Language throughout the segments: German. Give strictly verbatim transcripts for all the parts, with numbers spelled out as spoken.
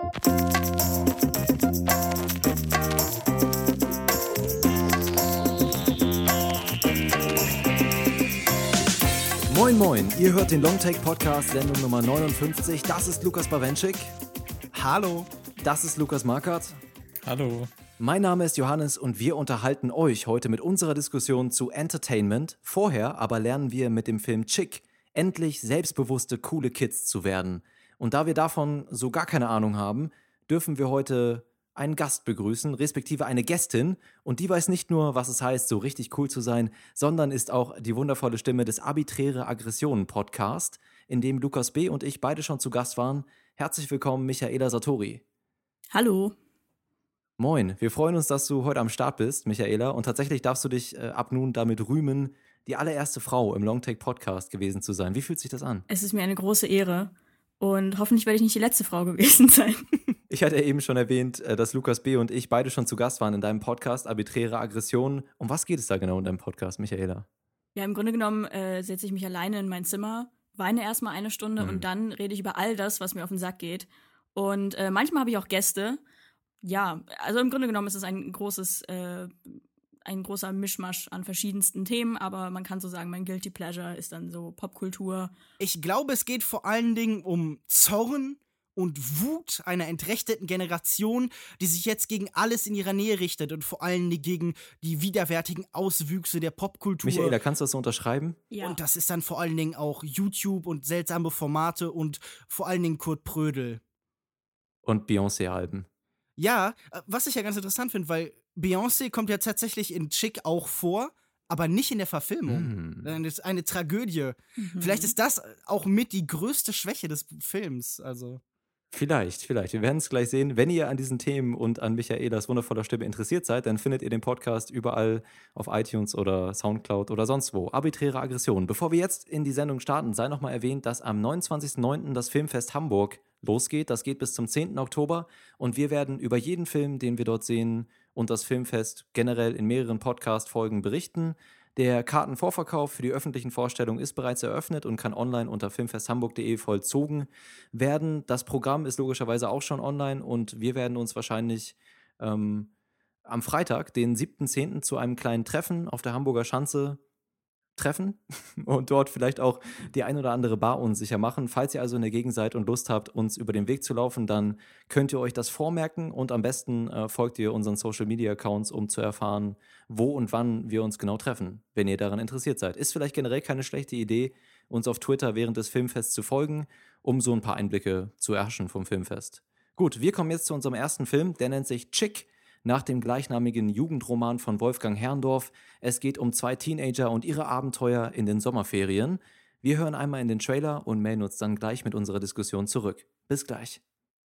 Moin Moin, ihr hört den Longtake Podcast, Sendung Nummer neunundfünfzig. Das ist Lukas Bawenschik. Hallo. Das ist Lukas Markert. Hallo. Mein Name ist Johannes und wir unterhalten euch heute mit unserer Diskussion zu Entertainment. Vorher aber lernen wir mit dem Film Chick endlich selbstbewusste, coole Kids zu werden. Und da wir davon so gar keine Ahnung haben, dürfen wir heute einen Gast begrüßen, respektive eine Gästin. Und die weiß nicht nur, was es heißt, so richtig cool zu sein, sondern ist auch die wundervolle Stimme des Arbiträre Aggressionen Podcast, in dem Lukas B. und ich beide schon zu Gast waren. Herzlich willkommen, Michaela Sartori. Hallo. Moin, wir freuen uns, dass du heute am Start bist, Michaela. Und tatsächlich darfst du dich äh, ab nun damit rühmen, die allererste Frau im Longtake Podcast gewesen zu sein. Wie fühlt sich das an? Es ist mir eine große Ehre. Und hoffentlich werde ich nicht die letzte Frau gewesen sein. Ich hatte eben schon erwähnt, dass Lukas B. und ich beide schon zu Gast waren in deinem Podcast Arbiträre Aggressionen. Um was geht es da genau in deinem Podcast, Michaela? Ja, im Grunde genommen äh, setze ich mich alleine in mein Zimmer, weine erstmal eine Stunde mhm. und dann rede ich über all das, was mir auf den Sack geht. Und äh, manchmal habe ich auch Gäste. Ja, also im Grunde genommen ist es ein großes, äh, ein großer Mischmasch an verschiedensten Themen, aber man kann so sagen, mein Guilty Pleasure ist dann so Popkultur. Ich glaube, es geht vor allen Dingen um Zorn und Wut einer entrechteten Generation, die sich jetzt gegen alles in ihrer Nähe richtet und vor allen Dingen gegen die widerwärtigen Auswüchse der Popkultur. Michaela, kannst du das so unterschreiben? Ja. Und das ist dann vor allen Dingen auch YouTube und seltsame Formate und vor allen Dingen Kurt Prödel. Und Beyoncé-Alben. Ja, was ich ja ganz interessant finde, weil Beyoncé kommt ja tatsächlich in Chick auch vor, aber nicht in der Verfilmung. Mm. Das ist eine Tragödie. Mhm. Vielleicht ist das auch mit die größte Schwäche des Films, also. Vielleicht, vielleicht. Wir werden es gleich sehen. Wenn ihr an diesen Themen und an Michaelas wundervoller Stimme interessiert seid, dann findet ihr den Podcast überall auf iTunes oder Soundcloud oder sonst wo. Arbiträre Aggression. Bevor wir jetzt in die Sendung starten, sei nochmal erwähnt, dass am neunundzwanzigsten neunten das Filmfest Hamburg losgeht. Das geht bis zum zehnten Oktober und wir werden über jeden Film, den wir dort sehen und das Filmfest generell in mehreren Podcast-Folgen berichten. Der Kartenvorverkauf für die öffentlichen Vorstellungen ist bereits eröffnet und kann online unter filmfesthamburg punkt de vollzogen werden. Das Programm ist logischerweise auch schon online und wir werden uns wahrscheinlich ähm, am Freitag, den siebten zehnten zu einem kleinen Treffen auf der Hamburger Schanze treffen und dort vielleicht auch die ein oder andere Bar unsicher machen. Falls ihr also in der Gegend seid und Lust habt, uns über den Weg zu laufen, dann könnt ihr euch das vormerken und am besten äh, folgt ihr unseren Social-Media-Accounts, um zu erfahren, wo und wann wir uns genau treffen, wenn ihr daran interessiert seid. Ist vielleicht generell keine schlechte Idee, uns auf Twitter während des Filmfests zu folgen, um so ein paar Einblicke zu erhaschen vom Filmfest. Gut, wir kommen jetzt zu unserem ersten Film, der nennt sich Chick, nach dem gleichnamigen Jugendroman von Wolfgang Herrndorf. Es geht um zwei Teenager und ihre Abenteuer in den Sommerferien. Wir hören einmal in den Trailer und melden uns dann gleich mit unserer Diskussion zurück. Bis gleich.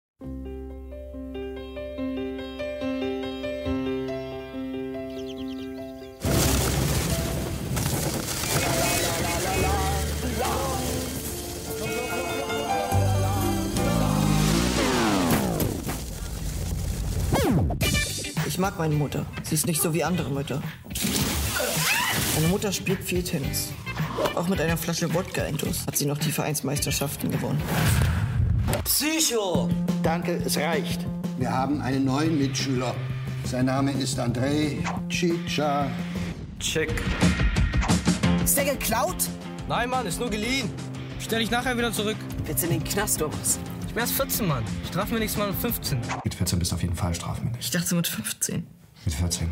Ich mag meine Mutter. Sie ist nicht so wie andere Mütter. Meine Mutter spielt viel Tennis. Auch mit einer Flasche Wodka intus hat sie noch die Vereinsmeisterschaften gewonnen. Psycho! Danke, es reicht. Wir haben einen neuen Mitschüler. Sein Name ist Andrei Chicha. Check. Ist der geklaut? Nein, Mann, ist nur geliehen. Stell dich nachher wieder zurück. Willst du in den Knast oder was? Ich bin erst vierzehn, Mann. Ich traf mir nächstes Mal mit fünfzehn. Mit vierzehn bist du auf jeden Fall strafmündig. Ich dachte mit fünfzehn. Mit vierzehn.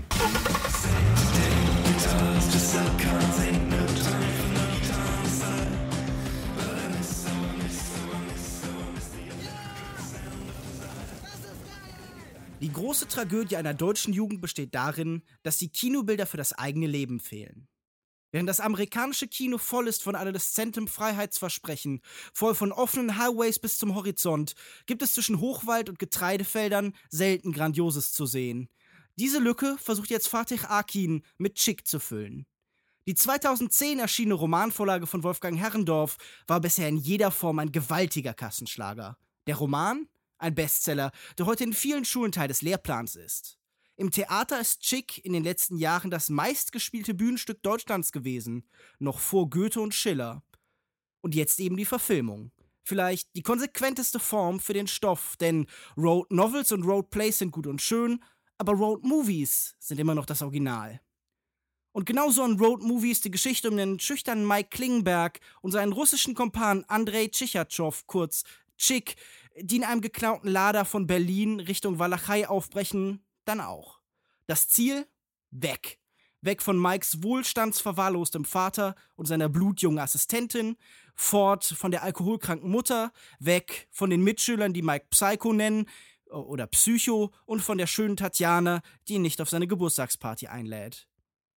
Die große Tragödie einer deutschen Jugend besteht darin, dass die Kinobilder für das eigene Leben fehlen. Während das amerikanische Kino voll ist von adoleszentem Freiheitsversprechen, voll von offenen Highways bis zum Horizont, gibt es zwischen Hochwald und Getreidefeldern selten Grandioses zu sehen. Diese Lücke versucht jetzt Fatih Akin mit Chick zu füllen. Die zweitausendzehn erschienene Romanvorlage von Wolfgang Herrndorf war bisher in jeder Form ein gewaltiger Kassenschlager. Der Roman? Ein Bestseller, der heute in vielen Schulen Teil des Lehrplans ist. Im Theater ist Chick in den letzten Jahren das meistgespielte Bühnenstück Deutschlands gewesen, noch vor Goethe und Schiller. Und jetzt eben die Verfilmung. vielleicht die konsequenteste Form für den Stoff, denn Road Novels und Road Plays sind gut und schön, aber Road Movies sind immer noch das Original. Und genauso an Road Movies die Geschichte um den schüchternen Mike Klingenberg und seinen russischen Kompan Andrei Tschichatschov, kurz Chick, die in einem geklauten Lader von Berlin Richtung Walachei aufbrechen, dann auch. Das Ziel? Weg. Weg von Mikes wohlstandsverwahrlostem Vater und seiner blutjungen Assistentin, fort von der alkoholkranken Mutter, weg von den Mitschülern, die Mike Psycho nennen oder Psycho und von der schönen Tatjana, die ihn nicht auf seine Geburtstagsparty einlädt.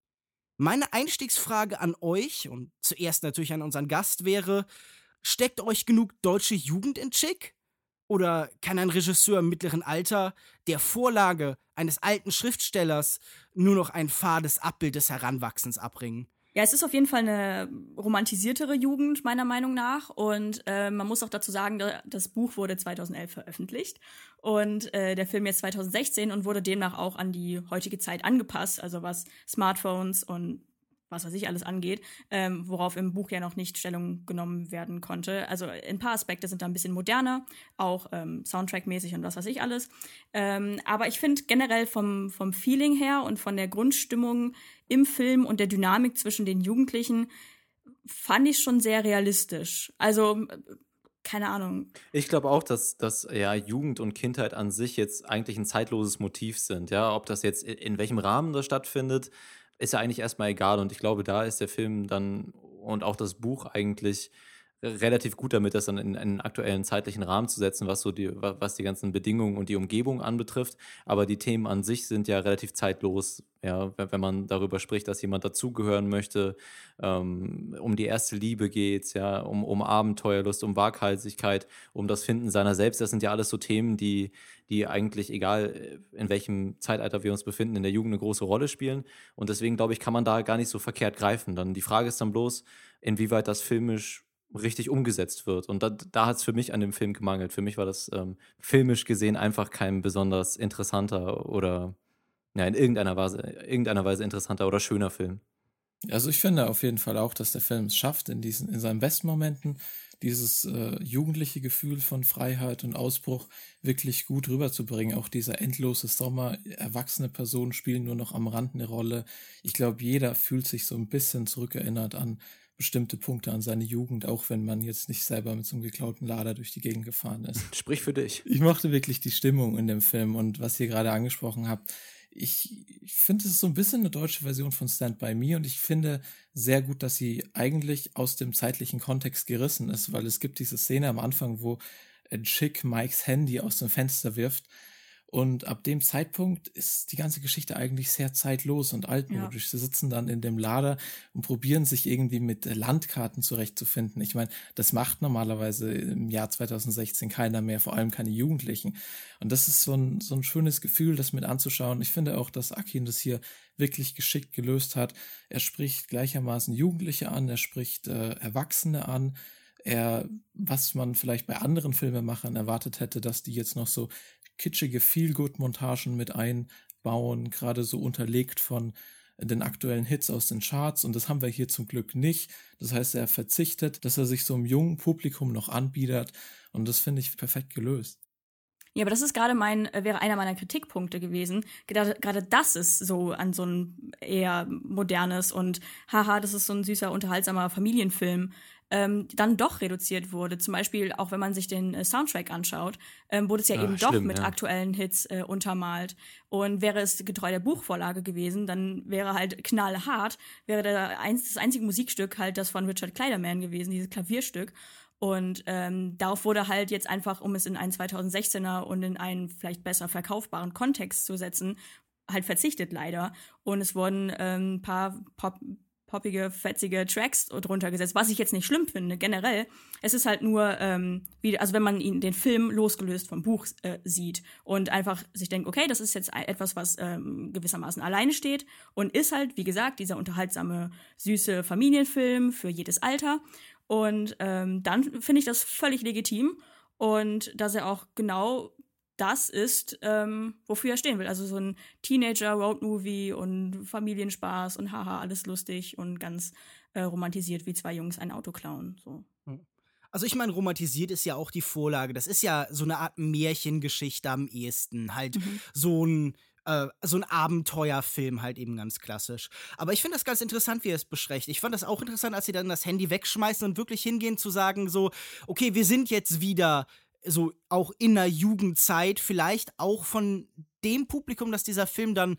Meine Einstiegsfrage an euch und zuerst natürlich an unseren Gast wäre, steckt euch genug deutsche Jugend in Chick? Oder kann ein Regisseur im mittleren Alter der Vorlage eines alten Schriftstellers nur noch ein fades Abbild des Heranwachsens abbringen? Ja, es ist auf jeden Fall eine romantisiertere Jugend, meiner Meinung nach. Und äh, man muss auch dazu sagen, das Buch wurde zweitausendelf veröffentlicht und äh, der Film jetzt zweitausendsechzehn und wurde demnach auch an die heutige Zeit angepasst, also was Smartphones und was weiß ich alles angeht, ähm, worauf im Buch ja noch nicht Stellung genommen werden konnte. Also ein paar Aspekte sind da ein bisschen moderner, auch ähm, Soundtrack-mäßig und was weiß ich alles. Ähm, aber ich finde generell vom, vom Feeling her und von der Grundstimmung im Film und der Dynamik zwischen den Jugendlichen fand ich schon sehr realistisch. Also keine Ahnung. Ich glaube auch, dass, dass ja, Jugend und Kindheit an sich jetzt eigentlich ein zeitloses Motiv sind. Ja, ob das jetzt in welchem Rahmen das stattfindet, ist ja eigentlich erstmal egal. Und ich glaube, da ist der Film dann und auch das Buch eigentlich relativ gut damit, das dann in einen aktuellen zeitlichen Rahmen zu setzen, was so die, was die ganzen Bedingungen und die Umgebung anbetrifft. Aber die Themen an sich sind ja relativ zeitlos, ja, wenn man darüber spricht, dass jemand dazugehören möchte, ähm, um die erste Liebe geht's, ja, um, um Abenteuerlust, um Waghalsigkeit, um das Finden seiner selbst. Das sind ja alles so Themen, die, die eigentlich, egal in welchem Zeitalter wir uns befinden, in der Jugend eine große Rolle spielen. Und deswegen, glaube ich, kann man da gar nicht so verkehrt greifen. Dann die Frage ist dann bloß, inwieweit das filmisch richtig umgesetzt wird. Und da, da hat es für mich an dem Film gemangelt. Für mich war das ähm, filmisch gesehen einfach kein besonders interessanter oder ja, in irgendeiner Weise, irgendeiner Weise interessanter oder schöner Film. Also ich finde auf jeden Fall auch, dass der Film es schafft, in diesen, in seinen besten Momenten dieses äh, jugendliche Gefühl von Freiheit und Ausbruch wirklich gut rüberzubringen. Auch dieser endlose Sommer, erwachsene Personen spielen nur noch am Rand eine Rolle. Ich glaube, jeder fühlt sich so ein bisschen zurückerinnert an bestimmte Punkte an seine Jugend, auch wenn man jetzt nicht selber mit so einem geklauten Lader durch die Gegend gefahren ist. Sprich für dich. Ich mochte wirklich die Stimmung in dem Film und was ihr gerade angesprochen habt. Ich, ich finde, es ist so ein bisschen eine deutsche Version von Stand By Me und ich finde sehr gut, dass sie eigentlich aus dem zeitlichen Kontext gerissen ist, weil es gibt diese Szene am Anfang, wo Chick Mikes Handy aus dem Fenster wirft. Und ab dem Zeitpunkt ist die ganze Geschichte eigentlich sehr zeitlos und altmodisch. Ja. Sie sitzen dann in dem Lader und probieren sich irgendwie mit Landkarten zurechtzufinden. Ich meine, das macht normalerweise im Jahr zweitausendsechzehn keiner mehr, vor allem keine Jugendlichen. Und das ist so ein, so ein schönes Gefühl, das mit anzuschauen. Ich finde auch, dass Akin das hier wirklich geschickt gelöst hat. Er spricht gleichermaßen Jugendliche an, er spricht äh, Erwachsene an. Er, was man vielleicht bei anderen Filmemachern erwartet hätte, dass die jetzt noch so kitschige Feel-Good-Montagen mit einbauen, gerade so unterlegt von den aktuellen Hits aus den Charts. Und das haben wir hier zum Glück nicht. Das heißt, er verzichtet, dass er sich so einem jungen Publikum noch anbietet. Und das finde ich perfekt gelöst. Ja, aber das ist gerade mein, wäre einer meiner Kritikpunkte gewesen. Gerade, gerade das ist so an so ein eher modernes und haha, das ist so ein süßer, unterhaltsamer Familienfilm, ähm, dann doch reduziert wurde. Zum Beispiel, auch wenn man sich den äh, Soundtrack anschaut, ähm, wurde es ja, ja eben schlimm, doch mit ja. aktuellen Hits äh, untermalt. Und wäre es getreu der Buchvorlage gewesen, dann wäre halt knallhart, wäre der ein, das einzige Musikstück halt das von Richard Clayderman gewesen, dieses Klavierstück. Und ähm, darauf wurde halt jetzt einfach, um es in einen zweitausendsechzehner und in einen vielleicht besser verkaufbaren Kontext zu setzen, halt verzichtet leider. Und es wurden ein ähm, paar Pop poppige, fetzige Tracks drunter gesetzt, was ich jetzt nicht schlimm finde, generell. Es ist halt nur, ähm, wie, also wenn man ihn, den Film losgelöst vom Buch äh, sieht und einfach sich denkt, okay, das ist jetzt etwas, was ähm, gewissermaßen alleine steht und ist halt, wie gesagt, dieser unterhaltsame, süße Familienfilm für jedes Alter. Und ähm, dann finde ich das völlig legitim und dass er auch genau das ist, ähm, wofür er stehen will. Also so ein Teenager-Road-Movie und Familienspaß und haha, alles lustig und ganz äh, romantisiert, wie zwei Jungs ein Auto klauen. So. Also ich meine, romantisiert ist ja auch die Vorlage. Das ist ja so eine Art Märchengeschichte am ehesten. Halt mhm. so ein äh, so ein Abenteuerfilm halt eben ganz klassisch. Aber ich finde das ganz interessant, wie er es beschreibt. Ich fand das auch interessant, als sie dann das Handy wegschmeißen und wirklich hingehen zu sagen so, okay, wir sind jetzt wieder so auch in der Jugendzeit, vielleicht auch von dem Publikum, das dieser Film dann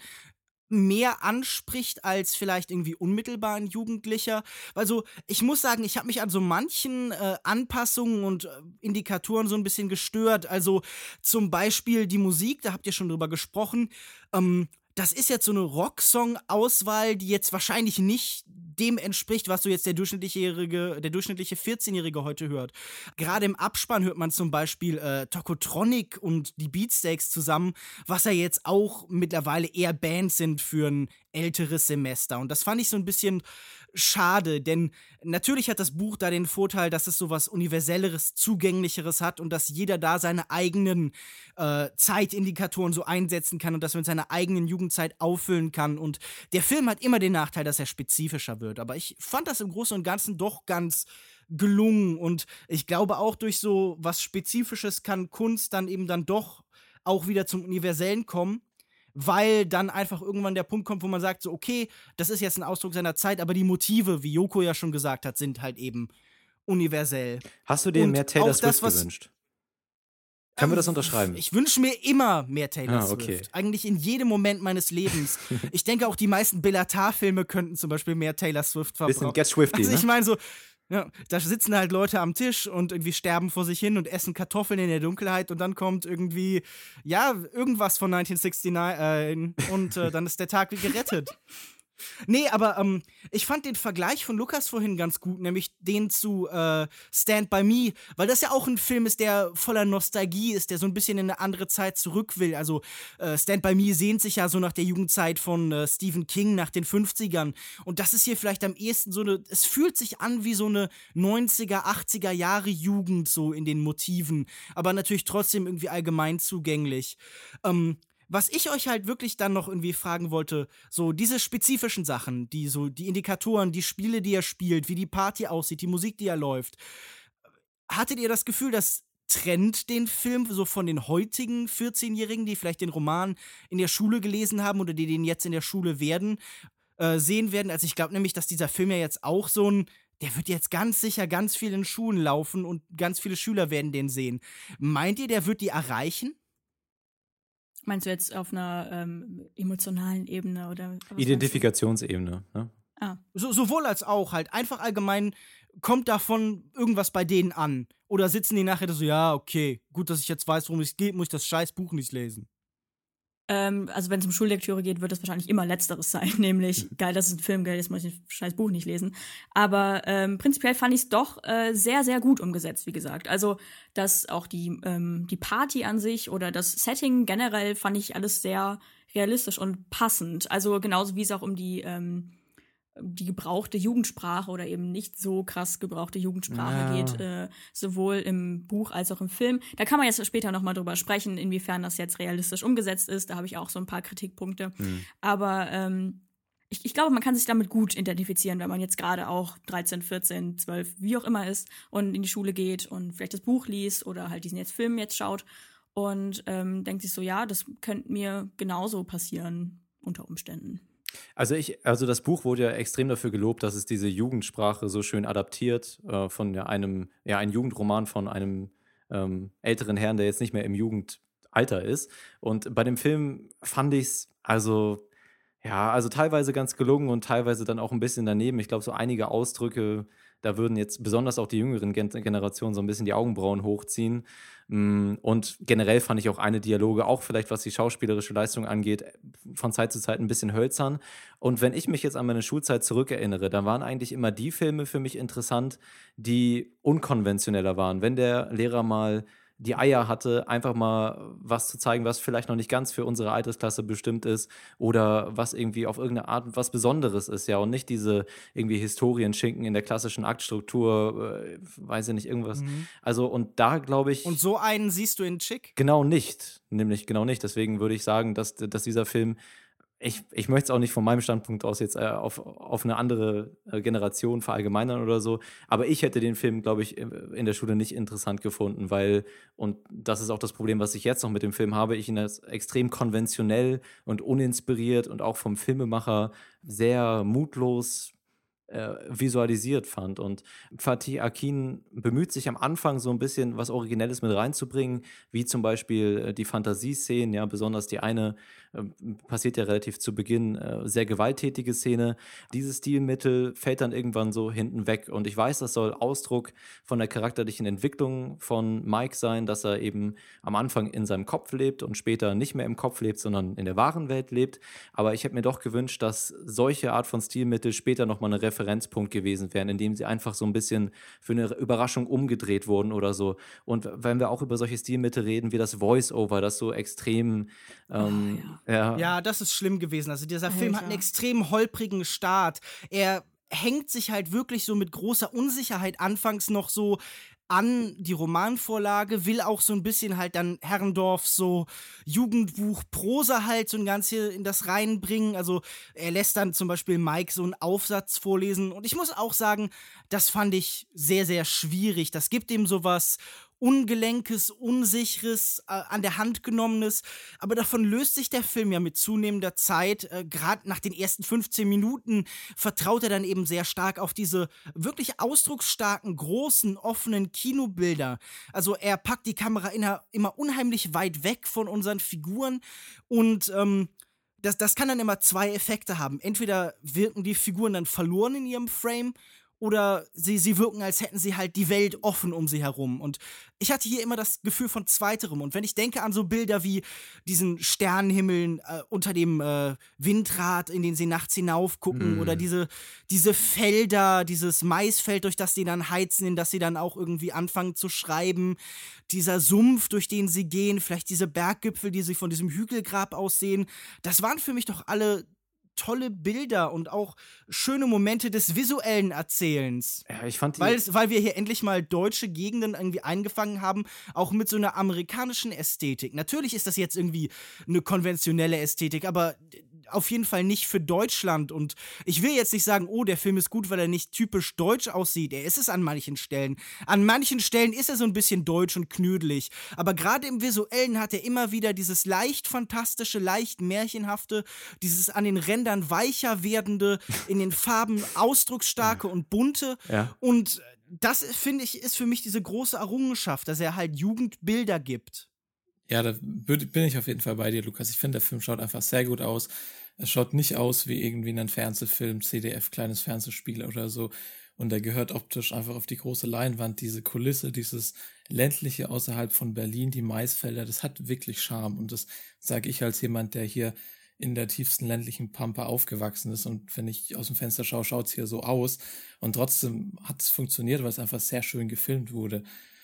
mehr anspricht als vielleicht irgendwie unmittelbar ein Jugendlicher. Also ich muss sagen, ich habe mich an so manchen äh, Anpassungen und äh, Indikatoren so ein bisschen gestört. Also zum Beispiel die Musik, da habt ihr schon drüber gesprochen. Ähm, das ist jetzt so eine Rocksong-Auswahl, die jetzt wahrscheinlich nicht dem entspricht, was so jetzt der durchschnittliche, der durchschnittliche vierzehnjährige heute hört. Gerade im Abspann hört man zum Beispiel äh, Tokotronic und die Beatsteaks zusammen, was ja jetzt auch mittlerweile eher Bands sind für ein älteres Semester. Und das fand ich so ein bisschen schade, denn natürlich hat das Buch da den Vorteil, dass es so was Universelleres, Zugänglicheres hat und dass jeder da seine eigenen äh, Zeitindikatoren so einsetzen kann und dass man seine eigenen Jugendzeit auffüllen kann. Und der Film hat immer den Nachteil, dass er spezifischer wird. Aber ich fand das im Großen und Ganzen doch ganz gelungen. Und ich glaube auch durch so was Spezifisches kann Kunst dann eben dann doch auch wieder zum Universellen kommen, weil dann einfach irgendwann der Punkt kommt, wo man sagt, so okay, das ist jetzt ein Ausdruck seiner Zeit, aber die Motive, wie Joko ja schon gesagt hat, sind halt eben universell. Hast du dir Und mehr Taylor auch Swift das, was- gewünscht? Können wir das unterschreiben? Ich wünsche mir immer mehr Taylor Ah, okay. Swift. Eigentlich in jedem Moment meines Lebens. Ich denke auch, die meisten Bellatar-Filme könnten zum Beispiel mehr Taylor Swift Bisschen verbrauchen. Get Swifty, Also ich ne? meine so, ja, da sitzen halt Leute am Tisch und irgendwie sterben vor sich hin und essen Kartoffeln in der Dunkelheit und dann kommt irgendwie, ja, irgendwas von neunzehnhundertneunundsiebzig äh, und äh, dann ist der Tag gerettet. Nee, aber ähm, ich fand den Vergleich von Lukas vorhin ganz gut, nämlich den zu äh, Stand By Me, weil das ja auch ein Film ist, der voller Nostalgie ist, der so ein bisschen in eine andere Zeit zurück will. Also äh, Stand By Me sehnt sich ja so nach der Jugendzeit von äh, Stephen King, nach den fünfzigern. Und das ist hier vielleicht am ehesten so eine, es fühlt sich an wie so eine neunziger, achtziger Jahre Jugend so in den Motiven, aber natürlich trotzdem irgendwie allgemein zugänglich. Ähm, Was ich euch halt wirklich dann noch irgendwie fragen wollte, so diese spezifischen Sachen, die so die Indikatoren, die Spiele, die er spielt, wie die Party aussieht, die Musik, die er läuft. Hattet ihr das Gefühl, das trennt den Film so von den heutigen vierzehnjährigen, die vielleicht den Roman in der Schule gelesen haben oder die den jetzt in der Schule werden, äh, sehen werden? Also ich glaube nämlich, dass dieser Film ja jetzt auch so ein, der wird jetzt ganz sicher ganz viel in Schulen laufen und ganz viele Schüler werden den sehen. Meint ihr, der wird die erreichen? Meinst du jetzt auf einer ähm, emotionalen Ebene oder was Identifikationsebene, ne? meinst du? Ah. So, sowohl als auch halt. Einfach allgemein, kommt davon irgendwas bei denen an? Oder sitzen die nachher so, ja, okay, gut, dass ich jetzt weiß, worum es geht, muss ich das scheiß Buch nicht lesen. Ähm, also wenn es um Schullektüre geht, wird es wahrscheinlich immer Letzteres sein, nämlich geil, das ist ein Film, geil, jetzt muss ich das scheiß Buch nicht lesen. Aber ähm, prinzipiell fand ich es doch äh, sehr, sehr gut umgesetzt, wie gesagt. Also, dass auch die, ähm, die Party an sich oder das Setting generell fand ich alles sehr realistisch und passend. Also genauso wie es auch um die ähm, die gebrauchte Jugendsprache oder eben nicht so krass gebrauchte Jugendsprache Ja. geht, äh, sowohl im Buch als auch im Film. Da kann man jetzt später nochmal drüber sprechen, inwiefern das jetzt realistisch umgesetzt ist. Da habe ich auch so ein paar Kritikpunkte. Hm. Aber ähm, ich, ich glaube, man kann sich damit gut identifizieren, wenn man jetzt gerade auch dreizehn, vierzehn, zwölf, wie auch immer ist und in die Schule geht und vielleicht das Buch liest oder halt diesen jetzt Film jetzt schaut und ähm, denkt sich so, ja, das könnte mir genauso passieren unter Umständen. Also ich, also das Buch wurde ja extrem dafür gelobt, dass es diese Jugendsprache so schön adaptiert äh, von ja, einem, ja, ein Jugendroman von einem ähm, älteren Herrn, der jetzt nicht mehr im Jugendalter ist. Und bei dem Film fand ich es also, ja, also teilweise ganz gelungen und teilweise dann auch ein bisschen daneben. Ich glaube, so einige Ausdrücke, da würden jetzt besonders auch die jüngeren Gen- Generationen so ein bisschen die Augenbrauen hochziehen. Mm, Und generell fand ich auch eine Dialoge, auch vielleicht was die schauspielerische Leistung angeht, von Zeit zu Zeit ein bisschen hölzern. Und wenn ich mich jetzt an meine Schulzeit zurückerinnere, dann waren eigentlich immer die Filme für mich interessant, die unkonventioneller waren. Wenn der Lehrer mal die Eier hatte, einfach mal was zu zeigen, was vielleicht noch nicht ganz für unsere Altersklasse bestimmt ist oder was irgendwie auf irgendeine Art was Besonderes ist, ja, und nicht diese irgendwie Historienschinken in der klassischen Aktstruktur, äh, weiß ich nicht, irgendwas. Mhm. Also, und da glaube ich, Und so einen siehst du in Chick? genau nicht, nämlich genau nicht. Deswegen würde ich sagen, dass, dass dieser Film ich, ich möchte es auch nicht von meinem Standpunkt aus jetzt äh, auf, auf eine andere äh, Generation verallgemeinern oder so, aber ich hätte den Film, glaube ich, in der Schule nicht interessant gefunden, weil, und das ist auch das Problem, was ich jetzt noch mit dem Film habe, ich ihn als extrem konventionell und uninspiriert und auch vom Filmemacher sehr mutlos äh, visualisiert fand. Und Fatih Akin bemüht sich am Anfang so ein bisschen was Originelles mit reinzubringen, wie zum Beispiel äh, die Fantasieszenen, ja, besonders die eine äh, passiert ja relativ zu Beginn, äh, sehr gewalttätige Szene. Dieses Stilmittel fällt dann irgendwann so hinten weg. Und ich weiß, das soll Ausdruck von der charakterlichen Entwicklung von Mike sein, dass er eben am Anfang in seinem Kopf lebt und später nicht mehr im Kopf lebt, sondern in der wahren Welt lebt. Aber ich hätte mir doch gewünscht, dass solche Art von Stilmittel später nochmal eine Referenzpunkt gewesen wären, indem sie einfach so ein bisschen für eine Überraschung umgedreht wurden oder so. Und wenn wir auch über solche Stilmittel reden, wie das Voice-Over, das so extrem ähm, oh, ja. Ja. ja, das ist schlimm gewesen. Also dieser Alter. Film hat einen extrem holprigen Start. Er hängt sich halt wirklich so mit großer Unsicherheit anfangs noch so an die Romanvorlage, will auch so ein bisschen halt dann Herrendorfs so Jugendbuch-Prosa halt so ein ganz hier in das reinbringen. Also er lässt dann zum Beispiel Mike so einen Aufsatz vorlesen und ich muss auch sagen, das fand ich sehr, sehr schwierig. Das gibt ihm sowas Ungelenkes, Unsicheres, äh, an der Hand genommenes, aber davon löst sich der Film ja mit zunehmender Zeit. Äh, Gerade nach den ersten fünfzehn Minuten vertraut er dann eben sehr stark auf diese wirklich ausdrucksstarken, großen, offenen Kinobilder. Also er packt die Kamera inner, immer unheimlich weit weg von unseren Figuren und ähm, das, das kann dann immer zwei Effekte haben. Entweder wirken die Figuren dann verloren in ihrem Frame oder sie, sie wirken, als hätten sie halt die Welt offen um sie herum. Und ich hatte hier immer das Gefühl von Zweiterem. Und wenn ich denke an so Bilder wie diesen Sternenhimmel äh, unter dem äh, Windrad, in den sie nachts hinaufgucken, mm. oder diese, diese Felder, dieses Maisfeld, durch das sie dann heizen, in das sie dann auch irgendwie anfangen zu schreiben, dieser Sumpf, durch den sie gehen, vielleicht diese Berggipfel, die sie von diesem Hügelgrab aussehen, das waren für mich doch alle tolle Bilder und auch schöne Momente des visuellen Erzählens. Ja, ich fand die weil, weil wir hier endlich mal deutsche Gegenden irgendwie eingefangen haben, auch mit so einer amerikanischen Ästhetik. Natürlich ist das jetzt irgendwie eine konventionelle Ästhetik, aber auf jeden Fall nicht für Deutschland. Und ich will jetzt nicht sagen, oh, der Film ist gut, weil er nicht typisch deutsch aussieht. Er ist es an manchen Stellen. An manchen Stellen ist er so ein bisschen deutsch und knödelig. Aber gerade im Visuellen hat er immer wieder dieses leicht fantastische, leicht märchenhafte, dieses an den Rändern weicher werdende, in den Farben ausdrucksstarke und bunte. Ja. Und das, finde ich, ist für mich diese große Errungenschaft, dass er halt Jugendbilder gibt. Ja, da bin ich auf jeden Fall bei dir, Lukas. Ich finde, der Film schaut einfach sehr gut aus. Er schaut nicht aus wie irgendwie ein Fernsehfilm, C D F, kleines Fernsehspiel oder so. Und er gehört optisch einfach auf die große Leinwand. Diese Kulisse, dieses ländliche außerhalb von Berlin, die Maisfelder, das hat wirklich Charme. Und das sage ich als jemand, der hier in der tiefsten ländlichen Pampa aufgewachsen ist. Und wenn ich aus dem Fenster schaue, schaut es hier so aus. Und trotzdem hat es funktioniert, weil es einfach sehr schön gefilmt wurde.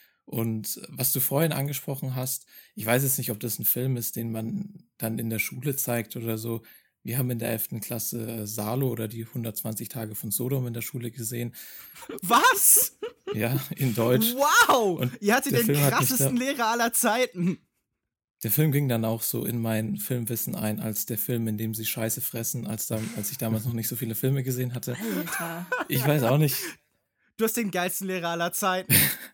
Und was du vorhin angesprochen hast, ich weiß jetzt nicht, ob das ein Film ist, den man dann in der Schule zeigt oder so. Wir haben in der elften Klasse äh, Salo oder die hundertzwanzig Tage von Sodom in der Schule gesehen. Was? Ja, in Deutsch. Wow! Und ihr hattet den krassesten da, Lehrer aller Zeiten. Der Film ging dann auch so in mein Filmwissen ein, als der Film, in dem sie Scheiße fressen, als, da, als ich damals noch nicht so viele Filme gesehen hatte. Alter. Ich weiß auch nicht. Du hast den geilsten Lehrer aller Zeiten.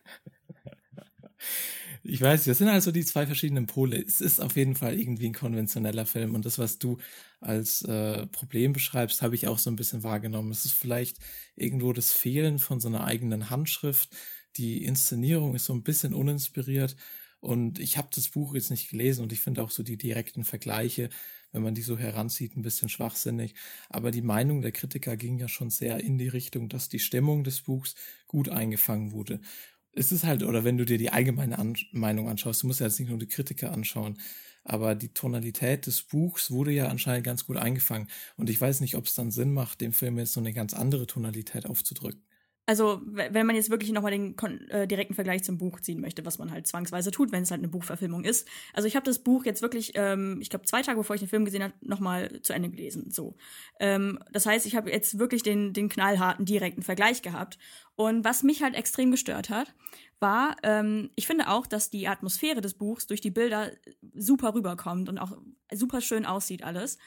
Ich weiß, das sind also die zwei verschiedenen Pole. Es ist auf jeden Fall irgendwie ein konventioneller Film und das, was du als äh, Problem beschreibst, habe ich auch so ein bisschen wahrgenommen. Es ist vielleicht irgendwo das Fehlen von so einer eigenen Handschrift. Die Inszenierung ist so ein bisschen uninspiriert und ich habe das Buch jetzt nicht gelesen und ich finde auch so die direkten Vergleiche, wenn man die so heranzieht, ein bisschen schwachsinnig. Aber die Meinung der Kritiker ging ja schon sehr in die Richtung, dass die Stimmung des Buchs gut eingefangen wurde. Es ist halt, oder wenn du dir die allgemeine An- Meinung anschaust, du musst ja jetzt nicht nur die Kritiker anschauen, aber die Tonalität des Buchs wurde ja anscheinend ganz gut eingefangen. Und ich weiß nicht, ob es dann Sinn macht, dem Film jetzt so eine ganz andere Tonalität aufzudrücken. Also, wenn man jetzt wirklich nochmal den kon- äh, direkten Vergleich zum Buch ziehen möchte, was man halt zwangsweise tut, wenn es halt eine Buchverfilmung ist. Also, ich habe das Buch jetzt wirklich, ähm, ich glaube, zwei Tage bevor ich den Film gesehen habe, nochmal zu Ende gelesen. So. Ähm, das heißt, ich habe jetzt wirklich den, den knallharten, direkten Vergleich gehabt. Und was mich halt extrem gestört hat, war, ähm, ich finde auch, dass die Atmosphäre des Buchs durch die Bilder super rüberkommt und auch super schön aussieht alles.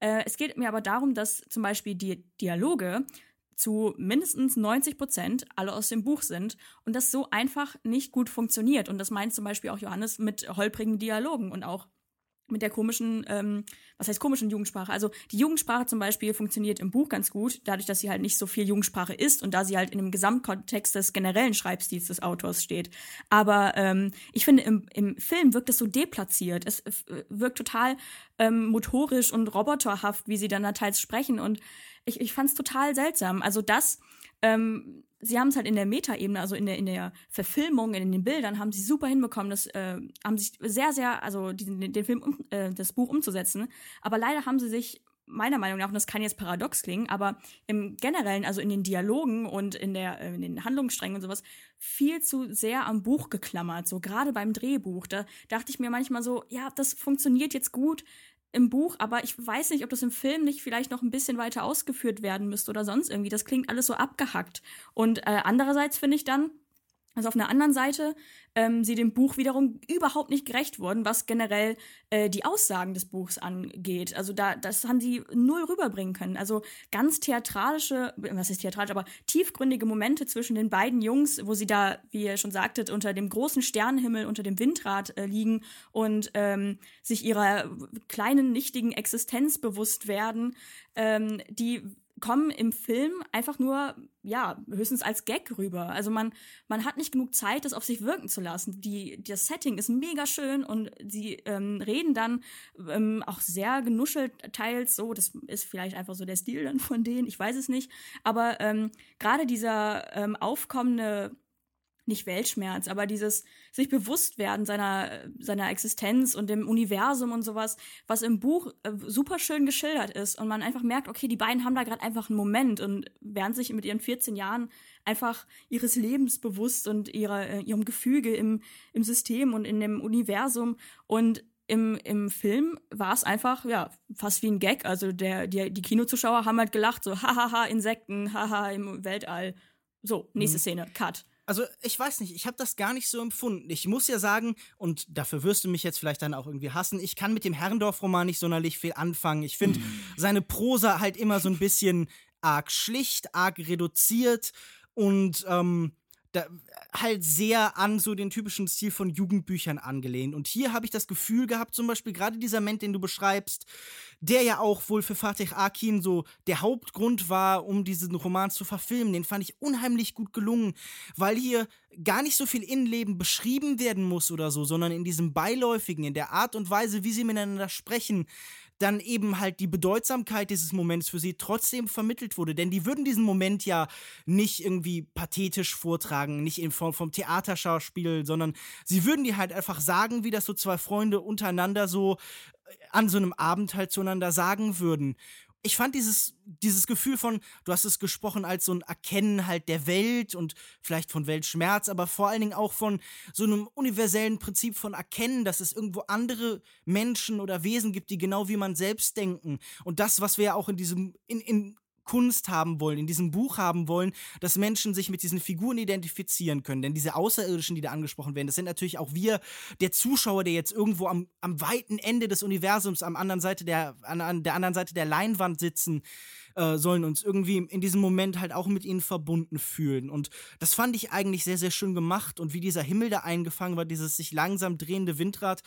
Äh, es geht mir aber darum, dass zum Beispiel die Dialoge zu mindestens neunzig Prozent alle aus dem Buch sind und das so einfach nicht gut funktioniert. Und das meint zum Beispiel auch Johannes mit holprigen Dialogen und auch mit der komischen, ähm, was heißt komischen Jugendsprache? Also die Jugendsprache zum Beispiel funktioniert im Buch ganz gut, dadurch, dass sie halt nicht so viel Jugendsprache ist und da sie halt in dem Gesamtkontext des generellen Schreibstils des Autors steht. Aber ähm, ich finde, im, im Film wirkt es so deplatziert. Es äh, wirkt total ähm, motorisch und roboterhaft, wie sie dann da teils sprechen. Und ich, ich fand es total seltsam. Also das ähm, sie haben es halt in der Metaebene, also in der, in der Verfilmung, in den Bildern, haben sie super hinbekommen, das äh, haben sich sehr, sehr, also den, den Film, um, äh, das Buch umzusetzen. Aber leider haben sie sich, meiner Meinung nach, und das kann jetzt paradox klingen, aber im Generellen, also in den Dialogen und in, der, äh, in den Handlungssträngen und sowas, viel zu sehr am Buch geklammert. So gerade beim Drehbuch, da dachte ich mir manchmal so, ja, das funktioniert jetzt gut im Buch, aber ich weiß nicht, ob das im Film nicht vielleicht noch ein bisschen weiter ausgeführt werden müsste oder sonst irgendwie. Das klingt alles so abgehackt. Und äh, andererseits finde ich dann, also auf einer anderen Seite, ähm, sie dem Buch wiederum überhaupt nicht gerecht wurden, was generell äh, die Aussagen des Buchs angeht. Also da, das haben sie null rüberbringen können. Also ganz theatralische, was ist theatralisch, aber tiefgründige Momente zwischen den beiden Jungs, wo sie da, wie ihr schon sagtet, unter dem großen Sternenhimmel, unter dem Windrad äh, liegen und ähm, sich ihrer kleinen, nichtigen Existenz bewusst werden, ähm, die kommen im Film einfach nur, ja, höchstens als Gag rüber. Also man, man hat nicht genug Zeit, das auf sich wirken zu lassen. Die, das Setting ist mega schön und sie ähm, reden dann ähm, auch sehr genuschelt teils so. Das ist vielleicht einfach so der Stil dann von denen, ich weiß es nicht. Aber ähm, gerade dieser ähm, aufkommende, nicht Weltschmerz, aber dieses sich bewusst werden seiner, seiner Existenz und dem Universum und sowas, was im Buch äh, super schön geschildert ist und man einfach merkt, okay, die beiden haben da gerade einfach einen Moment und werden sich mit ihren vierzehn Jahren einfach ihres Lebens bewusst und ihrer, äh, ihrem Gefüge im, im System und in dem Universum. Und im, im Film war es einfach, ja, fast wie ein Gag. Also der, die, die Kinozuschauer haben halt gelacht, so hahaha, Insekten, haha, im Weltall. So, nächste mhm. Szene, Cut. Also ich weiß nicht, ich habe das gar nicht so empfunden. Ich muss ja sagen, und dafür wirst du mich jetzt vielleicht dann auch irgendwie hassen, ich kann mit dem Herrendorf-Roman nicht sonderlich viel anfangen. Ich finde mm. seine Prosa halt immer so ein bisschen arg schlicht, arg reduziert und ähm, da, halt sehr an so den typischen Stil von Jugendbüchern angelehnt. Und hier habe ich das Gefühl gehabt, zum Beispiel gerade dieser Moment, den du beschreibst, der ja auch wohl für Fatih Akin so der Hauptgrund war, um diesen Roman zu verfilmen, den fand ich unheimlich gut gelungen, weil hier gar nicht so viel Innenleben beschrieben werden muss oder so, sondern in diesem Beiläufigen, in der Art und Weise, wie sie miteinander sprechen, dann eben halt die Bedeutsamkeit dieses Moments für sie trotzdem vermittelt wurde. Denn die würden diesen Moment ja nicht irgendwie pathetisch vortragen, nicht in Form vom Theaterschauspiel, sondern sie würden dir halt einfach sagen, wie das so zwei Freunde untereinander so an so einem Abend halt zueinander sagen würden. Ich fand dieses, dieses Gefühl von, du hast es gesprochen als so ein Erkennen halt der Welt und vielleicht von Weltschmerz, aber vor allen Dingen auch von so einem universellen Prinzip von Erkennen, dass es irgendwo andere Menschen oder Wesen gibt, die genau wie man selbst denken. Und das, was wir ja auch in diesem, in, in Kunst haben wollen, in diesem Buch haben wollen, dass Menschen sich mit diesen Figuren identifizieren können. Denn diese Außerirdischen, die da angesprochen werden, das sind natürlich auch wir, der Zuschauer, der jetzt irgendwo am, am weiten Ende des Universums, am anderen Seite der, an, an der anderen Seite der Leinwand sitzen, äh, sollen uns irgendwie in diesem Moment halt auch mit ihnen verbunden fühlen. Und das fand ich eigentlich sehr, sehr schön gemacht. Und wie dieser Himmel da eingefangen war, dieses sich langsam drehende Windrad.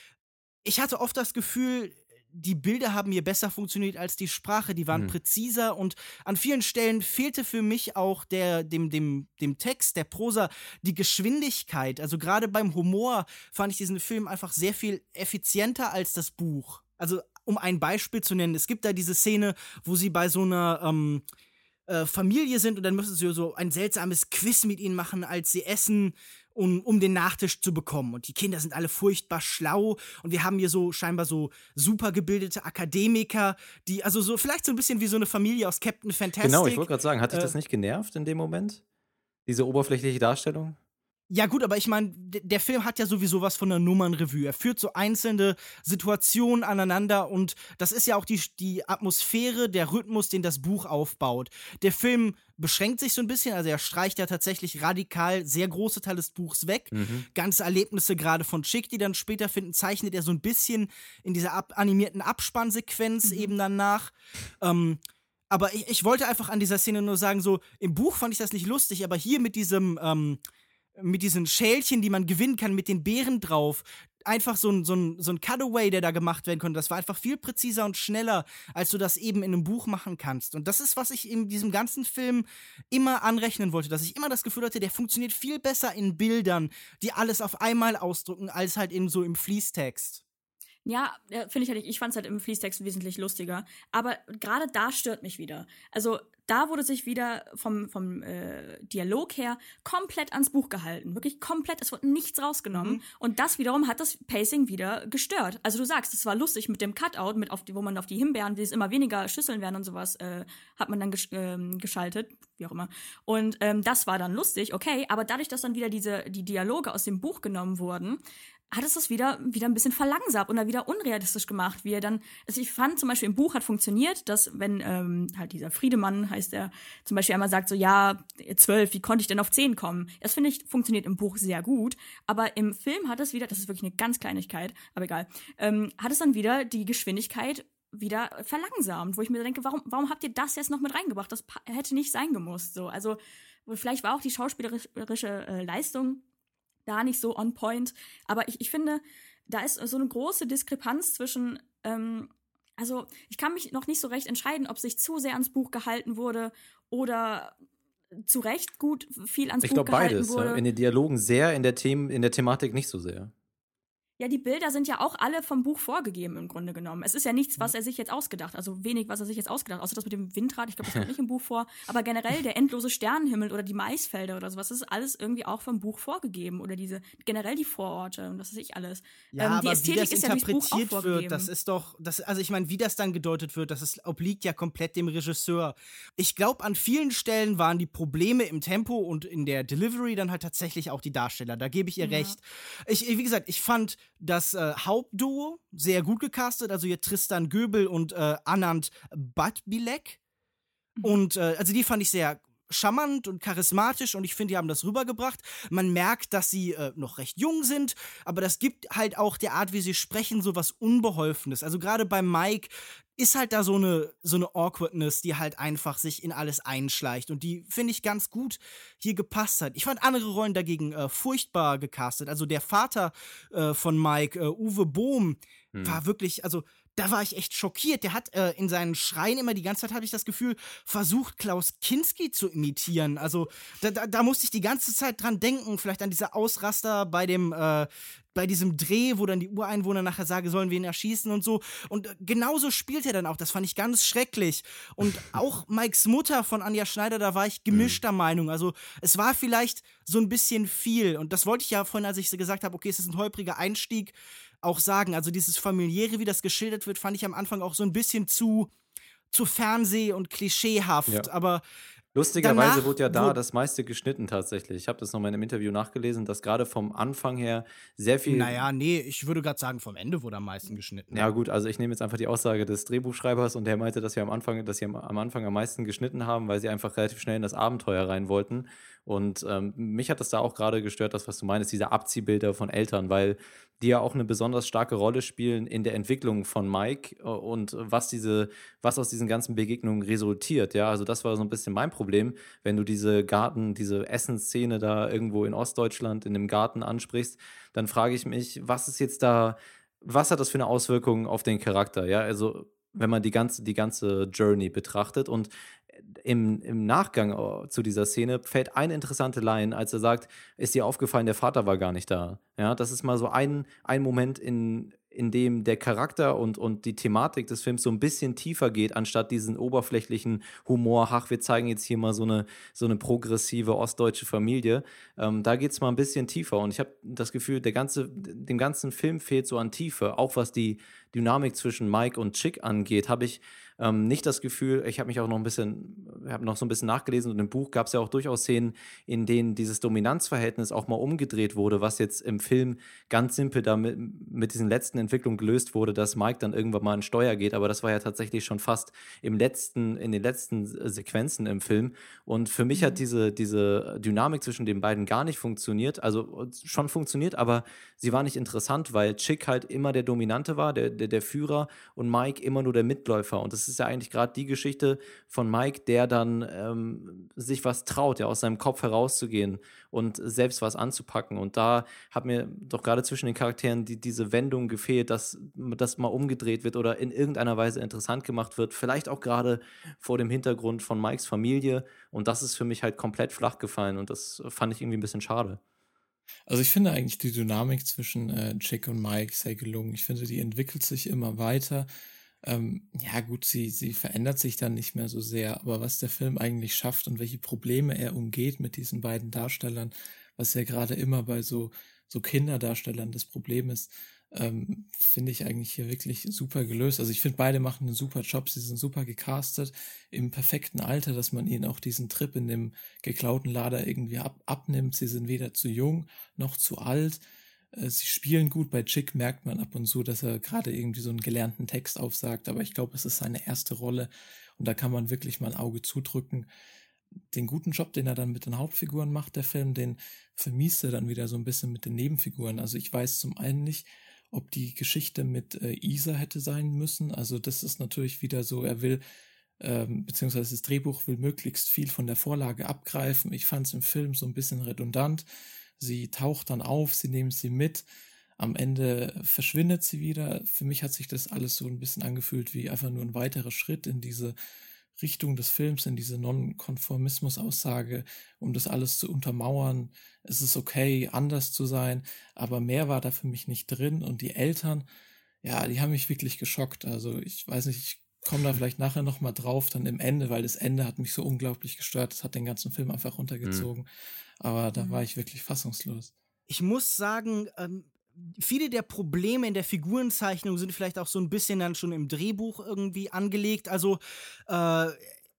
Ich hatte oft das Gefühl, die Bilder haben mir besser funktioniert als die Sprache, die waren mhm. präziser und an vielen Stellen fehlte für mich auch der, dem, dem, dem Text, der Prosa, die Geschwindigkeit. Also gerade beim Humor fand ich diesen Film einfach sehr viel effizienter als das Buch. Also um ein Beispiel zu nennen, es gibt da diese Szene, wo sie bei so einer ähm, äh, Familie sind und dann müssen sie so ein seltsames Quiz mit ihnen machen, als sie essen, Um, um den Nachtisch zu bekommen. Und die Kinder sind alle furchtbar schlau und wir haben hier so scheinbar so super gebildete Akademiker, die, also so vielleicht so ein bisschen wie so eine Familie aus Captain Fantastic. Genau, ich wollte gerade sagen, hat dich äh, das nicht genervt in dem Moment? Diese oberflächliche Darstellung? Ja gut, aber ich meine, d- der Film hat ja sowieso was von einer Nummernrevue. Er führt so einzelne Situationen aneinander und das ist ja auch die, die Atmosphäre, der Rhythmus, den das Buch aufbaut. Der Film beschränkt sich so ein bisschen, also er streicht ja tatsächlich radikal sehr große Teile des Buchs weg. Mhm. Ganze Erlebnisse gerade von Chick, die dann später finden, zeichnet er so ein bisschen in dieser ab animierten Abspannsequenz Mhm. eben dann nach. Ähm, aber ich, ich wollte einfach an dieser Szene nur sagen, so, im Buch fand ich das nicht lustig, aber hier mit diesem, ähm, mit diesen Schälchen, die man gewinnen kann, mit den Beeren drauf, einfach so ein, so ein, so ein Cutaway, der da gemacht werden konnte, das war einfach viel präziser und schneller, als du das eben in einem Buch machen kannst. Und das ist, was ich in diesem ganzen Film immer anrechnen wollte, dass ich immer das Gefühl hatte, der funktioniert viel besser in Bildern, die alles auf einmal ausdrücken, als halt in so im Fließtext. Ja, äh, finde ich halt nicht. Ich fand es halt im Fließtext wesentlich lustiger. Aber gerade da stört mich wieder. Also da wurde sich wieder vom, vom äh, Dialog her komplett ans Buch gehalten. Wirklich komplett. Es wurde nichts rausgenommen. Mhm. Und das wiederum hat das Pacing wieder gestört. Also du sagst, es war lustig mit dem Cutout, mit auf die, wo man auf die Himbeeren, wie es immer weniger Schüsseln werden und sowas, äh, hat man dann gesch ähm, geschaltet. Wie auch immer. Und ähm, das war dann lustig, okay. Aber dadurch, dass dann wieder diese die Dialoge aus dem Buch genommen wurden, hat es das wieder, wieder ein bisschen verlangsamt oder wieder unrealistisch gemacht, wie er dann, also ich fand zum Beispiel im Buch hat funktioniert, dass wenn ähm, halt dieser Friedemann heißt er, zum Beispiel einmal sagt so, ja, zwölf, wie konnte ich denn auf zehn kommen? Das finde ich, funktioniert im Buch sehr gut, aber im Film hat es wieder, das ist wirklich eine ganz Kleinigkeit, aber egal, ähm, hat es dann wieder die Geschwindigkeit wieder verlangsamt, wo ich mir denke, warum, warum habt ihr das jetzt noch mit reingebracht? Das hätte nicht sein gemusst, so, also vielleicht war auch die schauspielerische äh, Leistung da nicht so on point. Aber ich, ich finde, da ist so eine große Diskrepanz zwischen, ähm, also ich kann mich noch nicht so recht entscheiden, ob sich zu sehr ans Buch gehalten wurde oder zu Recht gut viel ans Ich Buch glaube gehalten beides. wurde. Ja. In den Dialogen sehr, in der, Themen, in der Thematik nicht so sehr. Ja, die Bilder sind ja auch alle vom Buch vorgegeben im Grunde genommen. Es ist ja nichts, was er sich jetzt ausgedacht, also wenig, was er sich jetzt ausgedacht, außer das mit dem Windrad, ich glaube, das kommt nicht im Buch vor, aber generell der endlose Sternenhimmel oder die Maisfelder oder sowas, das ist alles irgendwie auch vom Buch vorgegeben oder diese, generell die Vororte und das ist ich alles. Ja, ähm, die aber Ästhetik wie das ist ja durchs Buch auch interpretiert vorgegeben. wird, das ist doch, das, also ich meine, wie das dann gedeutet wird, das ist, obliegt ja komplett dem Regisseur. Ich glaube, an vielen Stellen waren die Probleme im Tempo und in der Delivery dann halt tatsächlich auch die Darsteller, da gebe ich ihr Ja. recht. Ich, wie gesagt, ich fand das äh, Hauptduo sehr gut gecastet, also hier Tristan Göbel und äh, Anand Batbilek. Mhm. Und äh, also die fand ich sehr charmant und charismatisch und ich finde, die haben das rübergebracht. Man merkt, dass sie äh, noch recht jung sind, aber das gibt halt auch der Art, wie sie sprechen, so was Unbeholfenes. Also gerade bei Mike ist halt da so eine, so eine Awkwardness, die halt einfach sich in alles einschleicht und die, finde ich, ganz gut hier gepasst hat. Ich fand andere Rollen dagegen äh, furchtbar gecastet. Also der Vater äh, von Mike, äh, Uwe Bohm, Hm. war wirklich, also da war ich echt schockiert. Der hat äh, in seinen Schreien immer die ganze Zeit, habe ich das Gefühl, versucht, Klaus Kinski zu imitieren. Also da, da, da musste ich die ganze Zeit dran denken, vielleicht an diese Ausraster bei dem, äh, bei diesem Dreh, wo dann die Ureinwohner nachher sagen, sollen wir ihn erschießen und so. Und äh, genauso spielt er dann auch. Das fand ich ganz schrecklich. Und auch Mikes Mutter von Anja Schneider, da war ich gemischter mhm. Meinung. Also es war vielleicht so ein bisschen viel. Und das wollte ich ja vorhin, als ich so gesagt habe, okay, es ist ein holpriger Einstieg, auch sagen. Also dieses Familiäre, wie das geschildert wird, fand ich am Anfang auch so ein bisschen zu, zu Fernseh- und klischeehaft. Ja. Aber lustigerweise danach wurde ja da das meiste geschnitten tatsächlich. Ich habe das nochmal in einem Interview nachgelesen, dass gerade vom Anfang her sehr viel... Naja, nee, ich würde gerade sagen, vom Ende wurde am meisten geschnitten. Ja gut, also ich nehme jetzt einfach die Aussage des Drehbuchschreibers und der meinte, dass wir am Anfang, dass sie am, am Anfang am meisten geschnitten haben, weil sie einfach relativ schnell in das Abenteuer rein wollten. Und ähm, mich hat das da auch gerade gestört, das, was du meinst, diese Abziehbilder von Eltern, weil die ja auch eine besonders starke Rolle spielen in der Entwicklung von Mike und was diese, was aus diesen ganzen Begegnungen resultiert. Ja, also das war so ein bisschen mein Problem, wenn du diese Garten, diese Essensszene da irgendwo in Ostdeutschland in dem Garten ansprichst, dann frage ich mich, was ist jetzt da, was hat das für eine Auswirkung auf den Charakter? Ja, also wenn man die ganze, die ganze Journey betrachtet und Im, im Nachgang zu dieser Szene fällt eine interessante Line, als er sagt, ist dir aufgefallen, der Vater war gar nicht da. Ja, das ist mal so ein, ein Moment, in, in dem der Charakter und, und die Thematik des Films so ein bisschen tiefer geht, anstatt diesen oberflächlichen Humor, ach, wir zeigen jetzt hier mal so eine, so eine progressive ostdeutsche Familie. Ähm, da geht es mal ein bisschen tiefer und ich habe das Gefühl, der ganze, dem ganzen Film fehlt so an Tiefe, auch was die Dynamik zwischen Mike und Chick angeht, habe ich ähm, nicht das Gefühl, ich habe mich auch noch ein bisschen, habe noch so ein bisschen nachgelesen und im Buch gab es ja auch durchaus Szenen, in denen dieses Dominanzverhältnis auch mal umgedreht wurde, was jetzt im Film ganz simpel damit mit diesen letzten Entwicklungen gelöst wurde, dass Mike dann irgendwann mal an Steuer geht, aber das war ja tatsächlich schon fast im letzten, in den letzten Sequenzen im Film und für mich mhm. hat diese, diese Dynamik zwischen den beiden gar nicht funktioniert, also schon funktioniert, aber sie war nicht interessant, weil Chick halt immer der Dominante war, der, der, der Führer und Mike immer nur der Mitläufer und das ist ja eigentlich gerade die Geschichte von Mike, der dann ähm, sich was traut, ja, aus seinem Kopf herauszugehen und selbst was anzupacken und da hat mir doch gerade zwischen den Charakteren die, diese Wendung gefehlt, dass das mal umgedreht wird oder in irgendeiner Weise interessant gemacht wird, vielleicht auch gerade vor dem Hintergrund von Mikes Familie und das ist für mich halt komplett flach gefallen und das fand ich irgendwie ein bisschen schade. Also ich finde eigentlich die Dynamik zwischen äh, Chick und Mike sehr gelungen. Ich finde, die entwickelt sich immer weiter. Ähm, ja gut, sie, sie verändert sich dann nicht mehr so sehr, aber was der Film eigentlich schafft und welche Probleme er umgeht mit diesen beiden Darstellern, was ja gerade immer bei so, so Kinderdarstellern das Problem ist, ähm, finde ich eigentlich hier wirklich super gelöst. Also ich finde, beide machen einen super Job, sie sind super gecastet, im perfekten Alter, dass man ihnen auch diesen Trip in dem geklauten Lader irgendwie ab, abnimmt. Sie sind weder zu jung noch zu alt. Äh, sie spielen gut. Bei Chick merkt man ab und zu, dass er gerade irgendwie so einen gelernten Text aufsagt, aber ich glaube, es ist seine erste Rolle und da kann man wirklich mal ein Auge zudrücken. Den guten Job, den er dann mit den Hauptfiguren macht, der Film, den vermiest er dann wieder so ein bisschen mit den Nebenfiguren. Also ich weiß zum einen nicht, ob die Geschichte mit äh, Isa hätte sein müssen. Also das ist natürlich wieder so, er will, ähm, beziehungsweise das Drehbuch will möglichst viel von der Vorlage abgreifen. Ich fand es im Film so ein bisschen redundant. Sie taucht dann auf, sie nehmen sie mit. Am Ende verschwindet sie wieder. Für mich hat sich das alles so ein bisschen angefühlt wie einfach nur ein weiterer Schritt in diese Richtung des Films, in diese Non-Konformismus-Aussage, um das alles zu untermauern. Es ist okay, anders zu sein, aber mehr war da für mich nicht drin. Und die Eltern, ja, die haben mich wirklich geschockt. Also ich weiß nicht, ich komme da vielleicht nachher nochmal drauf, dann im Ende, weil das Ende hat mich so unglaublich gestört. Das hat den ganzen Film einfach runtergezogen. Mhm. Aber da war ich wirklich fassungslos. Ich muss sagen, ähm viele der Probleme in der Figurenzeichnung sind vielleicht auch so ein bisschen dann schon im Drehbuch irgendwie angelegt. Also äh,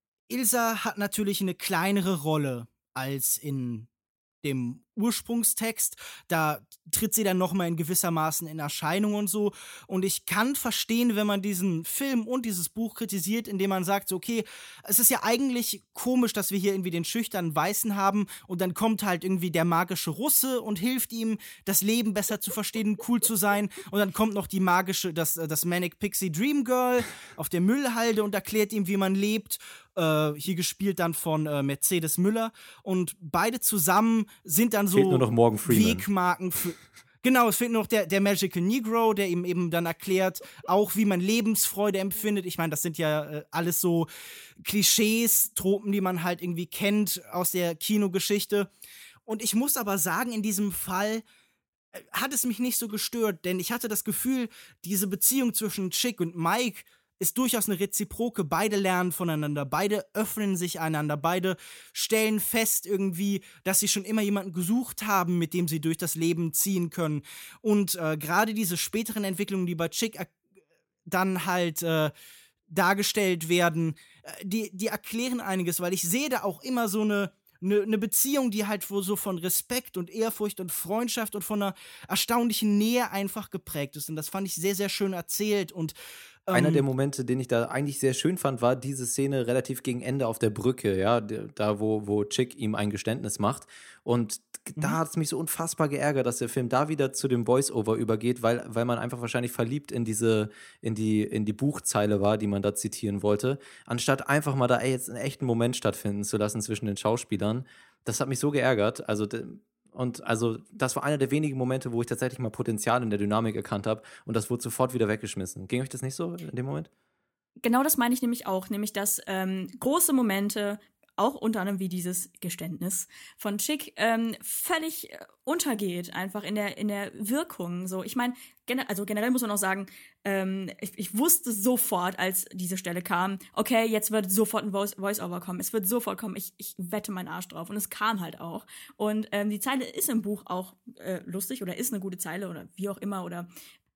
Ilsa hat natürlich eine kleinere Rolle als in dem Ursprungstext. Da tritt sie dann nochmal in gewissermaßen in Erscheinung und so. Und ich kann verstehen, wenn man diesen Film und dieses Buch kritisiert, indem man sagt, so, okay, es ist ja eigentlich komisch, dass wir hier irgendwie den schüchternen Weißen haben und dann kommt halt irgendwie der magische Russe und hilft ihm, das Leben besser zu verstehen und cool zu sein. Und dann kommt noch die magische, das, das Manic Pixie Dream Girl auf der Müllhalde und erklärt ihm, wie man lebt. Äh, hier gespielt dann von äh, Mercedes Müller. Und beide zusammen sind dann so fehlt nur noch Morgan Freeman. Wegmarken für. Genau, es fehlt nur noch der, der Magical Negro, der ihm eben dann erklärt, auch wie man Lebensfreude empfindet. Ich meine, das sind ja äh, alles so Klischees, Tropen, die man halt irgendwie kennt aus der Kinogeschichte. Und ich muss aber sagen, in diesem Fall äh, hat es mich nicht so gestört, denn ich hatte das Gefühl, diese Beziehung zwischen Chick und Mike ist durchaus eine Reziproke. Beide lernen voneinander, beide öffnen sich einander, beide stellen fest irgendwie, dass sie schon immer jemanden gesucht haben, mit dem sie durch das Leben ziehen können. Und äh, gerade diese späteren Entwicklungen, die bei Chick äh, dann halt äh, dargestellt werden, äh, die, die erklären einiges, weil ich sehe da auch immer so eine Eine ne Beziehung, die halt so von Respekt und Ehrfurcht und Freundschaft und von einer erstaunlichen Nähe einfach geprägt ist. Und das fand ich sehr, sehr schön erzählt. Und ähm, einer der Momente, den ich da eigentlich sehr schön fand, war diese Szene relativ gegen Ende auf der Brücke, ja, da wo, wo Chick ihm ein Geständnis macht. Und da hat es mich so unfassbar geärgert, dass der Film da wieder zu dem Voice-Over übergeht, weil, weil man einfach wahrscheinlich verliebt in diese, in die, in die Buchzeile war, die man da zitieren wollte, anstatt einfach mal da ey, jetzt einen echten Moment stattfinden zu lassen zwischen den Schauspielern. Das hat mich so geärgert. Also, und also, das war einer der wenigen Momente, wo ich tatsächlich mal Potenzial in der Dynamik erkannt habe und das wurde sofort wieder weggeschmissen. Ging euch das nicht so in dem Moment? Genau das meine ich nämlich auch, nämlich dass ähm, große Momente, auch unter anderem wie dieses Geständnis von Chick, ähm, völlig äh, untergeht, einfach in der in der Wirkung. So, ich meine, gener- also generell muss man auch sagen, ähm, ich, ich wusste sofort, als diese Stelle kam, okay, jetzt wird sofort ein Voice- Voice-Over kommen, es wird sofort kommen, ich, ich wette meinen Arsch drauf. Und es kam halt auch. Und ähm, die Zeile ist im Buch auch äh, lustig oder ist eine gute Zeile oder wie auch immer oder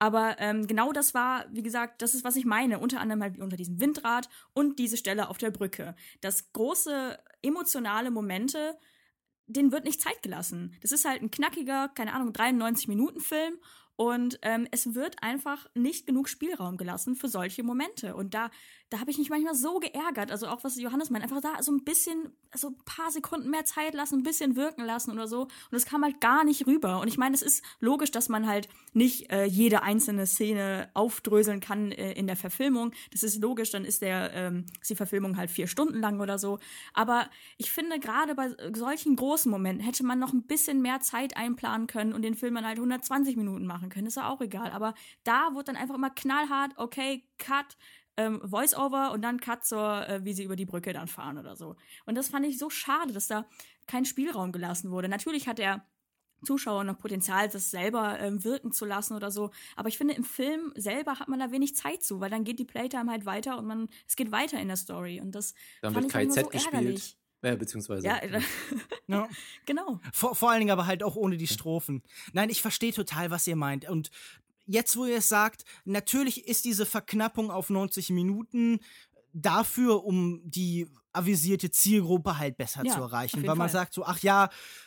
Aber ähm, genau das war, wie gesagt, das ist, was ich meine. Unter anderem halt unter diesem Windrad und diese Stelle auf der Brücke. Das große emotionale Momente, denen wird nicht Zeit gelassen. Das ist halt ein knackiger, keine Ahnung, dreiundneunzig-Minuten-Film und ähm, es wird einfach nicht genug Spielraum gelassen für solche Momente. Und da, da habe ich mich manchmal so geärgert, also auch was Johannes meint, einfach da so ein bisschen, so ein paar Sekunden mehr Zeit lassen, ein bisschen wirken lassen oder so. Und das kam halt gar nicht rüber. Und ich meine, es ist logisch, dass man halt nicht äh, jede einzelne Szene aufdröseln kann äh, in der Verfilmung. Das ist logisch, dann ist der ähm, ist die Verfilmung halt vier Stunden lang oder so. Aber ich finde, gerade bei solchen großen Momenten hätte man noch ein bisschen mehr Zeit einplanen können und den Film dann halt hundertzwanzig Minuten machen können. Ist ja auch egal. Aber da wird dann einfach immer knallhart, okay, Cut, ähm, Voice-Over und dann Cut zur, äh, wie sie über die Brücke dann fahren oder so. Und das fand ich so schade, dass da kein Spielraum gelassen wurde. Natürlich hat der Zuschauer noch Potenzial, das selber ähm, wirken zu lassen oder so. Aber ich finde, im Film selber hat man da wenig Zeit zu, weil dann geht die Playtime halt weiter und man es geht weiter in der Story. Und das dann fand wird ich immer so gespielt. ärgerlich. Ja, beziehungsweise. Ja, ja. Genau. Vor, vor allen Dingen aber halt auch ohne die Strophen. Nein, ich verstehe total, was ihr meint. Und jetzt, wo ihr es sagt, natürlich ist diese Verknappung auf neunzig Minuten dafür, um die avisierte Zielgruppe halt besser Ja, zu erreichen. auf jeden Weil man Fall. sagt so, ach ja,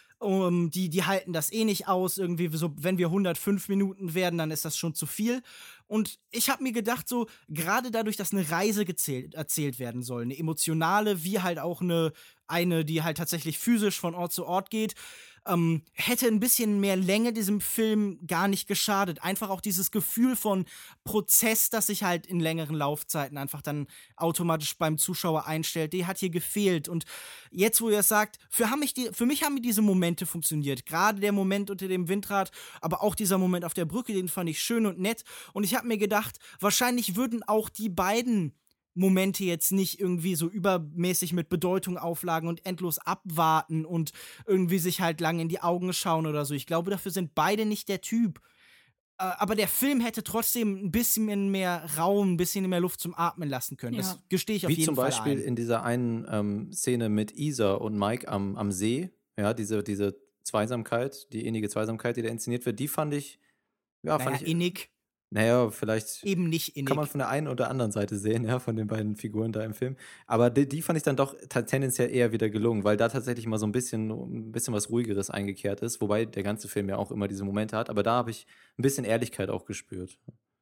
um, die, die halten das eh nicht aus. Irgendwie so, wenn wir hundertfünf Minuten werden, dann ist das schon zu viel. Und ich habe mir gedacht, so, gerade dadurch, dass eine Reise gezählt, erzählt werden soll, eine emotionale, wie halt auch eine, eine, die halt tatsächlich physisch von Ort zu Ort geht, ähm, hätte ein bisschen mehr Länge diesem Film gar nicht geschadet. Einfach auch dieses Gefühl von Prozess, das sich halt in längeren Laufzeiten einfach dann automatisch beim Zuschauer einstellt, die hat hier gefehlt. Und jetzt, wo ihr es sagt, für, haben mich die, für mich haben diese Momente funktioniert. Gerade der Moment unter dem Windrad, aber auch dieser Moment auf der Brücke, den fand ich schön und nett. Und ich habe mir gedacht, wahrscheinlich würden auch die beiden Momente jetzt nicht irgendwie so übermäßig mit Bedeutung auflagen und endlos abwarten und irgendwie sich halt lang in die Augen schauen oder so. Ich glaube, dafür sind beide nicht der Typ. Äh, aber der Film hätte trotzdem ein bisschen mehr Raum, ein bisschen mehr Luft zum Atmen lassen können. Ja. Das gestehe ich auf Wie jeden zum Fall Beispiel ein. in dieser einen ähm, Szene mit Isa und Mike am, am See, ja, diese, diese Zweisamkeit, die innige Zweisamkeit, die da inszeniert wird, die fand ich, ja, naja, fand ich, innig, naja, vielleicht eben nicht innig. kann man von der einen oder anderen Seite sehen, ja, von den beiden Figuren da im Film. Aber die, die fand ich dann doch ta- tendenziell eher wieder gelungen, weil da tatsächlich mal so ein bisschen, ein bisschen was Ruhigeres eingekehrt ist, wobei der ganze Film ja auch immer diese Momente hat, aber da habe ich ein bisschen Ehrlichkeit auch gespürt.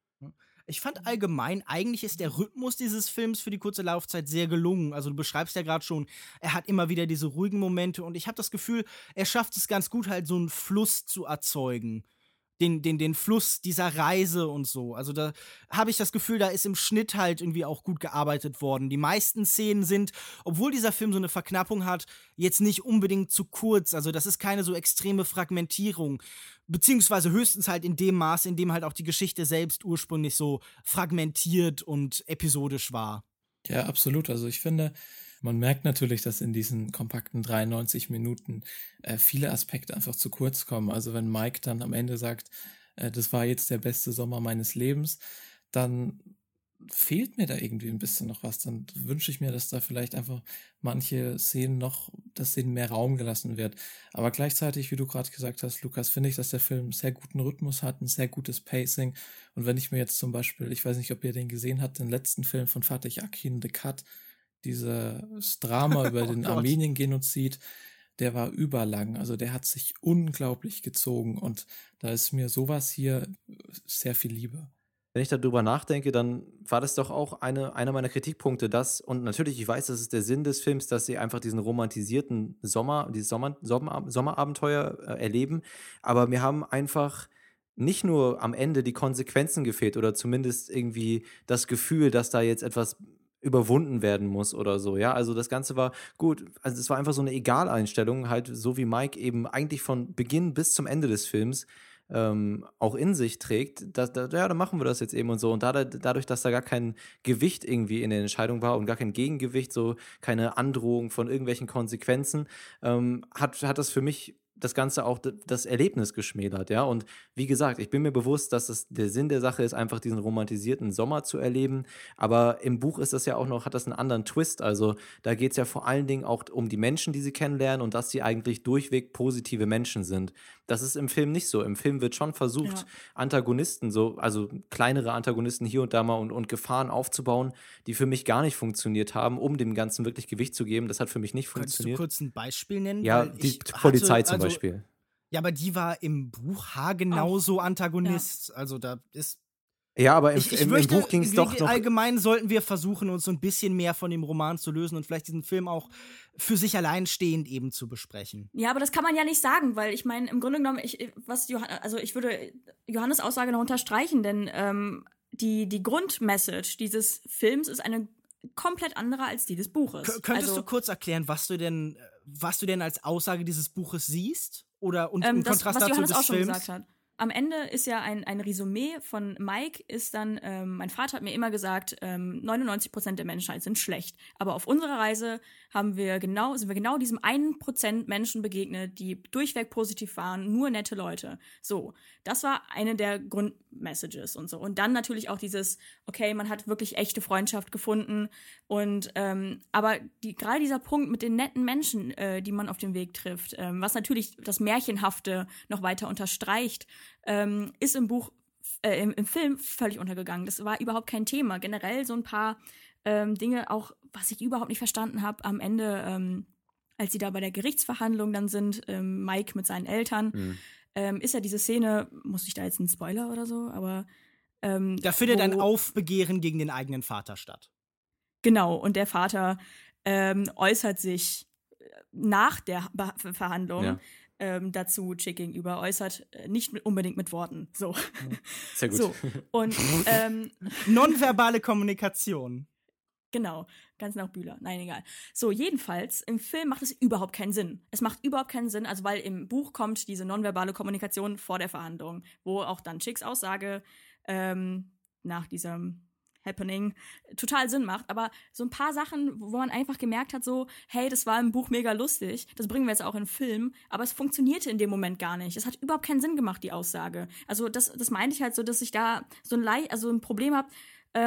Ich fand allgemein, eigentlich ist der Rhythmus dieses Films für die kurze Laufzeit sehr gelungen. Also du beschreibst ja gerade schon, er hat immer wieder diese ruhigen Momente und ich habe das Gefühl, er schafft es ganz gut, halt so einen Fluss zu erzeugen. Den, den, den Fluss dieser Reise und so. Also da habe ich das Gefühl, da ist im Schnitt halt irgendwie auch gut gearbeitet worden. Die meisten Szenen sind, obwohl dieser Film so eine Verknappung hat, jetzt nicht unbedingt zu kurz. Also das ist keine so extreme Fragmentierung. Beziehungsweise höchstens halt in dem Maß, in dem halt auch die Geschichte selbst ursprünglich so fragmentiert und episodisch war. Ja, absolut. Also ich finde, man merkt natürlich, dass in diesen kompakten dreiundneunzig Minuten äh, viele Aspekte einfach zu kurz kommen. Also wenn Mike dann am Ende sagt, äh, das war jetzt der beste Sommer meines Lebens, dann fehlt mir da irgendwie ein bisschen noch was. Dann wünsche ich mir, dass da vielleicht einfach manche Szenen noch, dass denen mehr Raum gelassen wird. Aber gleichzeitig, wie du gerade gesagt hast, Lukas, finde ich, dass der Film einen sehr guten Rhythmus hat, ein sehr gutes Pacing. Und wenn ich mir jetzt zum Beispiel, ich weiß nicht, ob ihr den gesehen habt, den letzten Film von Fatih Akin, The Cut, dieses Drama über Oh den Gott. Armenien-Genozid, der war überlang. Also der hat sich unglaublich gezogen und da ist mir sowas hier sehr viel lieber. Wenn ich darüber nachdenke, dann war das doch auch eine, einer meiner Kritikpunkte, dass, und natürlich, ich weiß, das ist der Sinn des Films, dass sie einfach diesen romantisierten Sommer, dieses Sommer, Sommer, Sommerabenteuer äh, erleben, aber mir haben einfach nicht nur am Ende die Konsequenzen gefehlt oder zumindest irgendwie das Gefühl, dass da jetzt etwas überwunden werden muss oder so, ja, also das Ganze war gut, also es war einfach so eine Egaleinstellung, halt so wie Mike eben eigentlich von Beginn bis zum Ende des Films ähm, auch in sich trägt, dass, da, ja, dann machen wir das jetzt eben und so und da, dadurch, dass da gar kein Gewicht irgendwie in der Entscheidung war und gar kein Gegengewicht, so keine Androhung von irgendwelchen Konsequenzen, ähm, hat, hat das für mich das Ganze auch d- das Erlebnis geschmälert, ja. Und wie gesagt, ich bin mir bewusst, dass es der Sinn der Sache ist, einfach diesen romantisierten Sommer zu erleben. Aber im Buch ist das ja auch noch, hat das einen anderen Twist. Also da geht es ja vor allen Dingen auch um die Menschen, die sie kennenlernen und dass sie eigentlich durchweg positive Menschen sind. Das ist im Film nicht so. Im Film wird schon versucht, Ja. Antagonisten, so, also kleinere Antagonisten hier und da mal und, und Gefahren aufzubauen, die für mich gar nicht funktioniert haben, um dem Ganzen wirklich Gewicht zu geben. Das hat für mich nicht Könntest du funktioniert. kurz ein Beispiel nennen? Ja, Weil die ich Polizei hatte, zum also, Beispiel. Ja, aber die war im Buch haargenauso Antagonist. Also da ist. Ja, aber im, Ich, ich im, im möchte, Buch ging es doch noch. allgemein sollten wir versuchen, uns so ein bisschen mehr von dem Roman zu lösen und vielleicht diesen Film auch für sich alleinstehend eben zu besprechen. Ja, aber das kann man ja nicht sagen, weil ich meine, im Grunde genommen, ich, was Johann, also ich würde Johannes Aussage noch unterstreichen, denn ähm, die, die Grundmessage dieses Films ist eine komplett andere als die des Buches. K- könntest also, du kurz erklären, was du denn, was du denn als Aussage dieses Buches siehst? Oder und ähm, im das, Kontrast was dazu Johannes des auch schon Films? gesagt hat. Am Ende ist ja ein, ein Resümee von Mike, ist dann, ähm, mein Vater hat mir immer gesagt, ähm, neunundneunzig Prozent der Menschheit sind schlecht. Aber auf unserer Reise haben wir genau, sind wir genau diesem einen Prozent Menschen begegnet, die durchweg positiv waren, nur nette Leute. So, das war eine der Grundmessages und so. Und dann natürlich auch dieses, okay, man hat wirklich echte Freundschaft gefunden. Und ähm, aber die, gerade dieser Punkt mit den netten Menschen, äh, die man auf dem Weg trifft, ähm, was natürlich das Märchenhafte noch weiter unterstreicht, ähm, ist im Buch, äh, im, im Film völlig untergegangen. Das war überhaupt kein Thema. Generell so ein paar ähm, Dinge, auch was ich überhaupt nicht verstanden habe, am Ende, ähm, als sie da bei der Gerichtsverhandlung dann sind, ähm, Mike mit seinen Eltern, Mhm. ähm, ist ja diese Szene, muss ich da jetzt einen Spoiler oder so, aber ähm, Da findet wo, ein Aufbegehren gegen den eigenen Vater statt. Genau, und der Vater ähm, äußert sich nach der Be Verhandlung Ja. ähm, dazu Chick gegenüber, äußert äh, nicht mit, unbedingt mit Worten. So. Sehr gut. So. Und ähm, Nonverbale Kommunikation. genau, ganz nach Bühler. Nein, egal. So, jedenfalls, im Film macht es überhaupt keinen Sinn. Es macht überhaupt keinen Sinn, also weil im Buch kommt diese nonverbale Kommunikation vor der Verhandlung, wo auch dann Chicks Aussage ähm, nach diesem Happening total Sinn macht, aber so ein paar Sachen, wo man einfach gemerkt hat, so, hey, das war im Buch mega lustig, das bringen wir jetzt auch in den Film, aber es funktionierte in dem Moment gar nicht. Es hat überhaupt keinen Sinn gemacht, die Aussage. Also das, das meinte ich halt so, dass ich da so ein, Le also ein Problem habe,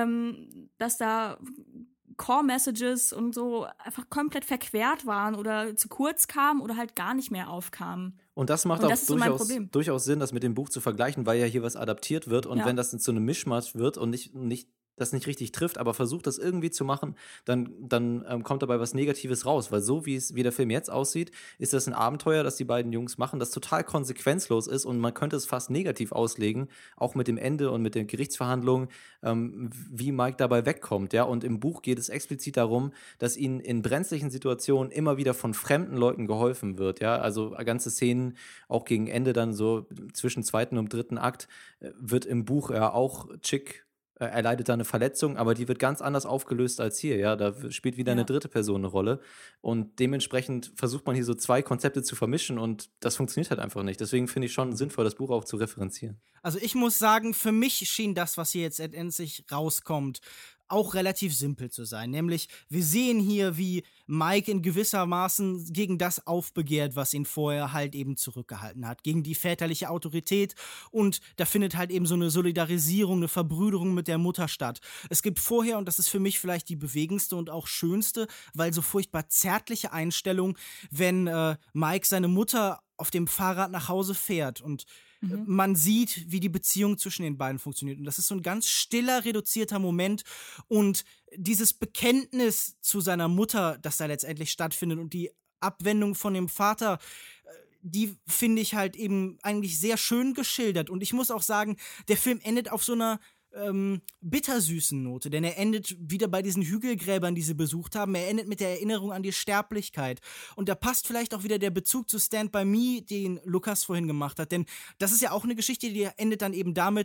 ähm, dass da Core-Messages und so einfach komplett verquert waren oder zu kurz kamen oder halt gar nicht mehr aufkamen. Und das macht Und auch das ist so mein durchaus, Problem. durchaus Sinn, das mit dem Buch zu vergleichen, weil ja hier was adaptiert wird. Und Ja. wenn das zu einem Mischmasch wird und nicht, nicht das nicht richtig trifft, aber versucht das irgendwie zu machen, dann, dann ähm, kommt dabei was Negatives raus. Weil so wie es wie der Film jetzt aussieht, ist das ein Abenteuer, das die beiden Jungs machen, das total konsequenzlos ist und man könnte es fast negativ auslegen, auch mit dem Ende und mit der Gerichtsverhandlung, ähm, wie Mike dabei wegkommt. Ja? Und im Buch geht es explizit darum, dass ihnen in brenzlichen Situationen immer wieder von fremden Leuten geholfen wird. Ja? Also ganze Szenen, auch gegen Ende dann so zwischen zweiten und dritten Akt, äh, wird im Buch ja auch Chick äh, er leidet da eine Verletzung, aber die wird ganz anders aufgelöst als hier, ja, da w- spielt wieder Ja. eine dritte Person eine Rolle und dementsprechend versucht man hier so zwei Konzepte zu vermischen und das funktioniert halt einfach nicht. Deswegen finde ich schon sinnvoll, das Buch auch zu referenzieren. Also ich muss sagen, für mich schien das, was hier jetzt endlich rauskommt, auch relativ simpel zu sein. Nämlich, wir sehen hier, wie Mike in gewissermaßen gegen das aufbegehrt, was ihn vorher halt eben zurückgehalten hat. Gegen die väterliche Autorität. Und da findet halt eben so eine Solidarisierung, eine Verbrüderung mit der Mutter statt. Es gibt vorher, und das ist für mich vielleicht die bewegendste und auch schönste, weil so furchtbar zärtliche Einstellung, wenn äh, Mike seine Mutter auf dem Fahrrad nach Hause fährt und Mhm. man sieht, wie die Beziehung zwischen den beiden funktioniert. Und das ist so ein ganz stiller, reduzierter Moment. Und dieses Bekenntnis zu seiner Mutter, das da letztendlich stattfindet und die Abwendung von dem Vater, äh, die finde ich halt eben eigentlich sehr schön geschildert. Und ich muss auch sagen, der Film endet auf so einer ähm, bittersüßen Note, denn er endet wieder bei diesen Hügelgräbern, die sie besucht haben. Er endet mit der Erinnerung an die Sterblichkeit. Und da passt vielleicht auch wieder der Bezug zu Stand By Me, den Lukas vorhin gemacht hat, denn das ist ja auch eine Geschichte, die endet dann eben damit,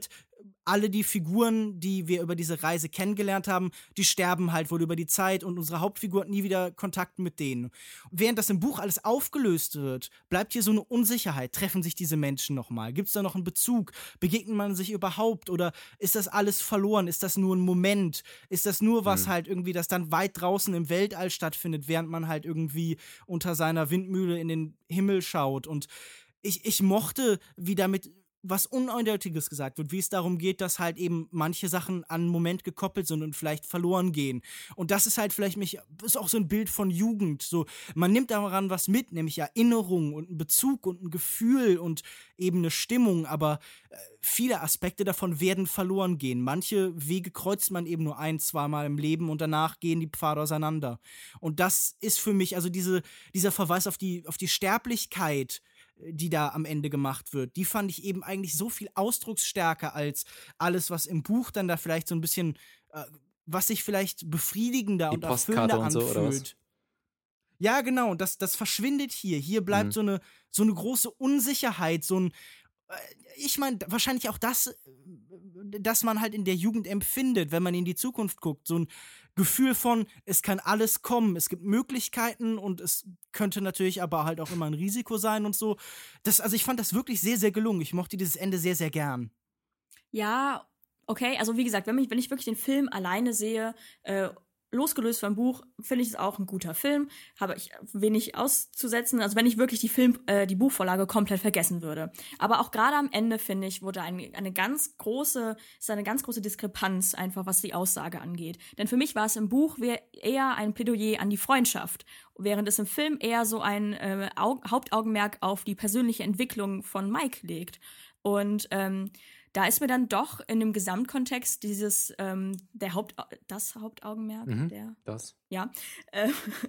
alle die Figuren, die wir über diese Reise kennengelernt haben, die sterben halt wohl über die Zeit und unsere Hauptfigur hat nie wieder Kontakt mit denen. Während das im Buch alles aufgelöst wird, bleibt hier so eine Unsicherheit. Treffen sich diese Menschen nochmal? Gibt es da noch einen Bezug? Begegnet man sich überhaupt? Oder ist das alles verloren? Ist das nur ein Moment? Ist das nur was mhm. halt irgendwie, das dann weit draußen im Weltall stattfindet, während man halt irgendwie unter seiner Windmühle in den Himmel schaut? Und ich, ich mochte, wie damit was Uneindeutiges gesagt wird, wie es darum geht, dass halt eben manche Sachen an einen Moment gekoppelt sind und vielleicht verloren gehen. Und das ist halt vielleicht mich, ist auch so ein Bild von Jugend. So, man nimmt daran was mit, nämlich Erinnerungen und einen Bezug und ein Gefühl und eben eine Stimmung, aber äh, viele Aspekte davon werden verloren gehen. Manche Wege kreuzt man eben nur ein, zweimal im Leben und danach gehen die Pfade auseinander. Und das ist für mich, also diese, dieser Verweis auf die, auf die Sterblichkeit, die da am Ende gemacht wird, die fand ich eben eigentlich so viel ausdrucksstärker als alles, was im Buch dann da vielleicht so ein bisschen, äh, was sich vielleicht befriedigender die und erfüllender und anfühlt. So, oder was? Ja, genau, das, das verschwindet hier. Hier bleibt mhm. so eine, so eine große Unsicherheit, so ein, äh, ich meine, wahrscheinlich auch das, dass man halt in der Jugend empfindet, wenn man in die Zukunft guckt, so ein Gefühl von, es kann alles kommen, es gibt Möglichkeiten und es könnte natürlich aber halt auch immer ein Risiko sein und so. Das, also ich fand das wirklich sehr, sehr gelungen. Ich mochte dieses Ende sehr, sehr gern. Ja, okay, also wie gesagt, wenn ich, wenn ich wirklich den Film alleine sehe, äh, losgelöst vom Buch, finde ich es auch ein guter Film. Habe ich wenig auszusetzen. Also wenn ich wirklich die Film, äh, die Buchvorlage komplett vergessen würde. Aber auch gerade am Ende, finde ich, wurde ein, eine ganz große, ist eine ganz große Diskrepanz einfach, was die Aussage angeht. Denn für mich war es im Buch eher ein Plädoyer an die Freundschaft, während es im Film eher so ein äh, Au- Hauptaugenmerk auf die persönliche Entwicklung von Mike legt. Und ähm, da ist mir dann doch in dem Gesamtkontext dieses, ähm, der Haupt, das Hauptaugenmerk, mhm, der, das. ja, äh,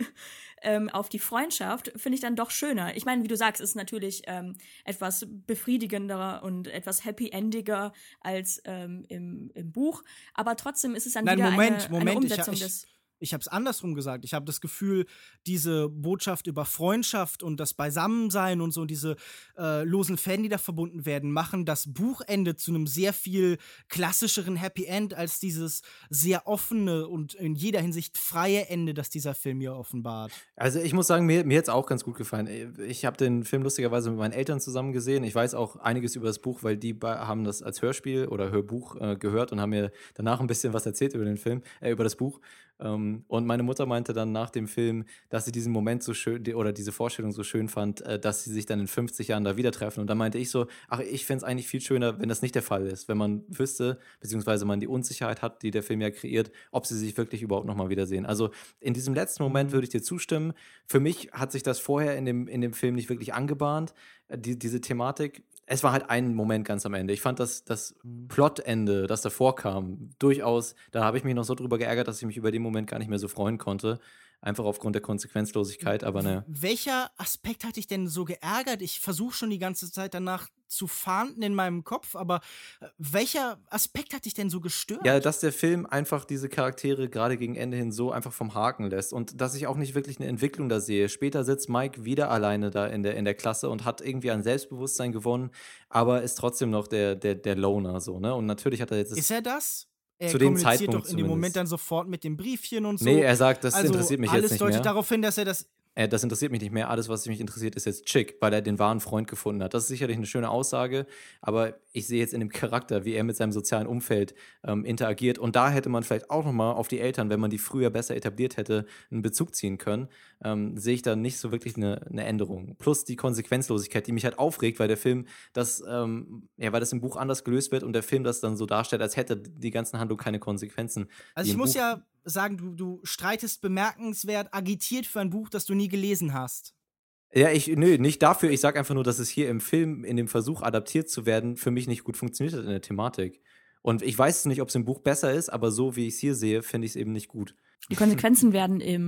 ähm, auf die Freundschaft finde ich dann doch schöner. Ich meine, wie du sagst, ist natürlich ähm, etwas befriedigender und etwas happy-endiger als ähm, im, im Buch, aber trotzdem ist es dann Nein, wieder Moment, eine, Moment, eine Umsetzung ich, ich, des... Ich habe es andersrum gesagt. Ich habe das Gefühl, diese Botschaft über Freundschaft und das Beisammensein und so und diese äh, losen Fäden, die da verbunden werden, machen das Buchende zu einem sehr viel klassischeren Happy End als dieses sehr offene und in jeder Hinsicht freie Ende, das dieser Film hier offenbart. Also ich muss sagen, mir, mir hat es auch ganz gut gefallen. Ich habe den Film lustigerweise mit meinen Eltern zusammen gesehen. Ich weiß auch einiges über das Buch, weil die haben das als Hörspiel oder Hörbuch äh, gehört und haben mir danach ein bisschen was erzählt über den Film, äh, über das Buch. Um, und meine Mutter meinte dann nach dem Film, dass sie diesen Moment so schön, die, oder diese Vorstellung so schön fand, äh, dass sie sich dann in fünfzig Jahren da wieder treffen. Und dann meinte ich so, ach, ich fände es eigentlich viel schöner, wenn das nicht der Fall ist, wenn man wüsste, beziehungsweise man die Unsicherheit hat, die der Film ja kreiert, ob sie sich wirklich überhaupt nochmal wiedersehen. Also in diesem letzten Moment würde ich dir zustimmen. Für mich hat sich das vorher in dem, in dem Film nicht wirklich angebahnt, äh, die, diese Thematik. Es war halt ein Moment ganz am Ende. Ich fand das, das Plotende, das davor kam, durchaus, da habe ich mich noch so drüber geärgert, dass ich mich über den Moment gar nicht mehr so freuen konnte. Einfach aufgrund der Konsequenzlosigkeit, aber ne. Welcher Aspekt hat dich denn so geärgert? Ich versuche schon die ganze Zeit danach zu fahnden in meinem Kopf, aber welcher Aspekt hat dich denn so gestört? Ja, dass der Film einfach diese Charaktere gerade gegen Ende hin so einfach vom Haken lässt und dass ich auch nicht wirklich eine Entwicklung da sehe. Später sitzt Mike wieder alleine da in der, in der Klasse und hat irgendwie an Selbstbewusstsein gewonnen, aber ist trotzdem noch der, der, der Loner so, ne? Und natürlich hat er jetzt... Ist er das? Er zu dem kommuniziert Zeitpunkt doch in dem Moment dann sofort mit dem Briefchen und so. Nee, er sagt, das also interessiert mich jetzt nicht mehr. Alles deutet darauf hin, dass er das... Äh, das interessiert mich nicht mehr. Alles, was mich interessiert, ist jetzt Chick, weil er den wahren Freund gefunden hat. Das ist sicherlich eine schöne Aussage, aber ich sehe jetzt in dem Charakter, wie er mit seinem sozialen Umfeld ähm, interagiert. Und da hätte man vielleicht auch nochmal auf die Eltern, wenn man die früher besser etabliert hätte, einen Bezug ziehen können. Ähm, sehe ich da nicht so wirklich eine, eine Änderung. Plus die Konsequenzlosigkeit, die mich halt aufregt, weil der Film das, ähm, ja, weil das im Buch anders gelöst wird und der Film das dann so darstellt, als hätte die ganzen Handlung keine Konsequenzen. Also ich muss Buch ja sagen, du, du streitest bemerkenswert agitiert für ein Buch, das du nie gelesen hast. Ja, ich, nö, nicht dafür. Ich sag einfach nur, dass es hier im Film, in dem Versuch adaptiert zu werden, für mich nicht gut funktioniert hat in der Thematik. Und ich weiß nicht, ob es im Buch besser ist, aber so wie ich es hier sehe, finde ich es eben nicht gut. Die Konsequenzen werden im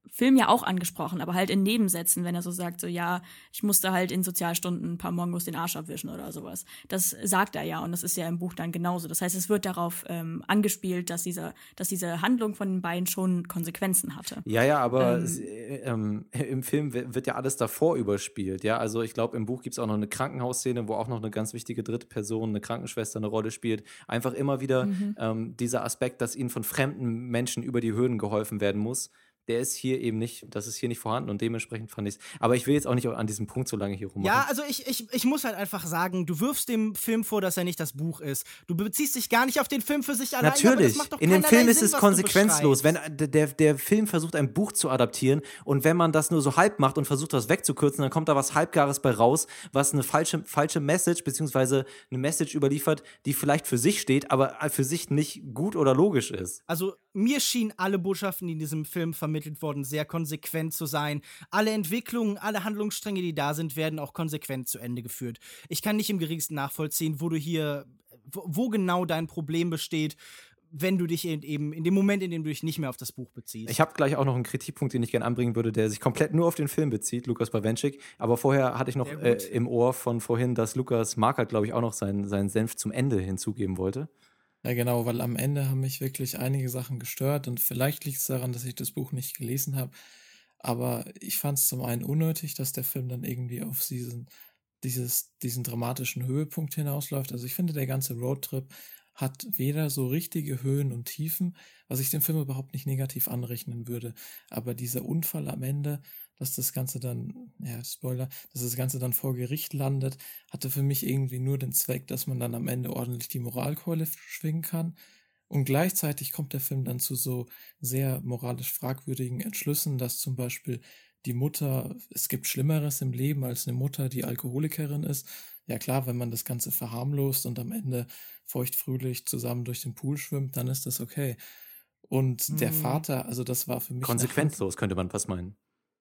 Film ja auch angesprochen, aber halt in Nebensätzen, wenn er so sagt, so ja, ich musste halt in Sozialstunden ein paar Mongos den Arsch abwischen oder sowas. Das sagt er ja und das ist ja im Buch dann genauso. Das heißt, es wird darauf ähm, angespielt, dass diese, dass diese Handlung von den beiden schon Konsequenzen hatte. Ja, ja, aber Ähm, es, äh, ähm, im Film wi- wird ja alles davor überspielt, ja. Also ich glaube, im Buch gibt es auch noch eine Krankenhausszene, wo auch noch eine ganz wichtige dritte Person, eine Krankenschwester, eine Rolle spielt. Einfach immer wieder Mhm. ähm, dieser Aspekt, dass ihnen von fremden Menschen über die Hürden geholfen werden muss. Der ist hier eben nicht, das ist hier nicht vorhanden und dementsprechend fand ich es. Aber ich will jetzt auch nicht an diesem Punkt so lange hier rummachen. Ja, also ich, ich, ich muss halt einfach sagen, du wirfst dem Film vor, dass er nicht das Buch ist. Du beziehst dich gar nicht auf den Film für sich allein. Aber das Natürlich, macht doch in dem keinerlei Film ist Sinn, es was du konsequenzlos. Wenn beschreibst. der, der, der Film versucht, ein Buch zu adaptieren und wenn man das nur so halb macht und versucht, das wegzukürzen, dann kommt da was Halbgares bei raus, was eine falsche, falsche Message beziehungsweise eine Message überliefert, die vielleicht für sich steht, aber für sich nicht gut oder logisch ist. Also mir schienen alle Botschaften, die in diesem Film vermittelt wurden, sehr konsequent zu sein. Alle Entwicklungen, alle Handlungsstränge, die da sind, werden auch konsequent zu Ende geführt. Ich kann nicht im geringsten nachvollziehen, wo du hier, wo, wo genau dein Problem besteht, wenn du dich eben in dem Moment, in dem du dich nicht mehr auf das Buch beziehst. Ich habe gleich auch noch einen Kritikpunkt, den ich gerne anbringen würde, der sich komplett nur auf den Film bezieht, Lukas Bawenschik. Aber vorher hatte ich noch äh, im Ohr von vorhin, dass Lukas Markert, glaube ich, auch noch seinen, seinen Senf zum Ende hinzugeben wollte. Ja, genau, weil am Ende haben mich wirklich einige Sachen gestört und vielleicht liegt es daran, dass ich das Buch nicht gelesen habe. Aber ich fand es zum einen unnötig, dass der Film dann irgendwie auf diesen, dieses, diesen dramatischen Höhepunkt hinausläuft. Also ich finde, der ganze Roadtrip hat weder so richtige Höhen und Tiefen, was ich dem Film überhaupt nicht negativ anrechnen würde. Aber dieser Unfall am Ende, dass das Ganze dann, ja, Spoiler, dass das Ganze dann vor Gericht landet, hatte für mich irgendwie nur den Zweck, dass man dann am Ende ordentlich die Moralkeule schwingen kann. Und gleichzeitig kommt der Film dann zu so sehr moralisch fragwürdigen Entschlüssen, dass zum Beispiel die Mutter, es gibt Schlimmeres im Leben als eine Mutter, die Alkoholikerin ist. Ja klar, wenn man das Ganze verharmlost und am Ende feuchtfröhlich zusammen durch den Pool schwimmt, dann ist das okay. Und Mhm. der Vater, also das war für mich... Konsequenzlos, könnte man was meinen.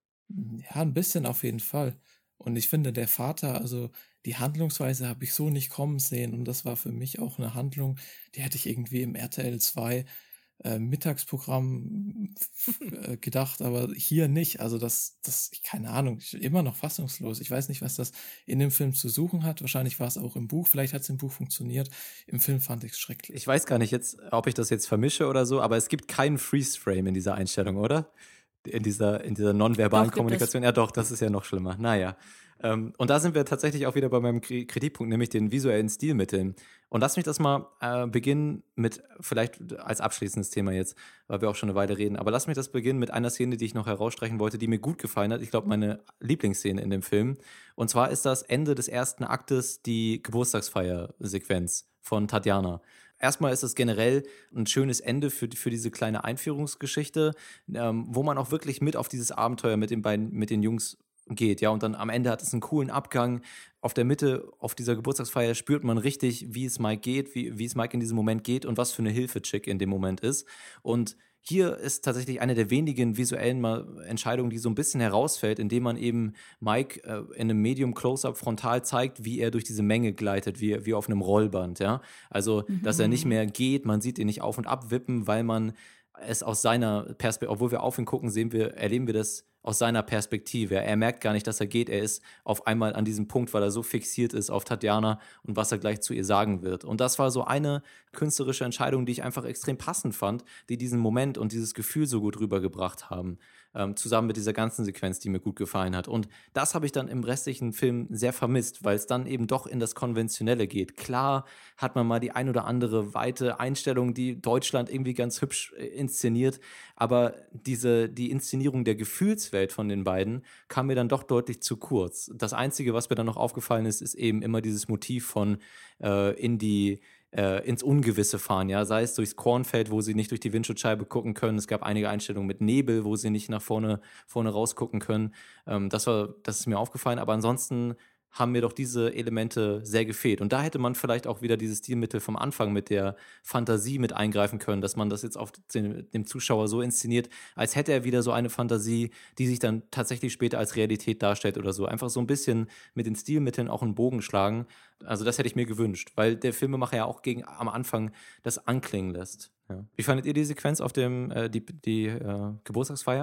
Ja, ein bisschen auf jeden Fall. Und ich finde, der Vater, also die Handlungsweise habe ich so nicht kommen sehen. Und das war für mich auch eine Handlung, die hätte ich irgendwie im R T L zwei äh, Mittagsprogramm äh, gedacht, aber hier nicht. Also das, das, keine Ahnung, ich bin immer noch fassungslos. Ich weiß nicht, was das in dem Film zu suchen hat. Wahrscheinlich war es auch im Buch. Vielleicht hat es im Buch funktioniert. Im Film fand ich es schrecklich. Ich weiß gar nicht jetzt, ob ich das jetzt vermische oder so, aber es gibt keinen Freeze-Frame in dieser Einstellung, oder? In dieser, in dieser nonverbalen Doch, gibt Kommunikation. Ja, doch, das ist ja noch schlimmer. Naja. Ähm, und da sind wir tatsächlich auch wieder bei meinem Kri- Kritikpunkt, nämlich den visuellen Stilmitteln. Und lass mich das mal äh, beginnen mit, vielleicht als abschließendes Thema jetzt, weil wir auch schon eine Weile reden, aber lass mich das beginnen mit einer Szene, die ich noch herausstreichen wollte, die mir gut gefallen hat. Ich glaube, meine Lieblingsszene in dem Film. Und zwar ist das Ende des ersten Aktes die Geburtstagsfeier-Sequenz von Tatjana. Erstmal ist es generell ein schönes Ende für, für diese kleine Einführungsgeschichte, ähm, wo man auch wirklich mit auf dieses Abenteuer mit den beiden, mit den Jungs geht, ja, und dann am Ende hat es einen coolen Abgang. Auf der Mitte, auf dieser Geburtstagsfeier spürt man richtig, wie es Mike geht, wie, wie es Mike in diesem Moment geht und was für eine Hilfe Chick in dem Moment ist. Und hier ist tatsächlich eine der wenigen visuellen Mal Entscheidungen, die so ein bisschen herausfällt, indem man eben Mike äh, in einem Medium-Close-Up frontal zeigt, wie er durch diese Menge gleitet, wie, wie auf einem Rollband, ja. Also, mhm. dass er nicht mehr geht, man sieht ihn nicht auf und ab wippen, weil man es aus seiner Perspektive, obwohl wir auf ihn gucken, sehen wir, erleben wir das aus seiner Perspektive. Er merkt gar nicht, dass er geht. Er ist auf einmal an diesem Punkt, weil er so fixiert ist auf Tatjana und was er gleich zu ihr sagen wird. Und das war so eine künstlerische Entscheidung, die ich einfach extrem passend fand, die diesen Moment und dieses Gefühl so gut rübergebracht haben. Ähm, zusammen mit dieser ganzen Sequenz, die mir gut gefallen hat. Und das habe ich dann im restlichen Film sehr vermisst, weil es dann eben doch in das Konventionelle geht. Klar hat man mal die ein oder andere weite Einstellung, die Deutschland irgendwie ganz hübsch äh, inszeniert, aber diese, die Inszenierung der Gefühlswelt von den beiden kam mir dann doch deutlich zu kurz. Das Einzige, was mir dann noch aufgefallen ist, ist eben immer dieses Motiv von äh, in die Äh, ins Ungewisse fahren, ja, sei es durchs Kornfeld, wo sie nicht durch die Windschutzscheibe gucken können. Es gab einige Einstellungen mit Nebel, wo sie nicht nach vorne, vorne rausgucken können. Ähm, das war, das ist mir aufgefallen, aber ansonsten haben mir doch diese Elemente sehr gefehlt. Und da hätte man vielleicht auch wieder dieses Stilmittel vom Anfang mit der Fantasie mit eingreifen können, dass man das jetzt auf den, dem Zuschauer so inszeniert, als hätte er wieder so eine Fantasie, die sich dann tatsächlich später als Realität darstellt oder so. Einfach so ein bisschen mit den Stilmitteln auch einen Bogen schlagen. Also das hätte ich mir gewünscht, weil der Filmemacher ja auch gegen, am Anfang das anklingen lässt. Ja. Wie fandet ihr die Sequenz auf dem, äh, die, die äh, Geburtstagsfeier?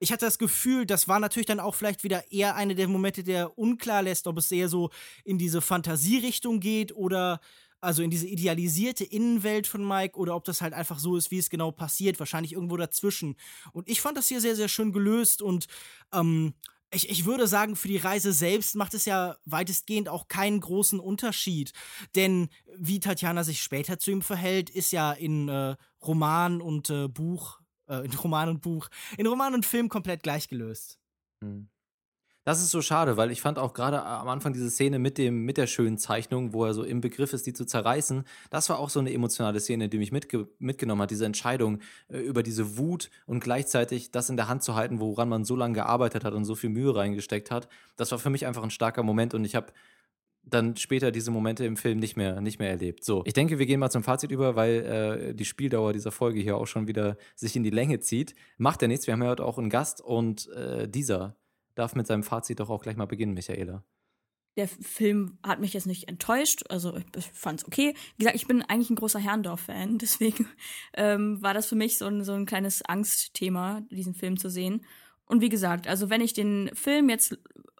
ich hatte das Gefühl, das war natürlich dann auch vielleicht wieder eher eine der Momente, der unklar lässt, ob es eher so in diese Fantasierichtung geht oder also in diese idealisierte Innenwelt von Mike oder ob das halt einfach so ist, wie es genau passiert, wahrscheinlich irgendwo dazwischen. Und ich fand das hier sehr, sehr schön gelöst und ähm, ich, ich würde sagen, für die Reise selbst macht es ja weitestgehend auch keinen großen Unterschied. Denn wie Tatjana sich später zu ihm verhält, ist ja in äh, Roman und äh, Buch, äh, in Roman und Buch, in Roman und Film komplett gleich gelöst. Hm. Das ist so schade, weil ich fand auch gerade am Anfang diese Szene mit dem mit der schönen Zeichnung, wo er so im Begriff ist, die zu zerreißen, das war auch so eine emotionale Szene, die mich mitge mitgenommen hat, diese Entscheidung äh, über diese Wut und gleichzeitig das in der Hand zu halten, woran man so lange gearbeitet hat und so viel Mühe reingesteckt hat. Das war für mich einfach ein starker Moment und ich habe dann später diese Momente im Film nicht mehr, nicht mehr erlebt. So, ich denke, wir gehen mal zum Fazit über, weil äh, die Spieldauer dieser Folge hier auch schon wieder sich in die Länge zieht. Macht ja nichts, wir haben ja heute auch einen Gast und äh, dieser darf mit seinem Fazit doch auch gleich mal beginnen, Michaela. Der Film hat mich jetzt nicht enttäuscht, also ich fand's okay. Wie gesagt, ich bin eigentlich ein großer Herrndorf-Fan, deswegen ähm, war das für mich so ein, so ein kleines Angstthema, diesen Film zu sehen. Und wie gesagt, also wenn ich den Film jetzt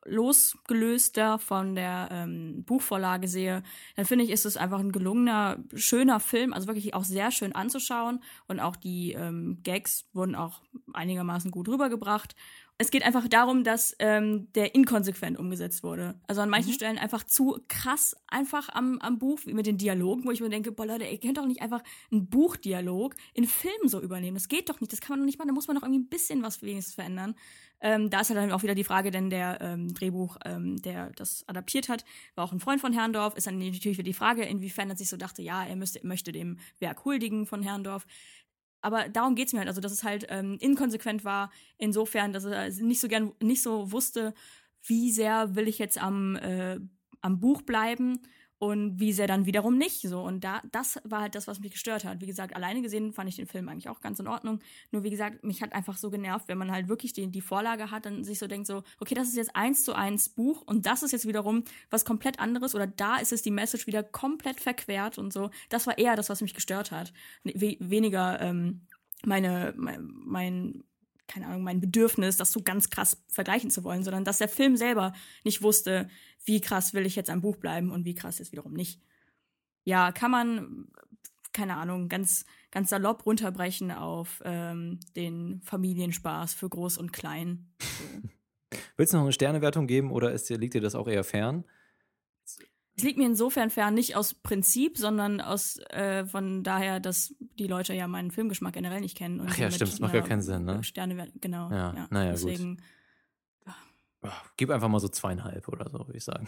losgelöster von der ähm, Buchvorlage sehe, dann finde ich, ist es einfach ein gelungener, schöner Film, also wirklich auch sehr schön anzuschauen und auch die ähm, Gags wurden auch einigermaßen gut rübergebracht. Es geht einfach darum, dass ähm, der inkonsequent umgesetzt wurde. Also an manchen mhm. Stellen einfach zu krass einfach am, am Buch, wie mit den Dialogen, wo ich mir denke, boah Leute, ihr könnt doch nicht einfach einen Buchdialog in Film so übernehmen. Das geht doch nicht, das kann man doch nicht machen, da muss man doch irgendwie ein bisschen was wenigstens verändern. Ähm, da ist halt dann auch wieder die Frage, denn der ähm, Drehbuch, ähm, der das adaptiert hat, war auch ein Freund von Herrndorf, ist dann natürlich wieder die Frage, inwiefern er sich so dachte, ja, er müsste, möchte dem Werk huldigen von Herrndorf. Aber darum geht's mir halt, also dass es halt ähm, inkonsequent war, insofern, dass er nicht so gern, nicht so wusste, wie sehr will ich jetzt am, äh, am Buch bleiben und wie sehr dann wiederum nicht. So. Und da, das war halt das, was mich gestört hat. Wie gesagt, alleine gesehen fand ich den Film eigentlich auch ganz in Ordnung. Nur wie gesagt, mich hat einfach so genervt, wenn man halt wirklich die, die Vorlage hat und sich so denkt so, okay, das ist jetzt eins zu eins Buch und das ist jetzt wiederum was komplett anderes oder da ist es die Message wieder komplett verquert und so. Das war eher das, was mich gestört hat. We- weniger ähm, meine, mein, mein keine Ahnung, mein Bedürfnis, das so ganz krass vergleichen zu wollen, sondern dass der Film selber nicht wusste, wie krass will ich jetzt am Buch bleiben und wie krass jetzt wiederum nicht. Ja, kann man, keine Ahnung, ganz, ganz salopp runterbrechen auf ähm, den Familienspaß für Groß und Klein. So. Willst du noch eine Sternewertung geben oder ist dir, liegt dir das auch eher fern? Es liegt mir insofern fern, nicht aus Prinzip, sondern aus äh, von daher, dass die Leute ja meinen Filmgeschmack generell nicht kennen. Und Ach ja, stimmt, das macht gar keinen Sinn, ne? Sterne, genau. Ja, ja. naja, deswegen, gut. Ja. Gib einfach mal so zweieinhalb oder so, würde ich sagen.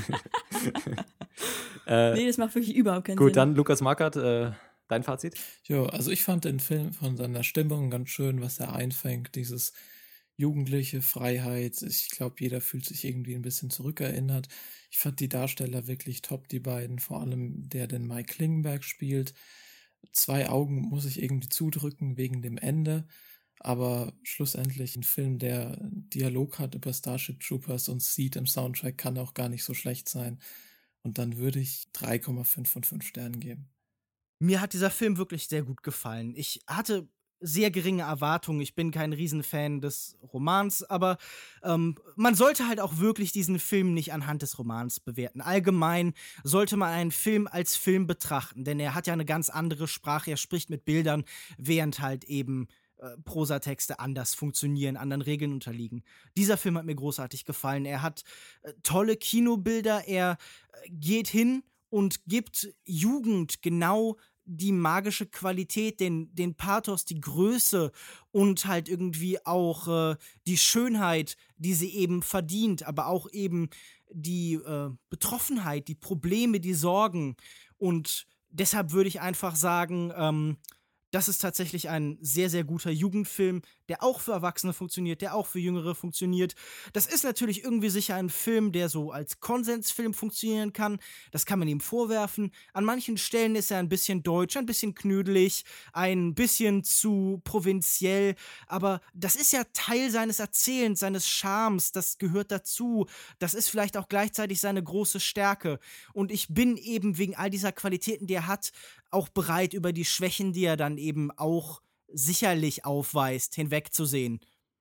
äh, nee, das macht wirklich überhaupt keinen gut, Sinn. Gut, dann Lukas Markert, äh, dein Fazit? Jo, also ich fand den Film von seiner Stimmung ganz schön, was er einfängt, dieses jugendliche Freiheit. Ich glaube, jeder fühlt sich irgendwie ein bisschen zurückerinnert. Ich fand die Darsteller wirklich top, die beiden, vor allem der, den Mike Klingenberg spielt. Zwei Augen muss ich irgendwie zudrücken wegen dem Ende, aber schlussendlich ein Film, der Dialog hat über Starship Troopers und Seed im Soundtrack, kann auch gar nicht so schlecht sein. Und dann würde ich drei Komma fünf von fünf Sternen geben. Mir hat dieser Film wirklich sehr gut gefallen. Ich hatte sehr geringe Erwartungen. Ich bin kein Riesenfan des Romans, aber ähm, man sollte halt auch wirklich diesen Film nicht anhand des Romans bewerten. Allgemein sollte man einen Film als Film betrachten, denn er hat ja eine ganz andere Sprache, er spricht mit Bildern, während halt eben äh, Prosatexte anders funktionieren, anderen Regeln unterliegen. Dieser Film hat mir großartig gefallen. Er hat äh, tolle Kinobilder, er äh, geht hin und gibt Jugend genau die magische Qualität, den, den Pathos, die Größe und halt irgendwie auch äh, die Schönheit, die sie eben verdient, aber auch eben die äh, Betroffenheit, die Probleme, die Sorgen. Und deshalb würde ich einfach sagen, ähm, das ist tatsächlich ein sehr, sehr guter Jugendfilm, der auch für Erwachsene funktioniert, der auch für Jüngere funktioniert. Das ist natürlich irgendwie sicher ein Film, der so als Konsensfilm funktionieren kann. Das kann man ihm vorwerfen. An manchen Stellen ist er ein bisschen deutsch, ein bisschen knödelig, ein bisschen zu provinziell. Aber das ist ja Teil seines Erzählens, seines Charmes. Das gehört dazu. Das ist vielleicht auch gleichzeitig seine große Stärke. Und ich bin eben wegen all dieser Qualitäten, die er hat, auch bereit, über die Schwächen, die er dann eben auch sicherlich aufweist, hinwegzusehen.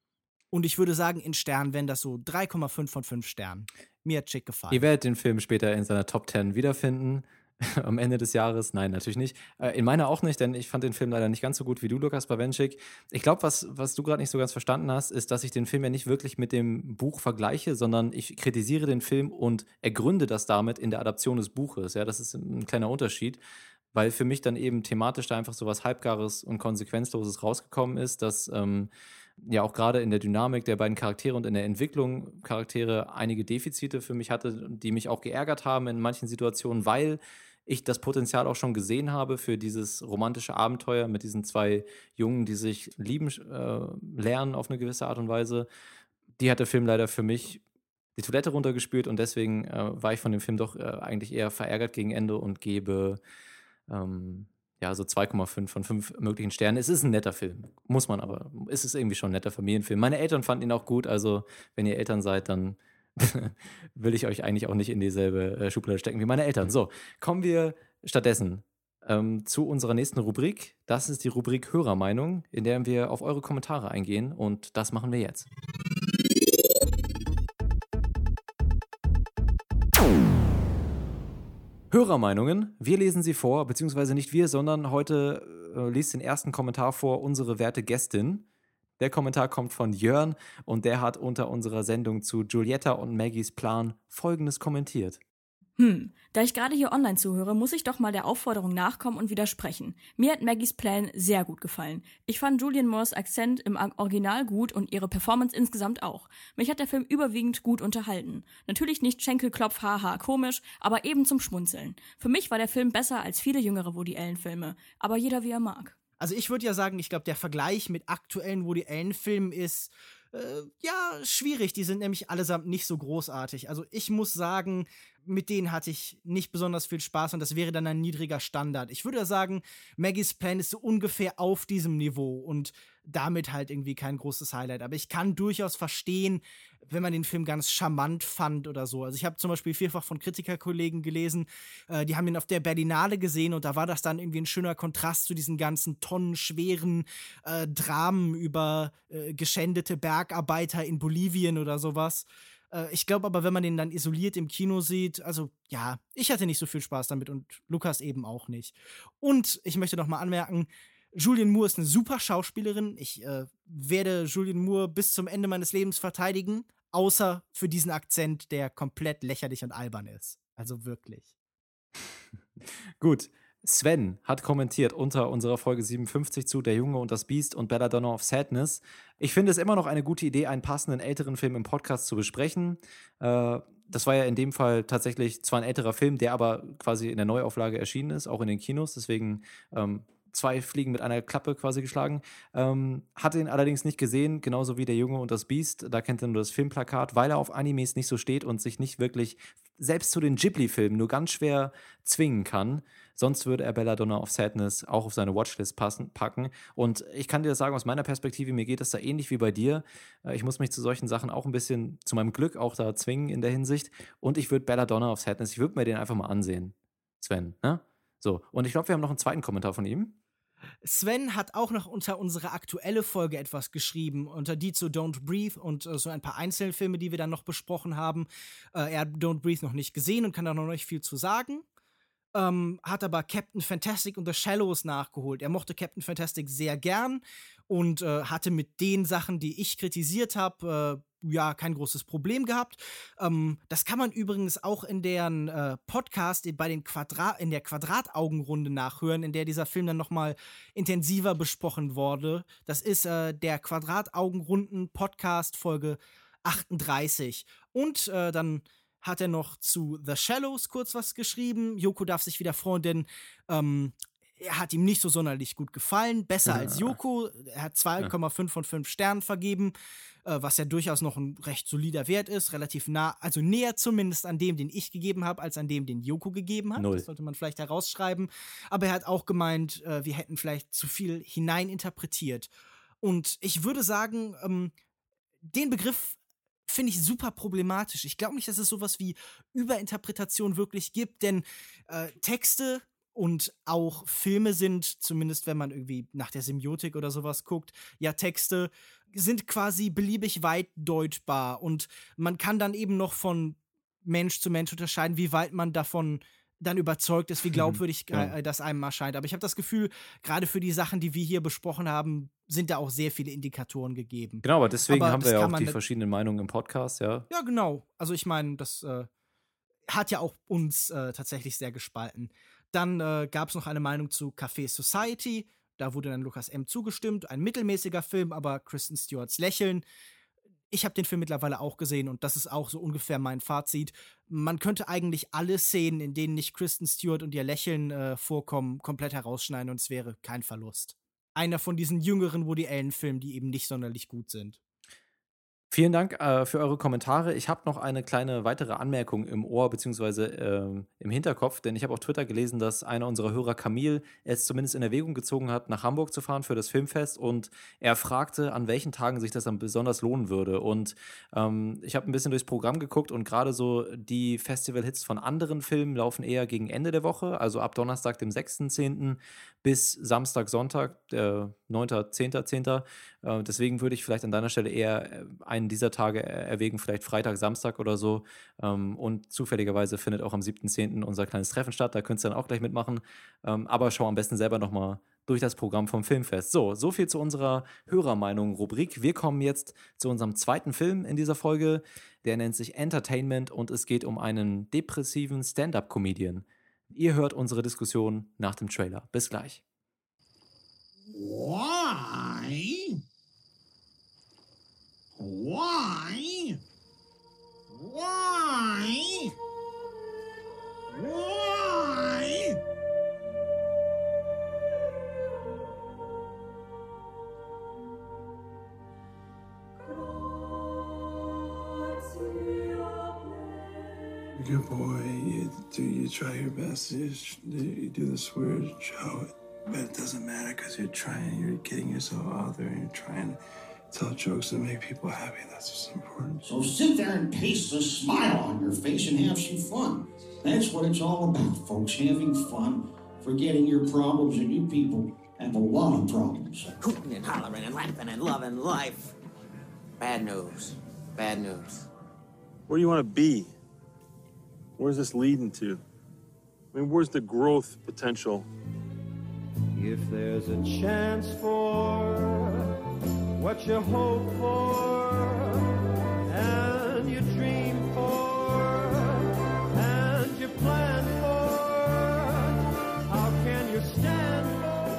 Und ich würde sagen, in Sternen wären das so drei Komma fünf von fünf Sternen. Mir hat Chick gefallen. Ihr werdet den Film später in seiner Top zehn wiederfinden. Am Ende des Jahres. Nein, natürlich nicht. Äh, in meiner auch nicht, denn ich fand den Film leider nicht ganz so gut wie du, Lukas Bawenschik. Ich glaube, was, was du gerade nicht so ganz verstanden hast, ist, dass ich den Film ja nicht wirklich mit dem Buch vergleiche, sondern ich kritisiere den Film und ergründe das damit in der Adaption des Buches. Ja, das ist ein kleiner Unterschied, weil für mich dann eben thematisch da einfach so was Halbgares und Konsequenzloses rausgekommen ist, dass ähm, ja auch gerade in der Dynamik der beiden Charaktere und in der Entwicklung Charaktere einige Defizite für mich hatte, die mich auch geärgert haben in manchen Situationen, weil ich das Potenzial auch schon gesehen habe für dieses romantische Abenteuer mit diesen zwei Jungen, die sich lieben äh, lernen auf eine gewisse Art und Weise. Die hat der Film leider für mich die Toilette runtergespült und deswegen äh, war ich von dem Film doch äh, eigentlich eher verärgert gegen Ende und gebe ähm, ja so zwei Komma fünf von fünf möglichen Sternen. Es ist ein netter Film, muss man aber. Es ist irgendwie schon ein netter Familienfilm. Meine Eltern fanden ihn auch gut, also wenn ihr Eltern seid, dann will ich euch eigentlich auch nicht in dieselbe äh, Schublade stecken wie meine Eltern. So, kommen wir stattdessen ähm, zu unserer nächsten Rubrik. Das ist die Rubrik Hörermeinung, in der wir auf eure Kommentare eingehen und das machen wir jetzt. Hörermeinungen, wir lesen sie vor, beziehungsweise nicht wir, sondern heute äh, liest den ersten Kommentar vor unsere werte Gästin. Der Kommentar kommt von Jörn und der hat unter unserer Sendung zu Giulietta und Maggies Plan Folgendes kommentiert. Hm, da ich gerade hier online zuhöre, muss ich doch mal der Aufforderung nachkommen und widersprechen. Mir hat Maggies Plan sehr gut gefallen. Ich fand Julianne Moores Akzent im Original gut und ihre Performance insgesamt auch. Mich hat der Film überwiegend gut unterhalten. Natürlich nicht Schenkelklopf, haha, komisch, aber eben zum Schmunzeln. Für mich war der Film besser als viele jüngere Woody Allen-Filme, aber jeder wie er mag. Also ich würde ja sagen, ich glaube, der Vergleich mit aktuellen Woody Allen-Filmen ist äh, ja schwierig. Die sind nämlich allesamt nicht so großartig. Also ich muss sagen, mit denen hatte ich nicht besonders viel Spaß und das wäre dann ein niedriger Standard. Ich würde ja sagen, Maggies Plan ist so ungefähr auf diesem Niveau und damit halt irgendwie kein großes Highlight. Aber ich kann durchaus verstehen, wenn man den Film ganz charmant fand oder so. Also ich habe zum Beispiel vielfach von Kritikerkollegen gelesen, äh, die haben ihn auf der Berlinale gesehen und da war das dann irgendwie ein schöner Kontrast zu diesen ganzen tonnenschweren äh, Dramen über äh, geschändete Bergarbeiter in Bolivien oder sowas. Äh, ich glaube aber, wenn man den dann isoliert im Kino sieht, also ja, ich hatte nicht so viel Spaß damit und Lukas eben auch nicht. Und ich möchte noch mal anmerken, Julianne Moore ist eine super Schauspielerin. Ich äh, werde Julianne Moore bis zum Ende meines Lebens verteidigen, außer für diesen Akzent, der komplett lächerlich und albern ist. Also wirklich. Gut, Sven hat kommentiert unter unserer Folge siebenundfünfzig zu Der Junge und das Biest und Belladonna of Sadness. Ich finde es immer noch eine gute Idee, einen passenden älteren Film im Podcast zu besprechen. Äh, das war ja in dem Fall tatsächlich zwar ein älterer Film, der aber quasi in der Neuauflage erschienen ist, auch in den Kinos. Deswegen ähm, zwei Fliegen mit einer Klappe quasi geschlagen. Ähm, hatte ihn allerdings nicht gesehen, genauso wie Der Junge und das Biest. Da kennt er nur das Filmplakat, weil er auf Animes nicht so steht und sich nicht wirklich selbst zu den Ghibli-Filmen nur ganz schwer zwingen kann. Sonst würde er Belladonna of Sadness auch auf seine Watchlist passen, packen. Und ich kann dir das sagen, aus meiner Perspektive, mir geht es da ähnlich wie bei dir. Ich muss mich zu solchen Sachen auch ein bisschen, zu meinem Glück auch da zwingen in der Hinsicht. Und ich würde Belladonna of Sadness, ich würde mir den einfach mal ansehen. Sven, ne? So, und ich glaube, wir haben noch einen zweiten Kommentar von ihm. Sven hat auch noch unter unsere aktuelle Folge etwas geschrieben, unter die zu Don't Breathe und äh, so ein paar Einzelfilme, die wir dann noch besprochen haben. Äh, er hat Don't Breathe noch nicht gesehen und kann da noch nicht viel zu sagen. Ähm, hat aber Captain Fantastic und The Shallows nachgeholt. Er mochte Captain Fantastic sehr gern und äh, hatte mit den Sachen, die ich kritisiert habe, äh, ja, kein großes Problem gehabt. Ähm, das kann man übrigens auch in deren äh, Podcast bei den Quadrat, in der Quadrataugenrunde nachhören, in der dieser Film dann nochmal intensiver besprochen wurde. Das ist äh, der Quadrataugenrunden-Podcast Folge achtunddreißig. Und äh, dann hat er noch zu The Shallows kurz was geschrieben. Yoko darf sich wieder freuen, denn ähm, er hat ihm nicht so sonderlich gut gefallen. Besser ja. als Yoko. Er hat zwei Komma fünf von fünf Sternen vergeben, äh, was ja durchaus noch ein recht solider Wert ist. Relativ nah, also näher zumindest an dem, den ich gegeben habe, als an dem, den Yoko gegeben hat. Null. Das sollte man vielleicht herausschreiben. Aber er hat auch gemeint, äh, wir hätten vielleicht zu viel hineininterpretiert. Und ich würde sagen, ähm, den Begriff finde ich super problematisch. Ich glaube nicht, dass es sowas wie Überinterpretation wirklich gibt, denn äh, Texte und auch Filme sind, zumindest wenn man irgendwie nach der Semiotik oder sowas guckt, ja, Texte sind quasi beliebig weit deutbar und man kann dann eben noch von Mensch zu Mensch unterscheiden, wie weit man davon dann überzeugt ist, wie glaubwürdig ja. äh, das einem erscheint. Aber ich habe das Gefühl, gerade für die Sachen, die wir hier besprochen haben, sind da auch sehr viele Indikatoren gegeben. Genau, aber deswegen aber haben wir ja auch die ne- verschiedenen Meinungen im Podcast, ja. Ja, genau. Also ich meine, das äh, hat ja auch uns äh, tatsächlich sehr gespalten. Dann äh, gab es noch eine Meinung zu Café Society. Da wurde dann Lukas M. zugestimmt. Ein mittelmäßiger Film, aber Kristen Stewarts Lächeln. Ich habe den Film mittlerweile auch gesehen und das ist auch so ungefähr mein Fazit. Man könnte eigentlich alle Szenen, in denen nicht Kristen Stewart und ihr Lächeln äh, vorkommen, komplett herausschneiden und es wäre kein Verlust. Einer von diesen jüngeren Woody Allen-Filmen, die eben nicht sonderlich gut sind. Vielen Dank äh, für eure Kommentare. Ich habe noch eine kleine weitere Anmerkung im Ohr beziehungsweise ähm, im Hinterkopf, denn ich habe auf Twitter gelesen, dass einer unserer Hörer, Camille, es zumindest in Erwägung gezogen hat, nach Hamburg zu fahren für das Filmfest und er fragte, an welchen Tagen sich das dann besonders lohnen würde. Und ähm, ich habe ein bisschen durchs Programm geguckt und gerade so die Festival-Hits von anderen Filmen laufen eher gegen Ende der Woche, also ab Donnerstag, dem sechsten zehnten bis Samstag, Sonntag, der neunten zehnten zehnten Äh, deswegen würde ich vielleicht an deiner Stelle eher äh, einen dieser Tage erwägen, vielleicht Freitag, Samstag oder so. Ähm, und zufälligerweise findet auch am siebten zehnten unser kleines Treffen statt. Da könnt ihr dann auch gleich mitmachen. Ähm, aber schau am besten selber nochmal durch das Programm vom Filmfest. So, so viel zu unserer Hörermeinung-Rubrik. Wir kommen jetzt zu unserem zweiten Film in dieser Folge. Der nennt sich Entertainment und es geht um einen depressiven Stand-up-Comedian. Ihr hört unsere Diskussion nach dem Trailer. Bis gleich. Why? Why? Why? Why? Good boy, you do you try your best, you, you do the swear show, but it doesn't matter because you're trying, you're getting yourself out there and you're trying to tell jokes that make people happy. That's what's important. So sit there and paste a smile on your face and have some fun. That's what it's all about, folks, having fun, forgetting your problems, and you people have a lot of problems. Hooting and hollering and laughing and loving life. Bad news. Bad news. Where do you want to be? Where's this leading to? I mean, where's the growth potential? If there's a chance for what you hope for and you dream for and you plan for, how can you stand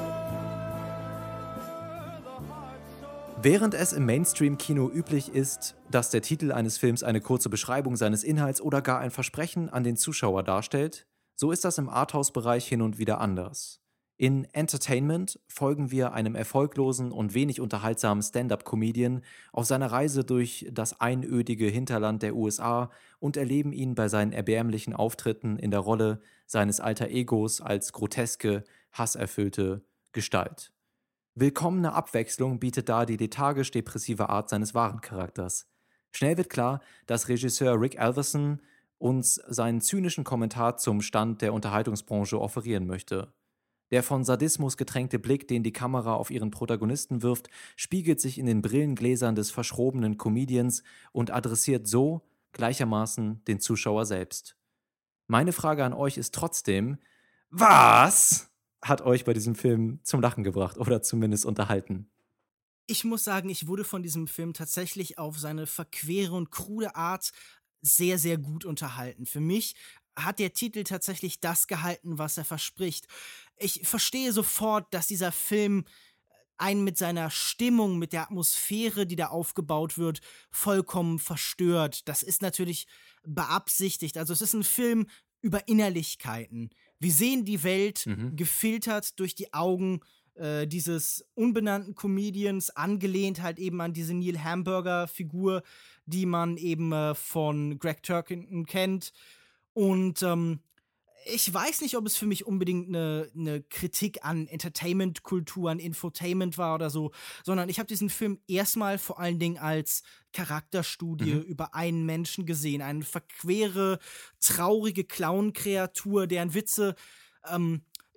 for the heart so? Während es im Mainstream-Kino üblich ist, dass der Titel eines Films eine kurze Beschreibung seines Inhalts oder gar ein Versprechen an den Zuschauer darstellt, so ist das im Arthouse-Bereich hin und wieder anders. In Entertainment folgen wir einem erfolglosen und wenig unterhaltsamen Stand-up-Comedian auf seiner Reise durch das einödige Hinterland der U S A und erleben ihn bei seinen erbärmlichen Auftritten in der Rolle seines alter Egos als groteske, hasserfüllte Gestalt. Willkommene Abwechslung bietet da die lethargisch-depressive Art seines wahren Charakters. Schnell wird klar, dass Regisseur Rick Alverson uns seinen zynischen Kommentar zum Stand der Unterhaltungsbranche offerieren möchte. Der von Sadismus getränkte Blick, den die Kamera auf ihren Protagonisten wirft, spiegelt sich in den Brillengläsern des verschrobenen Comedians und adressiert so gleichermaßen den Zuschauer selbst. Meine Frage an euch ist trotzdem, was hat euch bei diesem Film zum Lachen gebracht oder zumindest unterhalten? Ich muss sagen, ich wurde von diesem Film tatsächlich auf seine verquere und krude Art sehr, sehr gut unterhalten. Für mich hat der Titel tatsächlich das gehalten, was er verspricht. Ich verstehe sofort, dass dieser Film einen mit seiner Stimmung, mit der Atmosphäre, die da aufgebaut wird, vollkommen verstört. Das ist natürlich beabsichtigt. Also es ist ein Film über Innerlichkeiten. Wir sehen die Welt mhm. gefiltert durch die Augen äh, dieses unbenannten Comedians, angelehnt halt eben an diese Neil Hamburger-Figur, die man eben äh, von Greg Turkington kennt. Und ähm, ich weiß nicht, ob es für mich unbedingt eine, eine Kritik an Entertainment-Kultur, an Infotainment war oder so, sondern ich habe diesen Film erstmal vor allen Dingen als Charakterstudie mhm. über einen Menschen gesehen. Eine verquere, traurige Clown-Kreatur, deren Witze ähm,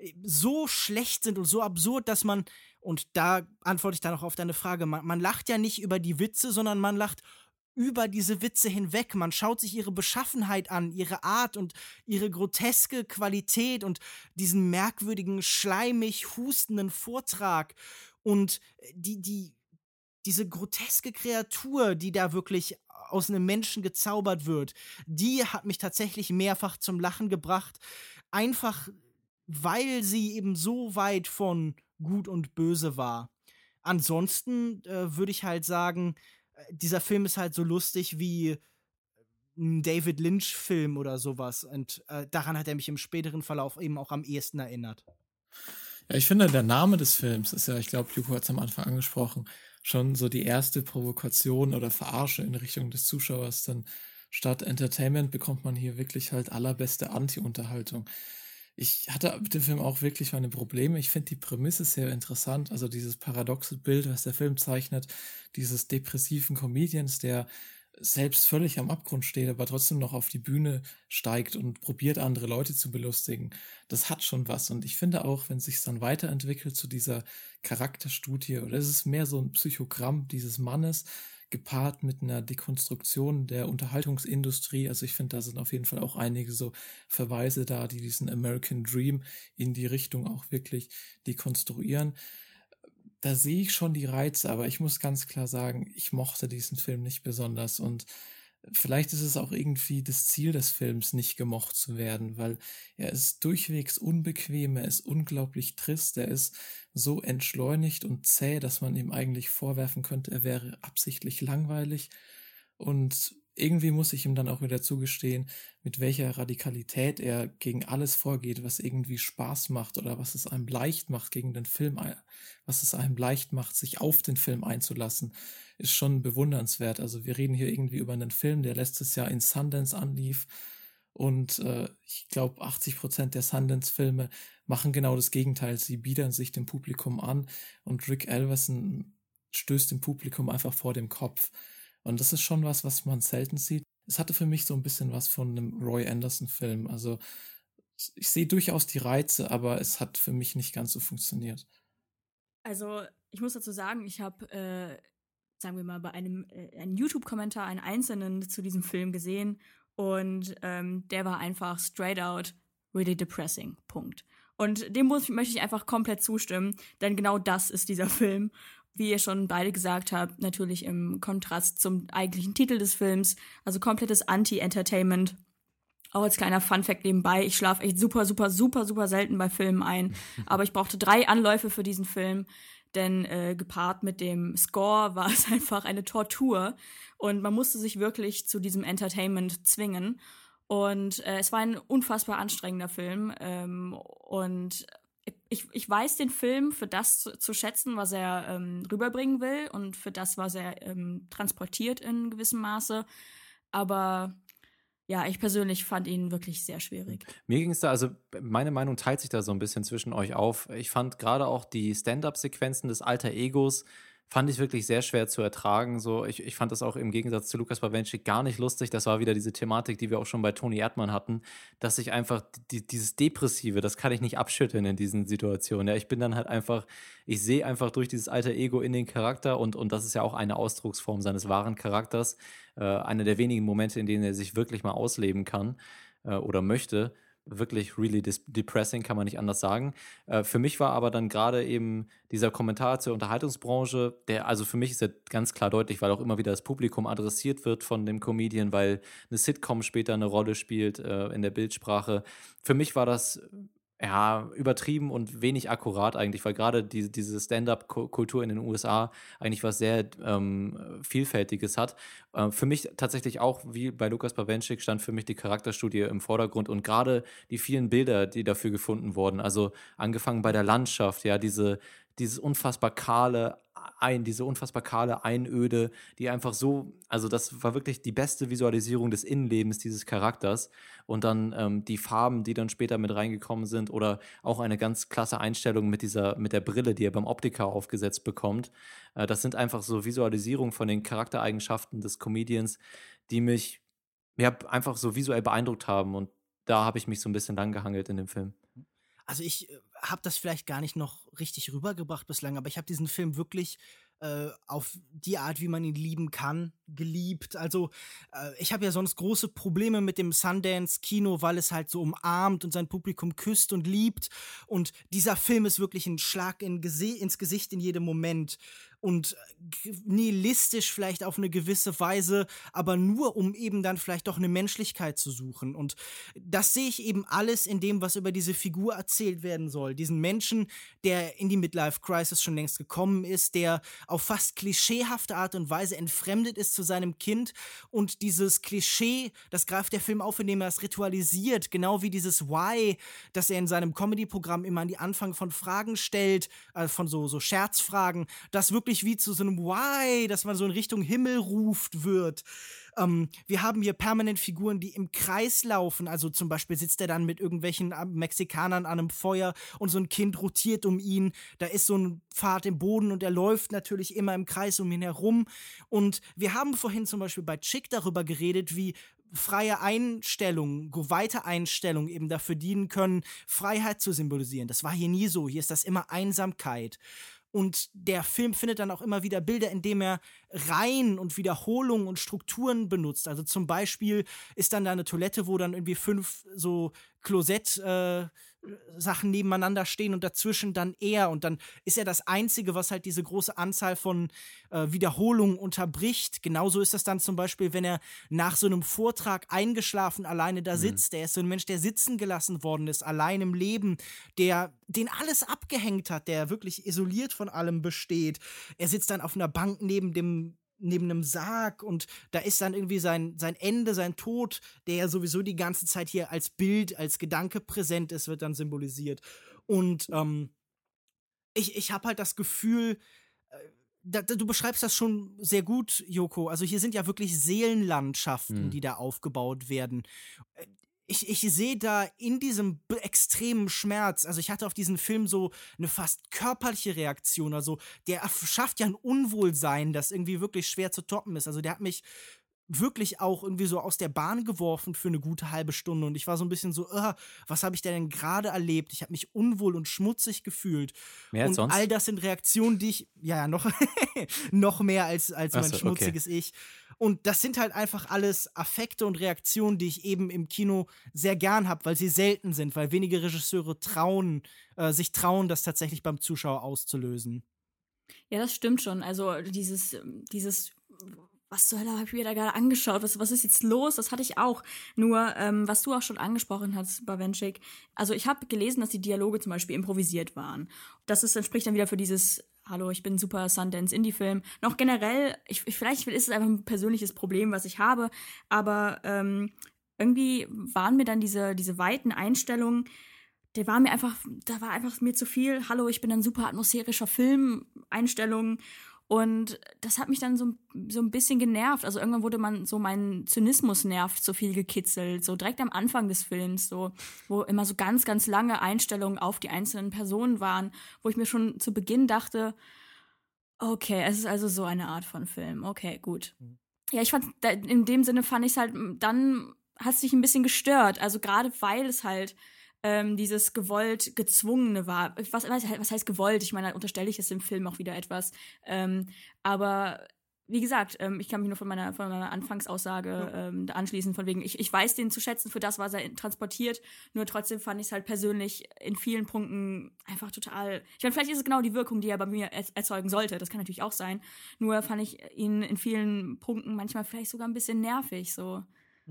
so schlecht sind und so absurd, dass man, und da antworte ich dann auch auf deine Frage, man, man lacht ja nicht über die Witze, sondern man lacht über diese Witze hinweg. Man schaut sich ihre Beschaffenheit an, ihre Art und ihre groteske Qualität und diesen merkwürdigen, schleimig hustenden Vortrag und die, die, diese groteske Kreatur, die da wirklich aus einem Menschen gezaubert wird, die hat mich tatsächlich mehrfach zum Lachen gebracht. Einfach, weil sie eben so weit von Gut und Böse war. Ansonsten äh, würde ich halt sagen, dieser Film ist halt so lustig wie ein David Lynch-Film oder sowas. Und äh, daran hat er mich im späteren Verlauf eben auch am ehesten erinnert. Ja, ich finde, der Name des Films ist ja, ich glaube, Luko hat es am Anfang angesprochen, schon so die erste Provokation oder Verarsche in Richtung des Zuschauers. Denn statt Entertainment bekommt man hier wirklich halt allerbeste Anti-Unterhaltung. Ich hatte mit dem Film auch wirklich meine Probleme. Ich finde die Prämisse sehr interessant, also dieses paradoxe Bild, was der Film zeichnet, dieses depressiven Comedians, der selbst völlig am Abgrund steht, aber trotzdem noch auf die Bühne steigt und probiert, andere Leute zu belustigen. Das hat schon was. Und ich finde auch, wenn es sich dann weiterentwickelt zu dieser Charakterstudie, oder es ist mehr so ein Psychogramm dieses Mannes, gepaart mit einer Dekonstruktion der Unterhaltungsindustrie. Also ich finde, da sind auf jeden Fall auch einige so Verweise da, die diesen American Dream in die Richtung auch wirklich dekonstruieren. Da sehe ich schon die Reize, aber ich muss ganz klar sagen, ich mochte diesen Film nicht besonders und vielleicht ist es auch irgendwie das Ziel des Films, nicht gemocht zu werden, weil er ist durchwegs unbequem, er ist unglaublich trist, er ist so entschleunigt und zäh, dass man ihm eigentlich vorwerfen könnte, er wäre absichtlich langweilig. Und irgendwie muss ich ihm dann auch wieder zugestehen, mit welcher Radikalität er gegen alles vorgeht, was irgendwie Spaß macht oder was es einem leicht macht, gegen den Film, was es einem leicht macht, sich auf den Film einzulassen, ist schon bewundernswert. Also wir reden hier irgendwie über einen Film, der letztes Jahr in Sundance anlief und äh, ich glaube achtzig Prozent der Sundance-Filme machen genau das Gegenteil. Sie biedern sich dem Publikum an und Rick Elverson stößt dem Publikum einfach vor dem Kopf. Und das ist schon was, was man selten sieht. Es hatte für mich so ein bisschen was von einem Roy Anderson-Film. Also ich sehe durchaus die Reize, aber es hat für mich nicht ganz so funktioniert. Also ich muss dazu sagen, ich habe, äh, sagen wir mal, bei einem, äh, einem YouTube-Kommentar einen einzelnen zu diesem Film gesehen und ähm, der war einfach straight out really depressing, Punkt. Und dem muss, möchte ich einfach komplett zustimmen, denn genau das ist dieser Film. Wie ihr schon beide gesagt habt, natürlich im Kontrast zum eigentlichen Titel des Films, also komplettes Anti-Entertainment. Auch als kleiner Funfact nebenbei, ich schlafe echt super, super, super, super selten bei Filmen ein. Aber ich brauchte drei Anläufe für diesen Film, denn äh, gepaart mit dem Score war es einfach eine Tortur. Und man musste sich wirklich zu diesem Entertainment zwingen. Und äh, es war ein unfassbar anstrengender Film. Ähm, und Ich, ich weiß den Film für das zu, zu schätzen, was er ähm, rüberbringen will und für das, was er ähm, transportiert in gewissem Maße. Aber ja, ich persönlich fand ihn wirklich sehr schwierig. Mir ging es da, also meine Meinung teilt sich da so ein bisschen zwischen euch auf. Ich fand gerade auch die Stand-up-Sequenzen des Alter Egos fand ich wirklich sehr schwer zu ertragen. So, ich, ich fand das auch im Gegensatz zu Lukas Bawenschik gar nicht lustig. Das war wieder diese Thematik, die wir auch schon bei Toni Erdmann hatten, dass ich einfach die, dieses Depressive, das kann ich nicht abschütteln in diesen Situationen. Ja, ich bin dann halt einfach, ich sehe einfach durch dieses Alter Ego in den Charakter und, und das ist ja auch eine Ausdrucksform seines wahren Charakters. Äh, einer der wenigen Momente, in denen er sich wirklich mal ausleben kann äh, oder möchte. Wirklich really depressing, kann man nicht anders sagen. Äh, für mich war aber dann gerade eben dieser Kommentar zur Unterhaltungsbranche, der, also für mich ist er ganz klar deutlich, weil auch immer wieder das Publikum adressiert wird von dem Comedian, weil eine Sitcom später eine Rolle spielt äh, in der Bildsprache. Für mich war das ja, übertrieben und wenig akkurat eigentlich, weil gerade die, diese Stand-up-Kultur in den U S A eigentlich was sehr ähm, Vielfältiges hat. Äh, für mich tatsächlich auch, wie bei Lukas Bawenschik, stand für mich die Charakterstudie im Vordergrund und gerade die vielen Bilder, die dafür gefunden wurden, also angefangen bei der Landschaft, ja, diese, dieses unfassbar kahle ein, diese unfassbar kahle Einöde, die einfach so, also das war wirklich die beste Visualisierung des Innenlebens dieses Charakters und dann ähm, die Farben, die dann später mit reingekommen sind oder auch eine ganz klasse Einstellung mit dieser, mit der Brille, die er beim Optiker aufgesetzt bekommt. Äh, das sind einfach so Visualisierungen von den Charaktereigenschaften des Comedians, die mich ja, einfach so visuell beeindruckt haben und da habe ich mich so ein bisschen langgehangelt in dem Film. Also ich habe das vielleicht gar nicht noch richtig rübergebracht bislang, aber ich habe diesen Film wirklich äh, auf die Art, wie man ihn lieben kann, geliebt. Also äh, ich habe ja sonst große Probleme mit dem Sundance-Kino, weil es halt so umarmt und sein Publikum küsst und liebt. Und dieser Film ist wirklich ein Schlag in Gese- ins Gesicht in jedem Moment. Und nihilistisch vielleicht auf eine gewisse Weise, aber nur, um eben dann vielleicht doch eine Menschlichkeit zu suchen. Und das sehe ich eben alles in dem, was über diese Figur erzählt werden soll. Diesen Menschen, der in die Midlife-Crisis schon längst gekommen ist, der auf fast klischeehafte Art und Weise entfremdet ist zu seinem Kind. Und dieses Klischee, das greift der Film auf, indem er es ritualisiert, genau wie dieses Why, das er in seinem Comedy-Programm immer an die Anfang von Fragen stellt, äh, von so, so Scherzfragen, das wirklich wie zu so einem Why, dass man so in Richtung Himmel ruft wird. Ähm, wir haben hier permanent Figuren, die im Kreis laufen. Also zum Beispiel sitzt er dann mit irgendwelchen Mexikanern an einem Feuer und so ein Kind rotiert um ihn. Da ist so ein Pfad im Boden und er läuft natürlich immer im Kreis um ihn herum. Und wir haben vorhin zum Beispiel bei Chick darüber geredet, wie freie Einstellungen, weite Einstellungen eben dafür dienen können, Freiheit zu symbolisieren. Das war hier nie so. Hier ist das immer Einsamkeit. Und der Film findet dann auch immer wieder Bilder, indem er Reihen und Wiederholungen und Strukturen benutzt. Also zum Beispiel ist dann da eine Toilette, wo dann irgendwie fünf so Klosett äh, Sachen nebeneinander stehen und dazwischen dann er. Und dann ist er das Einzige, was halt diese große Anzahl von äh, Wiederholungen unterbricht. Genauso ist das dann zum Beispiel, wenn er nach so einem Vortrag eingeschlafen alleine da sitzt. Mhm. Der ist so ein Mensch, der sitzen gelassen worden ist, allein im Leben, der den alles abgehängt hat, der wirklich isoliert von allem besteht. Er sitzt dann auf einer Bank neben dem neben einem Sarg und da ist dann irgendwie sein, sein Ende, sein Tod, der ja sowieso die ganze Zeit hier als Bild, als Gedanke präsent ist, wird dann symbolisiert. Und ähm, ich, ich habe halt das Gefühl, äh, da, du beschreibst das schon sehr gut, Joko. Also hier sind ja wirklich Seelenlandschaften, mhm. die da aufgebaut werden. Ich, ich sehe da in diesem extremen Schmerz, also ich hatte auf diesen Film so eine fast körperliche Reaktion, also der schafft ja ein Unwohlsein, das irgendwie wirklich schwer zu toppen ist. Also der hat mich wirklich auch irgendwie so aus der Bahn geworfen für eine gute halbe Stunde und ich war so ein bisschen so, uh, was habe ich denn gerade erlebt? Ich habe mich unwohl und schmutzig gefühlt. Mehr als und sonst? All das sind Reaktionen, die ich, ja, ja noch, noch mehr als, als mein Ach so, schmutziges okay. Ich. Und das sind halt einfach alles Affekte und Reaktionen, die ich eben im Kino sehr gern habe, weil sie selten sind, weil wenige Regisseure trauen, äh, sich trauen, das tatsächlich beim Zuschauer auszulösen. Ja, das stimmt schon. Also dieses, dieses was zur Hölle habe ich mir da gerade angeschaut? Was, was ist jetzt los? Das hatte ich auch. Nur, ähm, was du auch schon angesprochen hast, Bawenschik, also ich habe gelesen, dass die Dialoge zum Beispiel improvisiert waren. Das ist, entspricht dann wieder für dieses Hallo, ich bin super Sundance-Indie-Film. Noch generell, ich, ich, vielleicht ist es einfach ein persönliches Problem, was ich habe, aber ähm, irgendwie waren mir dann diese, diese weiten Einstellungen, der war mir einfach, da war einfach mir zu viel. Hallo, ich bin ein super atmosphärischer Film, Einstellungen. Und das hat mich dann so, so ein bisschen genervt. Also irgendwann wurde man so mein Zynismusnerv so viel gekitzelt. So direkt am Anfang des Films, so, wo immer so ganz, ganz lange Einstellungen auf die einzelnen Personen waren, wo ich mir schon zu Beginn dachte, okay, es ist also so eine Art von Film. Okay, gut. Mhm. Ja, ich fand, in dem Sinne fand ich es halt, dann hat es sich ein bisschen gestört. Also gerade weil es halt Ähm, dieses gewollt gezwungene war. Was, was, was heißt gewollt? Ich meine, da unterstelle ich es dem Film auch wieder etwas. Ähm, aber wie gesagt, ähm, ich kann mich nur von meiner, von meiner Anfangsaussage ja. ähm, anschließen, von wegen, ich, ich weiß den zu schätzen für das, was er transportiert, nur trotzdem fand ich es halt persönlich in vielen Punkten einfach total, ich meine, vielleicht ist es genau die Wirkung, die er bei mir er- erzeugen sollte, das kann natürlich auch sein, nur fand ich ihn in vielen Punkten manchmal vielleicht sogar ein bisschen nervig, so.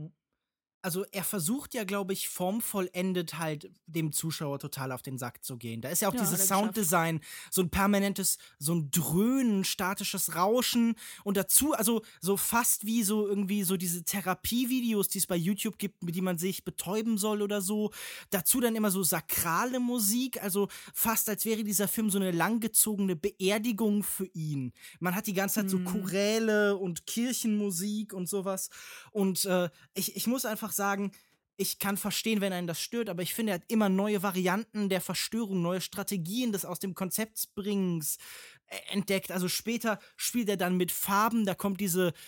Also er versucht ja, glaube ich, formvollendet halt dem Zuschauer total auf den Sack zu gehen. Da ist ja auch Ja, dieses hat er Sounddesign, so ein permanentes, so ein Dröhnen, statisches Rauschen und dazu, also so fast wie so irgendwie so diese Therapievideos, die es bei YouTube gibt, mit die man sich betäuben soll oder so. Dazu dann immer so sakrale Musik, also fast als wäre dieser Film so eine langgezogene Beerdigung für ihn. Man hat die ganze Zeit so Mhm. Choräle und Kirchenmusik und sowas und äh, ich, ich muss einfach sagen, ich kann verstehen, wenn einen das stört, aber ich finde, er hat immer neue Varianten der Verstörung, neue Strategien des aus dem Konzept bringens äh, entdeckt. Also später spielt er dann mit Farben, da kommt diese, äh,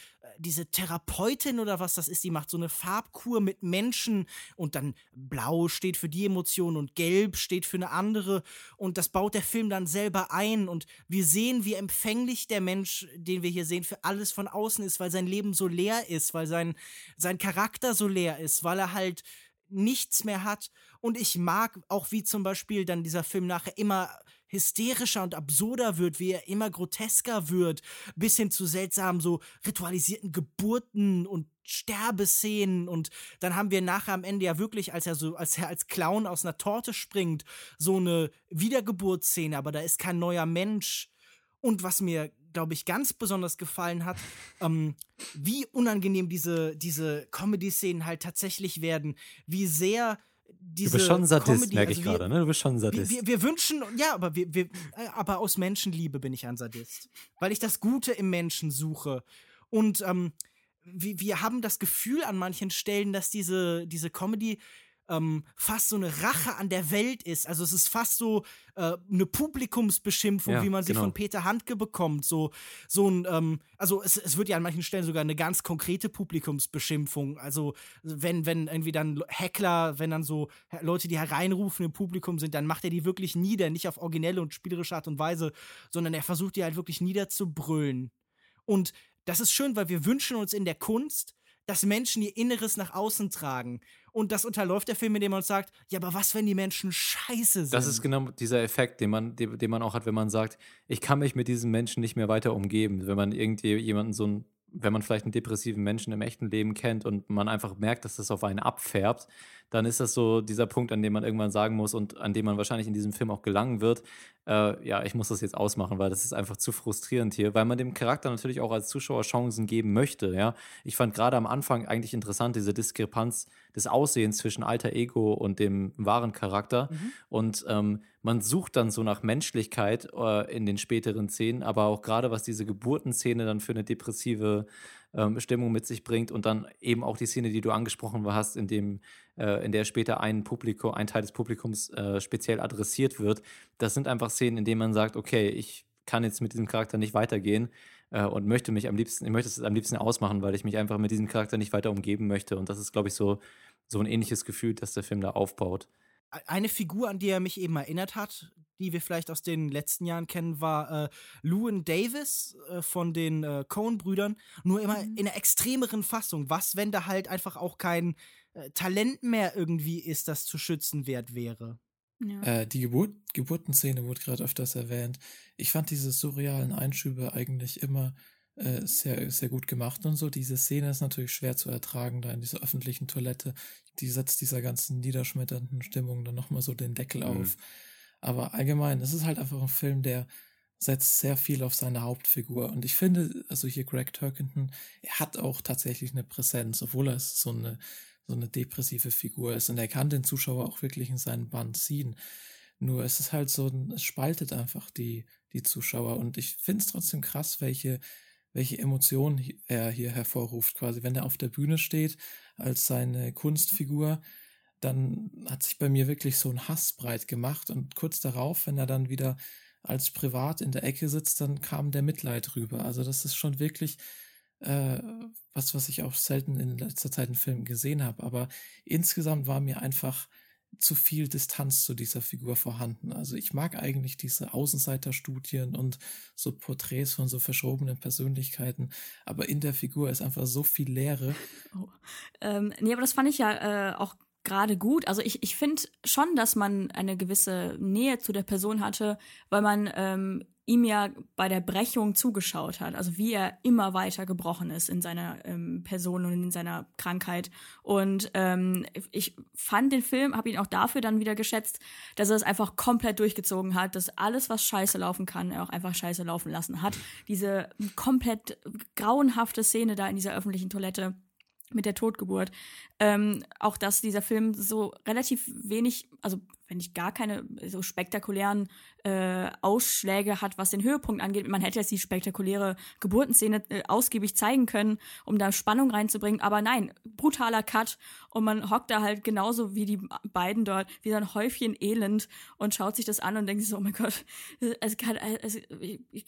diese Therapeutin oder was das ist, die macht so eine Farbkur mit Menschen und dann blau steht für die Emotion und gelb steht für eine andere und das baut der Film dann selber ein und wir sehen, wie empfänglich der Mensch, den wir hier sehen, für alles von außen ist, weil sein Leben so leer ist, weil sein, sein Charakter so leer ist, weil er halt nichts mehr hat. Und ich mag auch, wie zum Beispiel dann dieser Film nachher immer hysterischer und absurder wird, wie er immer grotesker wird, bis hin zu seltsamen, so ritualisierten Geburten und Sterbeszenen. Und dann haben wir nachher am Ende ja wirklich, als er so, als er als Clown aus einer Torte springt, so eine Wiedergeburtsszene, aber da ist kein neuer Mensch. Und was mir, glaube ich, ganz besonders gefallen hat, ähm, wie unangenehm diese, diese Comedy-Szenen halt tatsächlich werden, wie sehr diese Du bist schon ein Sadist, Comedy, merke ich also wir, gerade, ne? Du bist schon ein Sadist. Wir, wir, wir wünschen, ja, aber wir, wir, äh, aber aus Menschenliebe bin ich ein Sadist. Weil ich das Gute im Menschen suche. Und ähm, wir, wir haben das Gefühl an manchen Stellen, dass diese, diese Comedy ähm, fast so eine Rache an der Welt ist. Also es ist fast so äh, eine Publikumsbeschimpfung, Ja, wie man sie genau. von Peter Handke bekommt. So, so ein, ähm, also es, es wird ja an manchen Stellen sogar eine ganz konkrete Publikumsbeschimpfung. Also wenn, wenn irgendwie dann Heckler, wenn dann so Leute, die hereinrufen im Publikum sind, dann macht er die wirklich nieder, nicht auf originelle und spielerische Art und Weise, sondern er versucht die halt wirklich niederzubrüllen. Und das ist schön, weil wir wünschen uns in der Kunst, dass Menschen ihr Inneres nach außen tragen. Und das unterläuft der Film, indem man uns sagt, ja, aber was, wenn die Menschen scheiße sind? Das ist genau dieser Effekt, den man, den, den man auch hat, wenn man sagt, ich kann mich mit diesem Menschen nicht mehr weiter umgeben. Wenn man irgendwie jemanden so ein, wenn man vielleicht einen depressiven Menschen im echten Leben kennt und man einfach merkt, dass das auf einen abfärbt, dann ist das so dieser Punkt, an dem man irgendwann sagen muss und an dem man wahrscheinlich in diesem Film auch gelangen wird, äh, ja, ich muss das jetzt ausmachen, weil das ist einfach zu frustrierend hier, weil man dem Charakter natürlich auch als Zuschauer Chancen geben möchte, ja. Ich fand gerade am Anfang eigentlich interessant, diese Diskrepanz des Aussehens zwischen Alter Ego und dem wahren Charakter Mhm. und ähm, man sucht dann so nach Menschlichkeit äh, in den späteren Szenen, aber auch gerade was diese Geburtenszene dann für eine depressive ähm, Stimmung mit sich bringt und dann eben auch die Szene, die du angesprochen hast, in dem äh, in der später ein Publikum, ein Teil des Publikums äh, speziell adressiert wird. Das sind einfach Szenen, in denen man sagt, okay, ich kann jetzt mit diesem Charakter nicht weitergehen äh, und möchte mich am liebsten, ich möchte es am liebsten ausmachen, weil ich mich einfach mit diesem Charakter nicht weiter umgeben möchte. Und das ist, glaube ich, so, so ein ähnliches Gefühl, das der Film da aufbaut. Eine Figur, an die er mich eben erinnert hat, die wir vielleicht aus den letzten Jahren kennen, war äh, Llewyn Davis äh, von den äh, Coen-Brüdern, nur immer in einer extremeren Fassung. Was, wenn da halt einfach auch kein äh, Talent mehr irgendwie ist, das zu schützen wert wäre? Ja. Äh, die Geburt, Geburtenszene wurde gerade öfters erwähnt. Ich fand diese surrealen Einschübe eigentlich immer äh, sehr, sehr gut gemacht und so. Diese Szene ist natürlich schwer zu ertragen, da in dieser öffentlichen Toilette. Die setzt dieser ganzen niederschmetternden Stimmung dann nochmal so den Deckel Mhm. auf. Aber allgemein, es ist halt einfach ein Film, der setzt sehr viel auf seine Hauptfigur. Und ich finde, also hier Greg Turkington, er hat auch tatsächlich eine Präsenz, obwohl er so eine, so eine depressive Figur ist. Und er kann den Zuschauer auch wirklich in seinen Bann ziehen. Nur es ist halt so, es spaltet einfach die, die Zuschauer. Und ich finde es trotzdem krass, welche, welche Emotionen er hier hervorruft. Quasi, wenn er auf der Bühne steht als seine Kunstfigur, dann hat sich bei mir wirklich so ein Hass breit gemacht. Und kurz darauf, wenn er dann wieder als Privat in der Ecke sitzt, dann kam der Mitleid rüber. Also das ist schon wirklich äh, was, was ich auch selten in letzter Zeit in Filmen gesehen habe. Aber insgesamt war mir einfach zu viel Distanz zu dieser Figur vorhanden. Also ich mag eigentlich diese Außenseiterstudien und so Porträts von so verschrobenen Persönlichkeiten, aber in der Figur ist einfach so viel Leere. Oh. Ähm, nee, aber das fand ich ja äh, auch gerade gut. Also ich, ich finde schon, dass man eine gewisse Nähe zu der Person hatte, weil man ähm, ihm ja bei der Brechung zugeschaut hat. Also wie er immer weiter gebrochen ist in seiner ähm, Person und in seiner Krankheit. Und ähm, ich fand den Film, habe ihn auch dafür dann wieder geschätzt, dass er es einfach komplett durchgezogen hat, dass alles, was scheiße laufen kann, er auch einfach scheiße laufen lassen hat. Diese komplett grauenhafte Szene da in dieser öffentlichen Toilette mit der Totgeburt. Ähm, auch dass dieser Film so relativ wenig, also wenn nicht gar keine so spektakulären äh, Ausschläge hat, was den Höhepunkt angeht. Man hätte jetzt die spektakuläre Geburtenszene äh, ausgiebig zeigen können, um da Spannung reinzubringen. Aber nein, brutaler Cut und man hockt da halt genauso wie die beiden dort, wie so ein Häufchen Elend und schaut sich das an und denkt sich so, oh mein Gott, es kann, es, ich,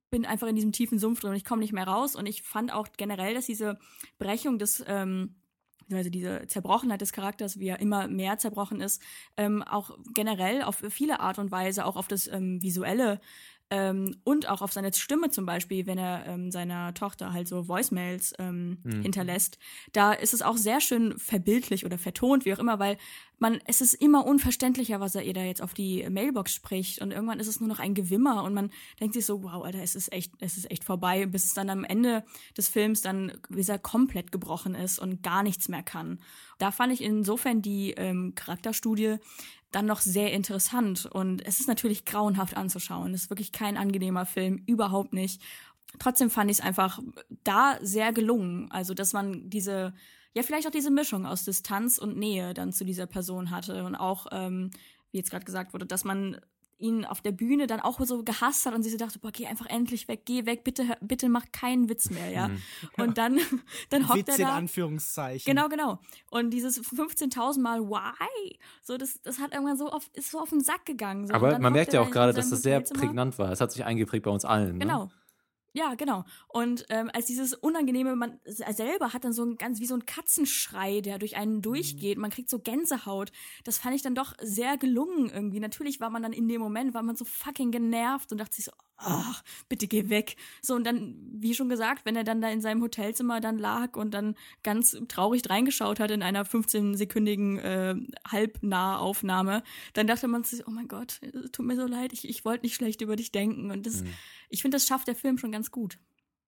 bin einfach in diesem tiefen Sumpf drin und ich komme nicht mehr raus. Und ich fand auch generell, dass diese Brechung des, ähm, also diese Zerbrochenheit des Charakters, wie er immer mehr zerbrochen ist, ähm, auch generell auf viele Art und Weise, auch auf das ähm, Visuelle ähm, und auch auf seine Stimme zum Beispiel, wenn er ähm, seiner Tochter halt so Voicemails ähm, mhm. hinterlässt, da ist es auch sehr schön verbildlich oder vertont, wie auch immer, weil man, es ist immer unverständlicher, was er ihr da jetzt auf die Mailbox spricht und irgendwann ist es nur noch ein Gewimmer und man denkt sich so, wow, Alter, es ist echt, es ist echt vorbei, bis es dann am Ende des Films dann, wie er komplett gebrochen ist und gar nichts mehr kann. Da fand ich insofern die ähm, Charakterstudie dann noch sehr interessant und es ist natürlich grauenhaft anzuschauen. Es ist wirklich kein angenehmer Film, überhaupt nicht. Trotzdem fand ich es einfach da sehr gelungen, also dass man diese ja, vielleicht auch diese Mischung aus Distanz und Nähe dann zu dieser Person hatte und auch, ähm, wie jetzt gerade gesagt wurde, dass man ihn auf der Bühne dann auch so gehasst hat und sie so dachte, boah, geh einfach endlich weg, geh weg, bitte, bitte mach keinen Witz mehr, ja. Und dann, dann hockt Witz er da. in Anführungszeichen. Genau, genau. Und dieses fünfzehntausend Mal Why, so, das, das hat irgendwann so oft, ist so auf den Sack gegangen. So. Aber man merkt ja auch gerade, dass das das sehr prägnant war. Es hat sich eingeprägt bei uns allen. Genau. Ne? Ja, genau. Und ähm, als dieses unangenehme, man selber hat dann so ein ganz wie so ein Katzenschrei, der durch einen durchgeht. Man kriegt so Gänsehaut. Das fand ich dann doch sehr gelungen irgendwie. Natürlich war man dann in dem Moment, war man so fucking genervt und dachte sich so, ach, bitte geh weg. So, und dann, wie schon gesagt, wenn er dann da in seinem Hotelzimmer dann lag und dann ganz traurig reingeschaut hat in einer fünfzehnsekündigen äh, Halbnahaufnahme, dann dachte man sich, oh mein Gott, tut mir so leid, ich, ich wollte nicht schlecht über dich denken. Und das, mhm. ich finde, das schafft der Film schon ganz gut.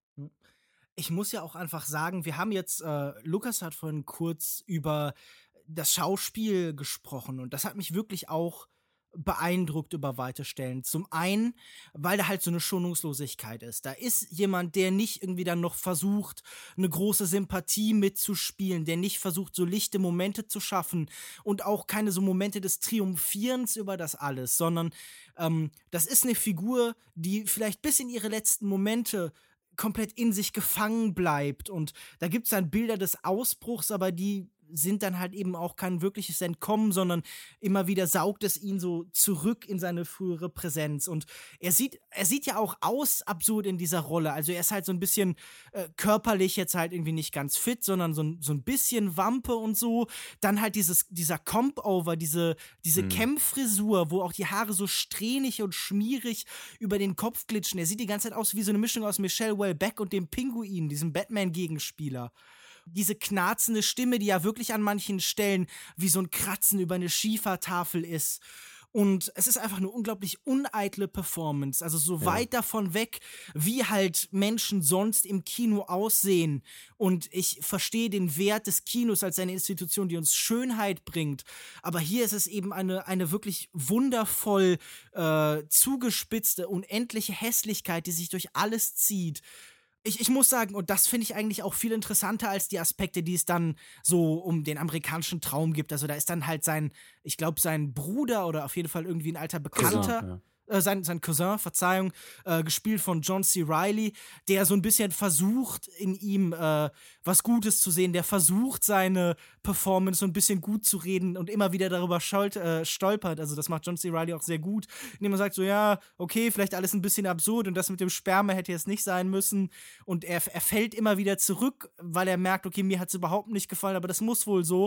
Ich muss ja auch einfach sagen, wir haben jetzt, äh, Lukas hat vorhin kurz über das Schauspiel gesprochen und das hat mich wirklich auch beeindruckt über weite Stellen. Zum einen, weil da halt so eine Schonungslosigkeit ist. Da ist jemand, der nicht irgendwie dann noch versucht, eine große Sympathie mitzuspielen, der nicht versucht, so lichte Momente zu schaffen und auch keine so Momente des Triumphierens über das alles, sondern ähm, das ist eine Figur, die vielleicht bis in ihre letzten Momente komplett in sich gefangen bleibt und da gibt es dann Bilder des Ausbruchs, aber die sind dann halt eben auch kein wirkliches Entkommen, sondern immer wieder saugt es ihn so zurück in seine frühere Präsenz. Und er sieht, er sieht ja auch aus absurd in dieser Rolle. Also er ist halt so ein bisschen äh, körperlich jetzt halt irgendwie nicht ganz fit, sondern so ein, so ein bisschen Wampe und so. Dann halt dieses, dieser Comp-Over, diese, diese mhm. Kämmfrisur, wo auch die Haare so strähnig und schmierig über den Kopf glitschen. Er sieht die ganze Zeit aus wie so eine Mischung aus Michelle Houellebecq und dem Pinguin, diesem Batman-Gegenspieler. Diese knarzende Stimme, die ja wirklich an manchen Stellen wie so ein Kratzen über eine Schiefertafel ist. Und es ist einfach eine unglaublich uneitle Performance. Also so ja. weit davon weg, wie halt Menschen sonst im Kino aussehen. Und ich verstehe den Wert des Kinos als eine Institution, die uns Schönheit bringt. Aber hier ist es eben eine, eine wirklich wundervoll äh, zugespitzte, unendliche Hässlichkeit, die sich durch alles zieht. Ich, ich muss sagen, und das finde ich eigentlich auch viel interessanter als die Aspekte, die es dann so um den amerikanischen Traum gibt. Also da ist dann halt sein, ich glaube, sein Bruder oder auf jeden Fall irgendwie ein alter Bekannter, Cousin, ja. äh, sein, sein Cousin, Verzeihung, äh, gespielt von John C. Reilly, der so ein bisschen versucht, in ihm äh, was Gutes zu sehen, der versucht, seine Performance so ein bisschen gut zu reden und immer wieder darüber scholt, äh, stolpert. Also das macht John C. Reilly auch sehr gut, indem er sagt so, ja, okay, vielleicht alles ein bisschen absurd und das mit dem Sperma hätte jetzt nicht sein müssen. Und er, er fällt immer wieder zurück, weil er merkt, okay, mir hat es überhaupt nicht gefallen, aber das muss wohl so.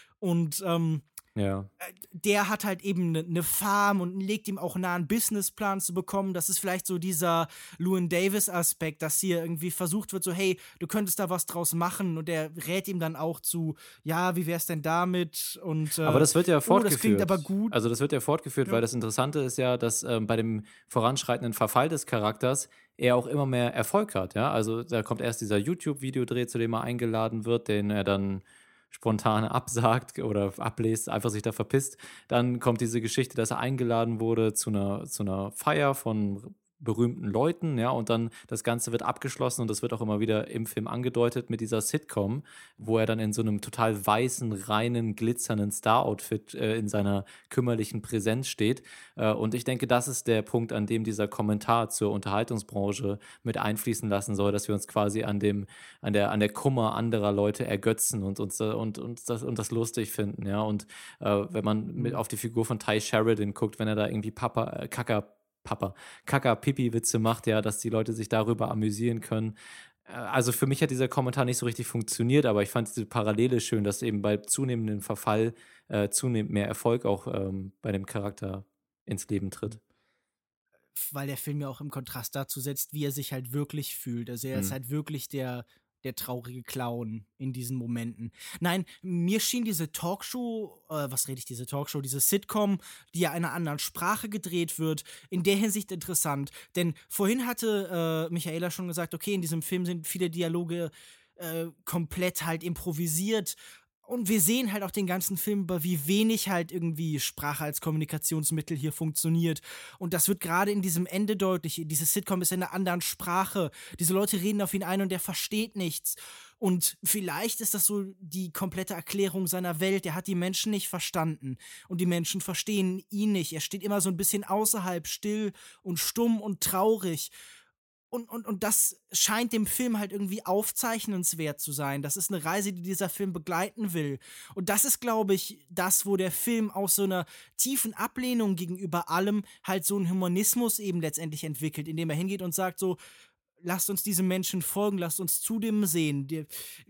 Und ähm, ja. der hat halt eben eine ne Farm und legt ihm auch nahe, einen Businessplan zu bekommen. Das ist vielleicht so dieser Llewyn Davis-Aspekt, dass hier irgendwie versucht wird, so hey, du könntest da was draus machen und der rät ihm dann auch zu, ja, wie wär's denn damit? Und, äh, aber das wird ja fortgeführt. Oh, das klingt aber gut. Also das wird ja fortgeführt, ja. weil das Interessante ist ja, dass ähm, bei dem voranschreitenden Verfall des Charakters er auch immer mehr Erfolg hat, ja. Also da kommt erst dieser YouTube-Videodreh, zu dem er eingeladen wird, den er dann spontan absagt oder ablest, einfach sich da verpisst. Dann kommt diese Geschichte, dass er eingeladen wurde zu einer, zu einer Feier von berühmten Leuten, ja, und dann das Ganze wird abgeschlossen und das wird auch immer wieder im Film angedeutet mit dieser Sitcom, wo er dann in so einem total weißen, reinen, glitzernden Star-Outfit äh, in seiner kümmerlichen Präsenz steht. Äh, und ich denke, das ist der Punkt, an dem dieser Kommentar zur Unterhaltungsbranche mit einfließen lassen soll, dass wir uns quasi an dem, an der, an der Kummer anderer Leute ergötzen und uns und, und, das, und das lustig finden, ja. Und äh, wenn man mit auf die Figur von Ty Sheridan guckt, wenn er da irgendwie Papa, äh, Kacker Papa, Kaka-Pipi-Witze macht, ja, dass die Leute sich darüber amüsieren können. Also für mich hat dieser Kommentar nicht so richtig funktioniert, aber ich fand diese Parallele schön, dass eben bei zunehmendem Verfall äh, zunehmend mehr Erfolg auch ähm, bei dem Charakter ins Leben tritt. Weil der Film ja auch im Kontrast dazu setzt, wie er sich halt wirklich fühlt. Also er Mhm. ist halt wirklich der, der traurige Clown in diesen Momenten. Nein, mir schien diese Talkshow, äh, was rede ich, diese Talkshow, diese Sitcom, die ja in einer anderen Sprache gedreht wird, in der Hinsicht interessant. Denn vorhin hatte äh, Michaela schon gesagt, okay, in diesem Film sind viele Dialoge äh, komplett halt improvisiert. Und wir sehen halt auch den ganzen Film über, wie wenig halt irgendwie Sprache als Kommunikationsmittel hier funktioniert. Und das wird gerade in diesem Ende deutlich. Diese Sitcom ist in einer anderen Sprache. Diese Leute reden auf ihn ein und der versteht nichts. Und vielleicht ist das so die komplette Erklärung seiner Welt. Er hat die Menschen nicht verstanden. Und die Menschen verstehen ihn nicht. Er steht immer so ein bisschen außerhalb, still und stumm und traurig. Und, und, und das scheint dem Film halt irgendwie aufzeichnenswert zu sein. Das ist eine Reise, die dieser Film begleiten will. Und das ist, glaube ich, das, wo der Film aus so einer tiefen Ablehnung gegenüber allem halt so einen Humanismus eben letztendlich entwickelt, indem er hingeht und sagt so, lasst uns diesem Menschen folgen, lasst uns zu dem sehen. Die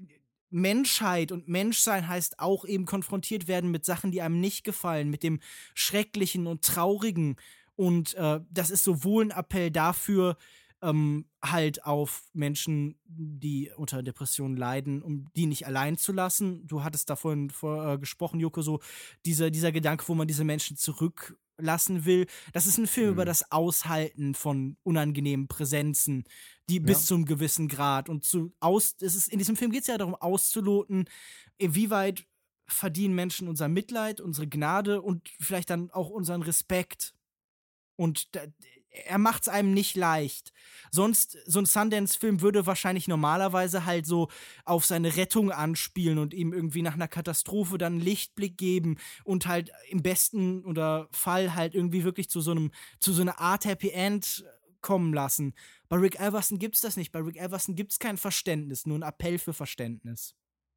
Menschheit und Menschsein heißt auch eben konfrontiert werden mit Sachen, die einem nicht gefallen, mit dem Schrecklichen und Traurigen. Und äh, das ist sowohl ein Appell dafür, Ähm, halt auf Menschen, die unter Depressionen leiden, um die nicht allein zu lassen. Du hattest da vorhin vor, äh, gesprochen, Joko, so dieser, dieser Gedanke, wo man diese Menschen zurücklassen will. Das ist ein Film Mhm. über das Aushalten von unangenehmen Präsenzen, die bis Ja. zu einem gewissen Grad und zu aus, es ist, in diesem Film geht es ja darum, auszuloten, inwieweit verdienen Menschen unser Mitleid, unsere Gnade und vielleicht dann auch unseren Respekt. Und da, er macht es einem nicht leicht. Sonst, so ein Sundance-Film würde wahrscheinlich normalerweise halt so auf seine Rettung anspielen und ihm irgendwie nach einer Katastrophe dann einen Lichtblick geben und halt im besten oder Fall halt irgendwie wirklich zu so einem, zu so einer Art Happy End kommen lassen. Bei Rick Alverson gibt's das nicht. Bei Rick Alverson gibt's kein Verständnis, nur ein Appell für Verständnis.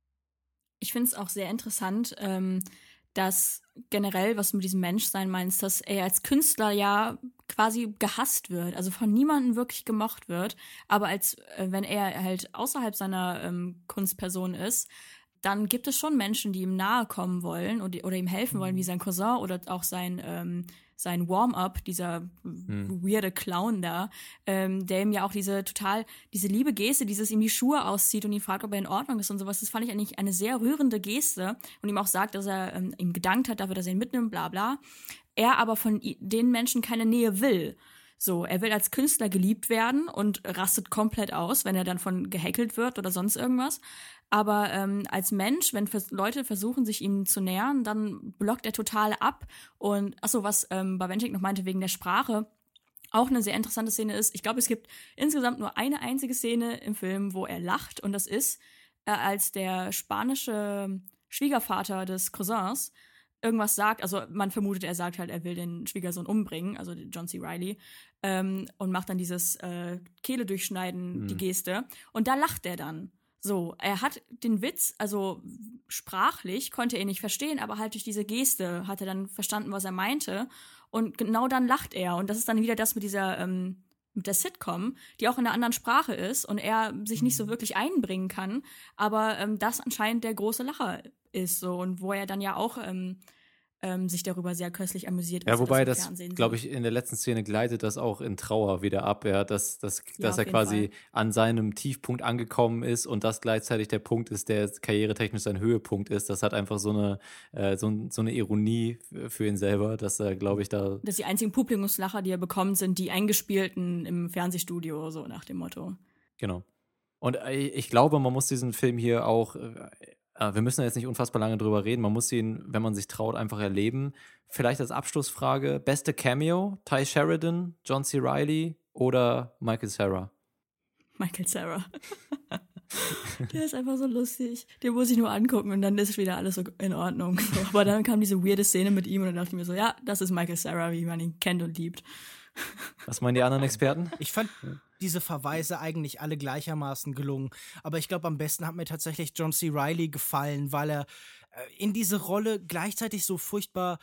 Ich finde es auch sehr interessant, ähm, dass generell, was du mit diesem Menschsein meinst, dass er als Künstler ja quasi gehasst wird, also von niemandem wirklich gemocht wird, aber als äh, wenn er halt außerhalb seiner ähm, Kunstperson ist, dann gibt es schon Menschen, die ihm nahe kommen wollen oder, oder ihm helfen wollen, wie sein Cousin oder auch sein ähm, sein Warm-up, dieser Mhm. weirde Clown da, ähm, der ihm ja auch diese total, diese liebe Geste, dieses ihm die Schuhe auszieht und ihn fragt, ob er in Ordnung ist und sowas, das fand ich eigentlich eine sehr rührende Geste und ihm auch sagt, dass er ähm, ihm gedankt hat dafür, dass er ihn mitnimmt, bla bla. Er aber von i- den Menschen keine Nähe will. So, er will als Künstler geliebt werden und rastet komplett aus, wenn er dann von gehackelt wird oder sonst irgendwas. Aber ähm, als Mensch, wenn vers- Leute versuchen, sich ihm zu nähern, dann blockt er total ab. Und achso, was ähm, Bawenschik noch meinte wegen der Sprache, auch eine sehr interessante Szene ist, ich glaube, es gibt insgesamt nur eine einzige Szene im Film, wo er lacht. Und das ist, äh, als der spanische Schwiegervater des Cousins irgendwas sagt, also man vermutet, er sagt halt, er will den Schwiegersohn umbringen, also John C. Reilly, ähm, und macht dann dieses äh, Kehle durchschneiden, Mhm. die Geste. Und da lacht er dann. So, er hat den Witz, also sprachlich konnte er ihn nicht verstehen, aber halt durch diese Geste hat er dann verstanden, was er meinte. Und genau dann lacht er. Und das ist dann wieder das mit dieser, ähm, mit der Sitcom, die auch in einer anderen Sprache ist und er sich nicht so wirklich einbringen kann, aber ähm, das anscheinend der große Lacher ist. So, und wo er dann ja auch ähm, ähm, sich darüber sehr köstlich amüsiert. Ja, was er wobei das im das, Fernsehen glaube sieht. ich, in der letzten Szene gleitet das auch in Trauer wieder ab, ja, dass, dass, Ja, dass auf er jeden quasi Fall. an seinem Tiefpunkt angekommen ist und das gleichzeitig der Punkt ist, der karrieretechnisch sein Höhepunkt ist. Das hat einfach so eine, äh, so, so eine Ironie f- für ihn selber, dass er, glaube ich, da Dass die einzigen Publikumslacher, die er bekommt, sind die eingespielten im Fernsehstudio, so nach dem Motto. Genau. Und äh, ich glaube, man muss diesen Film hier auch, äh, äh, wir müssen jetzt nicht unfassbar lange drüber reden, man muss ihn, wenn man sich traut, einfach erleben. Vielleicht als Abschlussfrage, beste Cameo, Ty Sheridan, John C. Reilly oder Michael Cera? Michael Cera. Der ist einfach so lustig. Den muss ich nur angucken und dann ist wieder alles so in Ordnung. So, aber dann kam diese weirde Szene mit ihm und dann dachte ich mir so, ja, das ist Michael Cera, wie man ihn kennt und liebt. Was meinen die anderen Experten? Ich fand diese Verweise eigentlich alle gleichermaßen gelungen. Aber ich glaube, am besten hat mir tatsächlich John C. Reilly gefallen, weil er äh, in diese Rolle gleichzeitig so furchtbar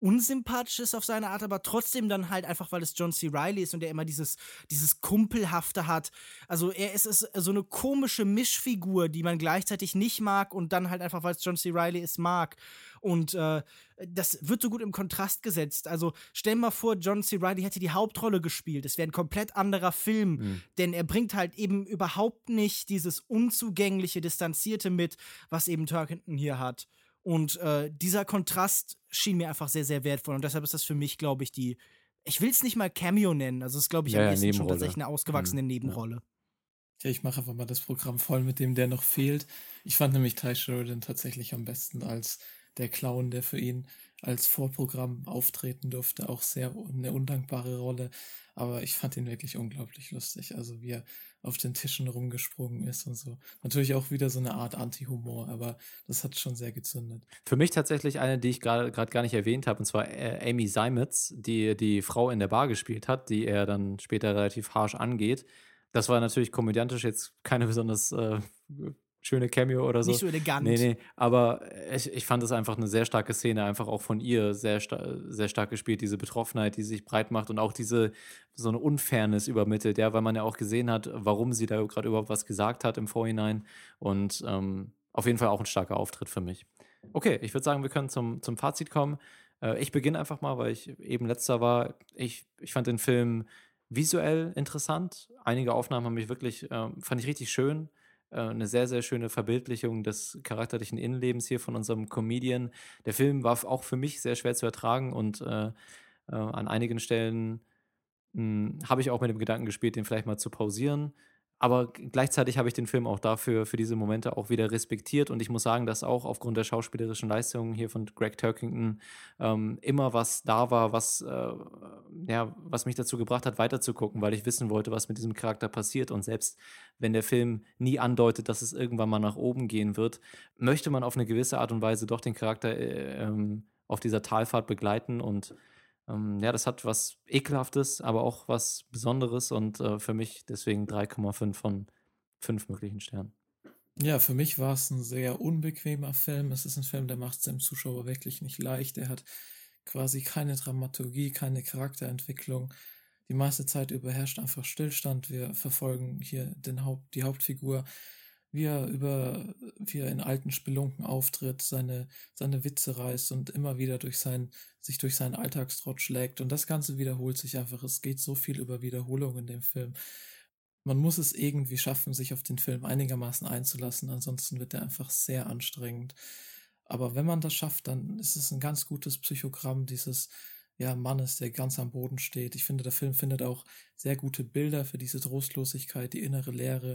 unsympathisch ist auf seine Art, aber trotzdem dann halt einfach, weil es John C. Reilly ist und er immer dieses, dieses Kumpelhafte hat. Also er ist, ist so eine komische Mischfigur, die man gleichzeitig nicht mag und dann halt einfach, weil es John C. Reilly ist, mag. Und äh, das wird so gut im Kontrast gesetzt. Also stell mal vor, John C. Reilly hätte die Hauptrolle gespielt. Es wäre ein komplett anderer Film, mhm. denn er bringt halt eben überhaupt nicht dieses unzugängliche, Distanzierte mit, was eben Turkington hier hat. Und äh, dieser Kontrast schien mir einfach sehr, sehr wertvoll. Und deshalb ist das für mich, glaube ich, die, ich will es nicht mal Cameo nennen, also es ist, glaube ich, ja, am ja, ehesten schon tatsächlich eine ausgewachsene mhm. Nebenrolle. Ja, ich mache einfach mal das Programm voll mit dem, der noch fehlt. Ich fand nämlich Tye Sheridan tatsächlich am besten als der Clown, der für ihn als Vorprogramm auftreten durfte. Auch sehr eine undankbare Rolle. Aber ich fand ihn wirklich unglaublich lustig. Also wie er auf den Tischen rumgesprungen ist und so. Natürlich auch wieder so eine Art Anti-Humor, aber das hat schon sehr gezündet. Für mich tatsächlich eine, die ich gerade gar nicht erwähnt habe, und zwar äh, Amy Seimetz, die die Frau in der Bar gespielt hat, die er dann später relativ harsh angeht. Das war natürlich komödiantisch jetzt keine besonders äh, schöne Cameo oder so. Nicht so elegant. Nee, nee, aber ich, ich fand es einfach eine sehr starke Szene, einfach auch von ihr sehr, sta- sehr stark gespielt, diese Betroffenheit, die sich breit macht und auch diese, so eine Unfairness übermittelt, ja, weil man ja auch gesehen hat, warum sie da gerade überhaupt was gesagt hat im Vorhinein und ähm, auf jeden Fall auch ein starker Auftritt für mich. Okay, ich würde sagen, wir können zum, zum Fazit kommen. Äh, ich beginne einfach mal, weil ich eben letzter war. Ich, ich fand den Film visuell interessant. Einige Aufnahmen haben mich wirklich, äh, fand ich richtig schön. Eine sehr, sehr schöne Verbildlichung des charakterlichen Innenlebens hier von unserem Comedian. Der Film war auch für mich sehr schwer zu ertragen und äh, äh, an einigen Stellen habe ich auch mit dem Gedanken gespielt, den vielleicht mal zu pausieren. Aber gleichzeitig habe ich den Film auch dafür, für diese Momente auch wieder respektiert. Und ich muss sagen, dass auch aufgrund der schauspielerischen Leistungen hier von Greg Turkington ähm, immer was da war, was, äh, ja, was mich dazu gebracht hat, weiterzugucken, weil ich wissen wollte, was mit diesem Charakter passiert. Und selbst wenn der Film nie andeutet, dass es irgendwann mal nach oben gehen wird, möchte man auf eine gewisse Art und Weise doch den Charakter äh, ähm, auf dieser Talfahrt begleiten. Und ähm, ja, das hat was Ekelhaftes, aber auch was Besonderes und äh, für mich deswegen drei Komma fünf von fünf möglichen Sternen. Ja, für mich war es ein sehr unbequemer Film. Es ist ein Film, der macht es dem Zuschauer wirklich nicht leicht. Er hat quasi keine Dramaturgie, keine Charakterentwicklung. Die meiste Zeit über herrscht einfach Stillstand. Wir verfolgen hier den Haupt, die Hauptfigur, wie er über, wie er in alten Spelunken auftritt, seine, seine Witze reißt und immer wieder durch sein, sich durch seinen Alltagstrott schlägt. Und das Ganze wiederholt sich einfach. Es geht so viel über Wiederholung in dem Film. Man muss es irgendwie schaffen, sich auf den Film einigermaßen einzulassen, ansonsten wird er einfach sehr anstrengend. Aber wenn man das schafft, dann ist es ein ganz gutes Psychogramm dieses ja, Mannes, der ganz am Boden steht. Ich finde, der Film findet auch sehr gute Bilder für diese Trostlosigkeit, die innere Leere,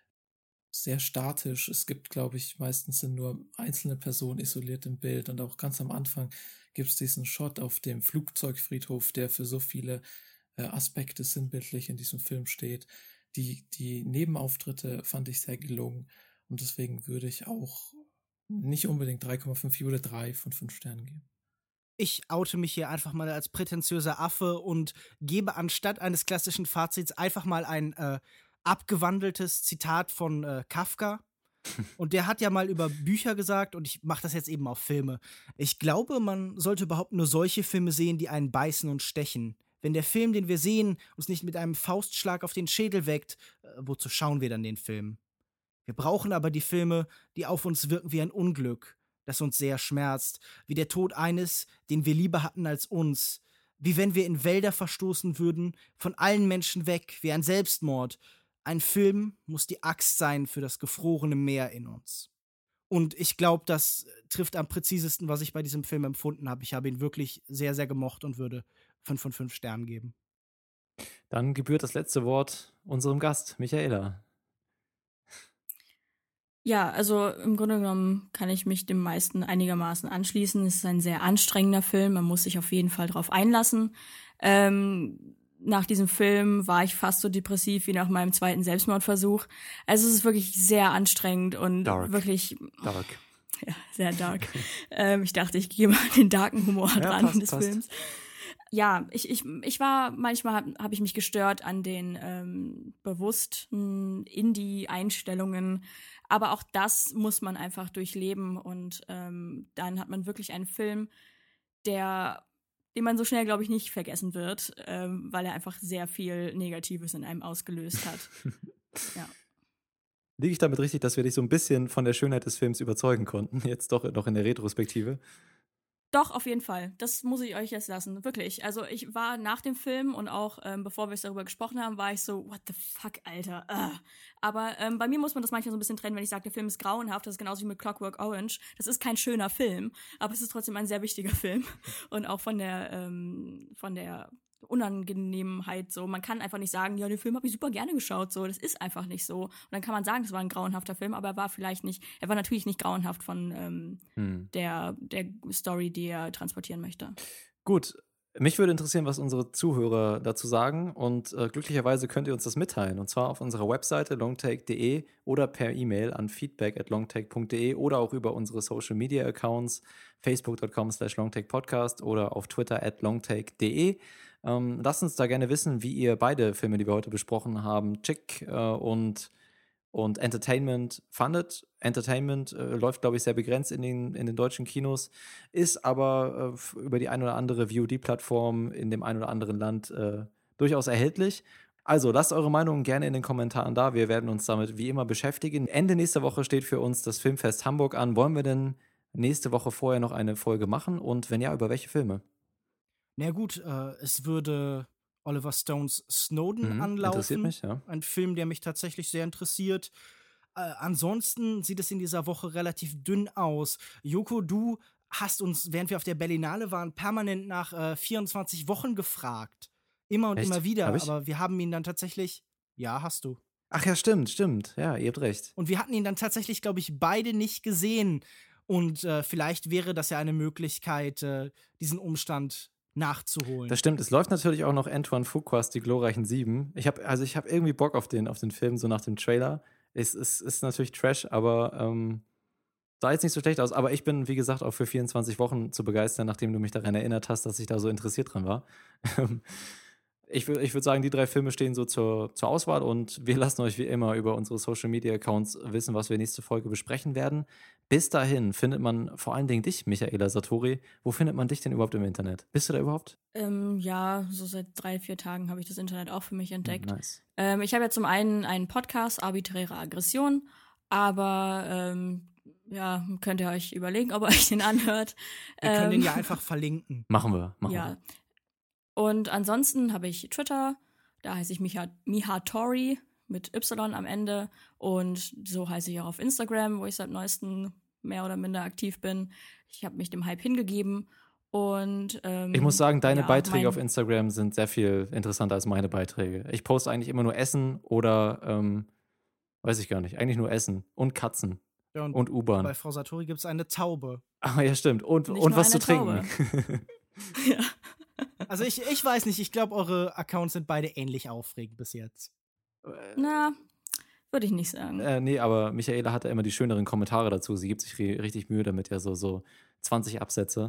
sehr statisch. Es gibt, glaube ich, meistens sind nur einzelne Personen isoliert im Bild und auch ganz am Anfang gibt es diesen Shot auf dem Flugzeugfriedhof, der für so viele äh, Aspekte sinnbildlich in diesem Film steht. Die, die Nebenauftritte fand ich sehr gelungen und deswegen würde ich auch nicht unbedingt drei Komma fünf, ich würde drei von fünf Sternen geben. Ich oute mich hier einfach mal als prätentiöser Affe und gebe anstatt eines klassischen Fazits einfach mal ein äh, abgewandeltes Zitat von äh, Kafka. Und der hat ja mal über Bücher gesagt, und ich mache das jetzt eben auf Filme. Ich glaube, man sollte überhaupt nur solche Filme sehen, die einen beißen und stechen. Wenn der Film, den wir sehen, uns nicht mit einem Faustschlag auf den Schädel weckt, äh, wozu schauen wir dann den Film? Wir brauchen aber die Filme, die auf uns wirken wie ein Unglück, das uns sehr schmerzt, wie der Tod eines, den wir lieber hatten als uns, wie wenn wir in Wälder verstoßen würden, von allen Menschen weg, wie ein Selbstmord. Ein Film muss die Axt sein für das gefrorene Meer in uns. Und ich glaube, das trifft am präzisesten, was ich bei diesem Film empfunden habe. Ich habe ihn wirklich sehr, sehr gemocht und würde fünf von fünf Sternen geben. Dann gebührt das letzte Wort unserem Gast, Michaela. Ja, also im Grunde genommen kann ich mich dem meisten einigermaßen anschließen. Es ist ein sehr anstrengender Film, man muss sich auf jeden Fall drauf einlassen. Ähm, nach diesem Film war ich fast so depressiv wie nach meinem zweiten Selbstmordversuch. Also es ist wirklich sehr anstrengend und dark. wirklich dark. Ja, sehr dark. ähm, ich dachte, ich gehe mal den darken Humor ja, dran passt, des passt. Films. Ja, ich, ich, ich war, manchmal habe hab ich mich gestört an den ähm, bewussten Indie-Einstellungen, aber auch das muss man einfach durchleben und ähm, dann hat man wirklich einen Film, der den man so schnell, glaube ich, nicht vergessen wird, ähm, weil er einfach sehr viel Negatives in einem ausgelöst hat. Ja. Liege ich damit richtig, dass wir dich so ein bisschen von der Schönheit des Films überzeugen konnten, jetzt doch noch in der Retrospektive? Doch, auf jeden Fall. Das muss ich euch jetzt lassen, wirklich. Also ich war nach dem Film und auch ähm, bevor wir darüber gesprochen haben, war ich so, what the fuck, Alter. Ugh. Aber ähm, bei mir muss man das manchmal so ein bisschen trennen, wenn ich sage, der Film ist grauenhaft. Das ist genauso wie mit Clockwork Orange. Das ist kein schöner Film, aber es ist trotzdem ein sehr wichtiger Film. Und auch von der ähm, von der Unangenehmheit so. Man kann einfach nicht sagen, ja, den Film habe ich super gerne geschaut. So, das ist einfach nicht so. Und dann kann man sagen, das war ein grauenhafter Film, aber er war vielleicht nicht, er war natürlich nicht grauenhaft von ähm, hm. der, der Story, die er transportieren möchte. Gut. Mich würde interessieren, was unsere Zuhörer dazu sagen und äh, glücklicherweise könnt ihr uns das mitteilen und zwar auf unserer Webseite longtake punkt de oder per E-Mail an feedback at longtake punkt de oder auch über unsere Social Media Accounts facebook punkt com slash longtake podcast oder auf Twitter at longtake punkt de. Ähm, lasst uns da gerne wissen, wie ihr beide Filme, die wir heute besprochen haben, Chick äh, und Und Entertainment fandet. Entertainment äh, läuft, glaube ich, sehr begrenzt in den, in den deutschen Kinos, ist aber äh, über die ein oder andere V O D-Plattform in dem ein oder anderen Land äh, durchaus erhältlich. Also lasst eure Meinungen gerne in den Kommentaren da. Wir werden uns damit wie immer beschäftigen. Ende nächster Woche steht für uns das Filmfest Hamburg an. Wollen wir denn nächste Woche vorher noch eine Folge machen? Und wenn ja, über welche Filme? Na gut, äh, es würde Oliver Stones Snowden Mhm, anlaufen. interessiert mich, ja. Ein Film, der mich tatsächlich sehr interessiert. Äh, ansonsten sieht es in dieser Woche relativ dünn aus. Joko, du hast uns, während wir auf der Berlinale waren, permanent nach äh, vierundzwanzig Wochen gefragt. Immer und Echt? immer wieder. Hab ich? Aber wir haben ihn dann tatsächlich. Ja, hast du. Ach ja, stimmt, stimmt. Ja, ihr habt recht. Und wir hatten ihn dann tatsächlich, glaube ich, beide nicht gesehen. Und äh, vielleicht wäre das ja eine Möglichkeit, äh, diesen Umstand nachzuholen. Das stimmt. Es läuft natürlich auch noch Antoine Fuquas Die glorreichen Sieben. Ich habe also ich habe irgendwie Bock auf den auf den Film so nach dem Trailer. Es, es ist natürlich Trash, aber ähm, sah jetzt nicht so schlecht aus. Aber ich bin wie gesagt auch für vierundzwanzig Wochen zu begeistern, nachdem du mich daran erinnert hast, dass ich da so interessiert dran war. Ich würde ich würd sagen, die drei Filme stehen so zur, zur Auswahl und wir lassen euch wie immer über unsere Social-Media-Accounts wissen, was wir nächste Folge besprechen werden. Bis dahin findet man vor allen Dingen dich, Michaela Satori. Wo findet man dich denn überhaupt im Internet? Bist du da überhaupt? Ähm, ja, so seit drei, vier Tagen habe ich das Internet auch für mich entdeckt. Nice. Ähm, ich habe ja zum einen einen Podcast, Arbiträre Aggression, aber ähm, ja, könnt ihr euch überlegen, ob ihr euch den anhört. Wir können ähm, den ja einfach verlinken. Machen wir, machen ja. wir. Und ansonsten habe ich Twitter, da heiße ich Miha, Mihatori mit Y am Ende und so heiße ich auch auf Instagram, wo ich seit neuestem mehr oder minder aktiv bin. Ich habe mich dem Hype hingegeben und ähm, Ich muss sagen, deine ja, Beiträge mein, auf Instagram sind sehr viel interessanter als meine Beiträge. Ich poste eigentlich immer nur Essen oder, ähm, weiß ich gar nicht, eigentlich nur Essen und Katzen Ja, und U-Bahn. Bei Frau Satori gibt es eine Taube. Ah ja, stimmt. Und, Nicht und nur was zu eine trinken. ja. Also ich, ich weiß nicht, ich glaube, eure Accounts sind beide ähnlich aufregend bis jetzt. Na, würde ich nicht sagen. Äh, nee, aber Michaela hat ja immer die schöneren Kommentare dazu. Sie gibt sich ri- richtig Mühe damit, ja, so, so zwanzig Absätze.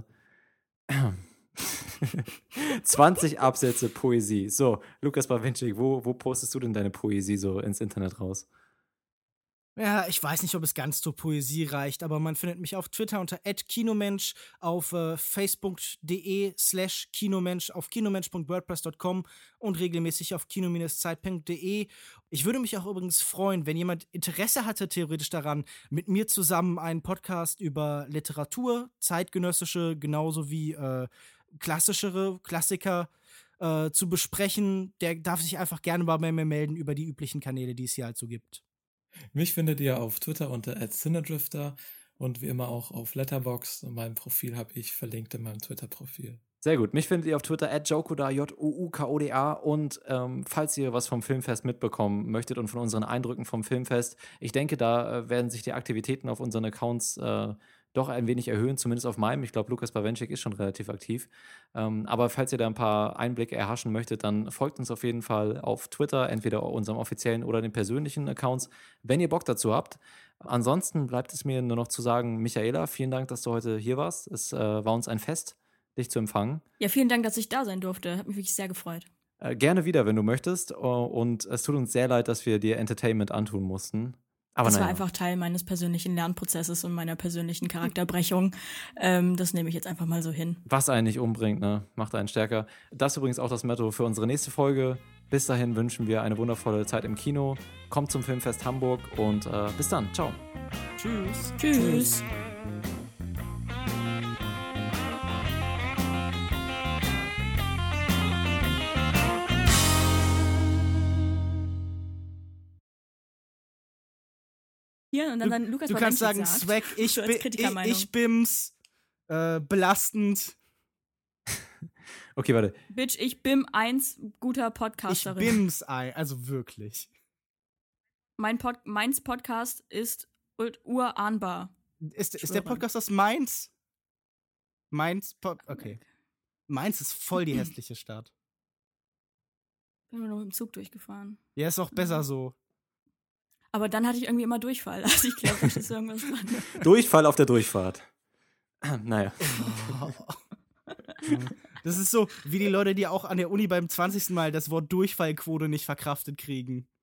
zwanzig Absätze Poesie. So, Lukas Bawenschik, wo, wo postest du denn deine Poesie so ins Internet raus? Ja, ich weiß nicht, ob es ganz zur Poesie reicht, aber man findet mich auf Twitter unter at kinomensch, auf äh, facebook.de slash kinomensch, auf kinomensch punkt wordpress punkt com und regelmäßig auf kino Zeit punkt de. Ich würde mich auch übrigens freuen, wenn jemand Interesse hatte, theoretisch daran, mit mir zusammen einen Podcast über Literatur, zeitgenössische, genauso wie äh, klassischere Klassiker äh, zu besprechen. Der darf sich einfach gerne bei mir melden über die üblichen Kanäle, die es hier halt so gibt. Mich findet ihr auf Twitter unter at cinedrifter und wie immer auch auf Letterboxd. Und mein Profil habe ich verlinkt in meinem Twitter-Profil. Sehr gut. Mich findet ihr auf Twitter at jokoda, J O U K O D A. Und ähm, falls ihr was vom Filmfest mitbekommen möchtet und von unseren Eindrücken vom Filmfest, ich denke, da äh, werden sich die Aktivitäten auf unseren Accounts äh, doch ein wenig erhöhen, zumindest auf meinem. Ich glaube, Lukas Bawenschik ist schon relativ aktiv. Ähm, aber falls ihr da ein paar Einblicke erhaschen möchtet, dann folgt uns auf jeden Fall auf Twitter, entweder unserem offiziellen oder den persönlichen Accounts, wenn ihr Bock dazu habt. Ansonsten bleibt es mir nur noch zu sagen, Michaela, vielen Dank, dass du heute hier warst. Es äh, war uns ein Fest, dich zu empfangen. Ja, vielen Dank, dass ich da sein durfte. Hat mich wirklich sehr gefreut. Äh, gerne wieder, wenn du möchtest. Und es tut uns sehr leid, dass wir dir Entertainment antun mussten. Aber das naja. war einfach Teil meines persönlichen Lernprozesses und meiner persönlichen Charakterbrechung. Ähm, das nehme ich jetzt einfach mal so hin. Was einen nicht umbringt, ne? Macht einen stärker. Das ist übrigens auch das Motto für unsere nächste Folge. Bis dahin wünschen wir eine wundervolle Zeit im Kino. Kommt zum Filmfest Hamburg und äh, bis dann. Ciao. Tschüss. Tschüss. Hier, und dann, dann Lukas, Du was kannst er sagen, sagt. Swag, ich, So als bi ich, Kritikermeinung. ich bims, äh, belastend. Okay, warte. Bitch, ich bim eins guter Ich Podcasterin. bims ein, also wirklich. Mein Pod meins Podcast ist ult- urahnbar. Ist, ist Schwöre. der Podcast aus Mainz? Mainz, Pod okay. Mainz ist voll die hässliche Stadt. Bin nur noch mit dem Zug durchgefahren. Ja, ist auch besser so. Aber dann hatte ich irgendwie immer Durchfall. Also ich glaube, da ist irgendwas dran. Durchfall auf der Durchfahrt. Naja. Das ist so, wie die Leute, die auch an der Uni beim zwanzigsten Mal das Wort Durchfallquote nicht verkraftet kriegen.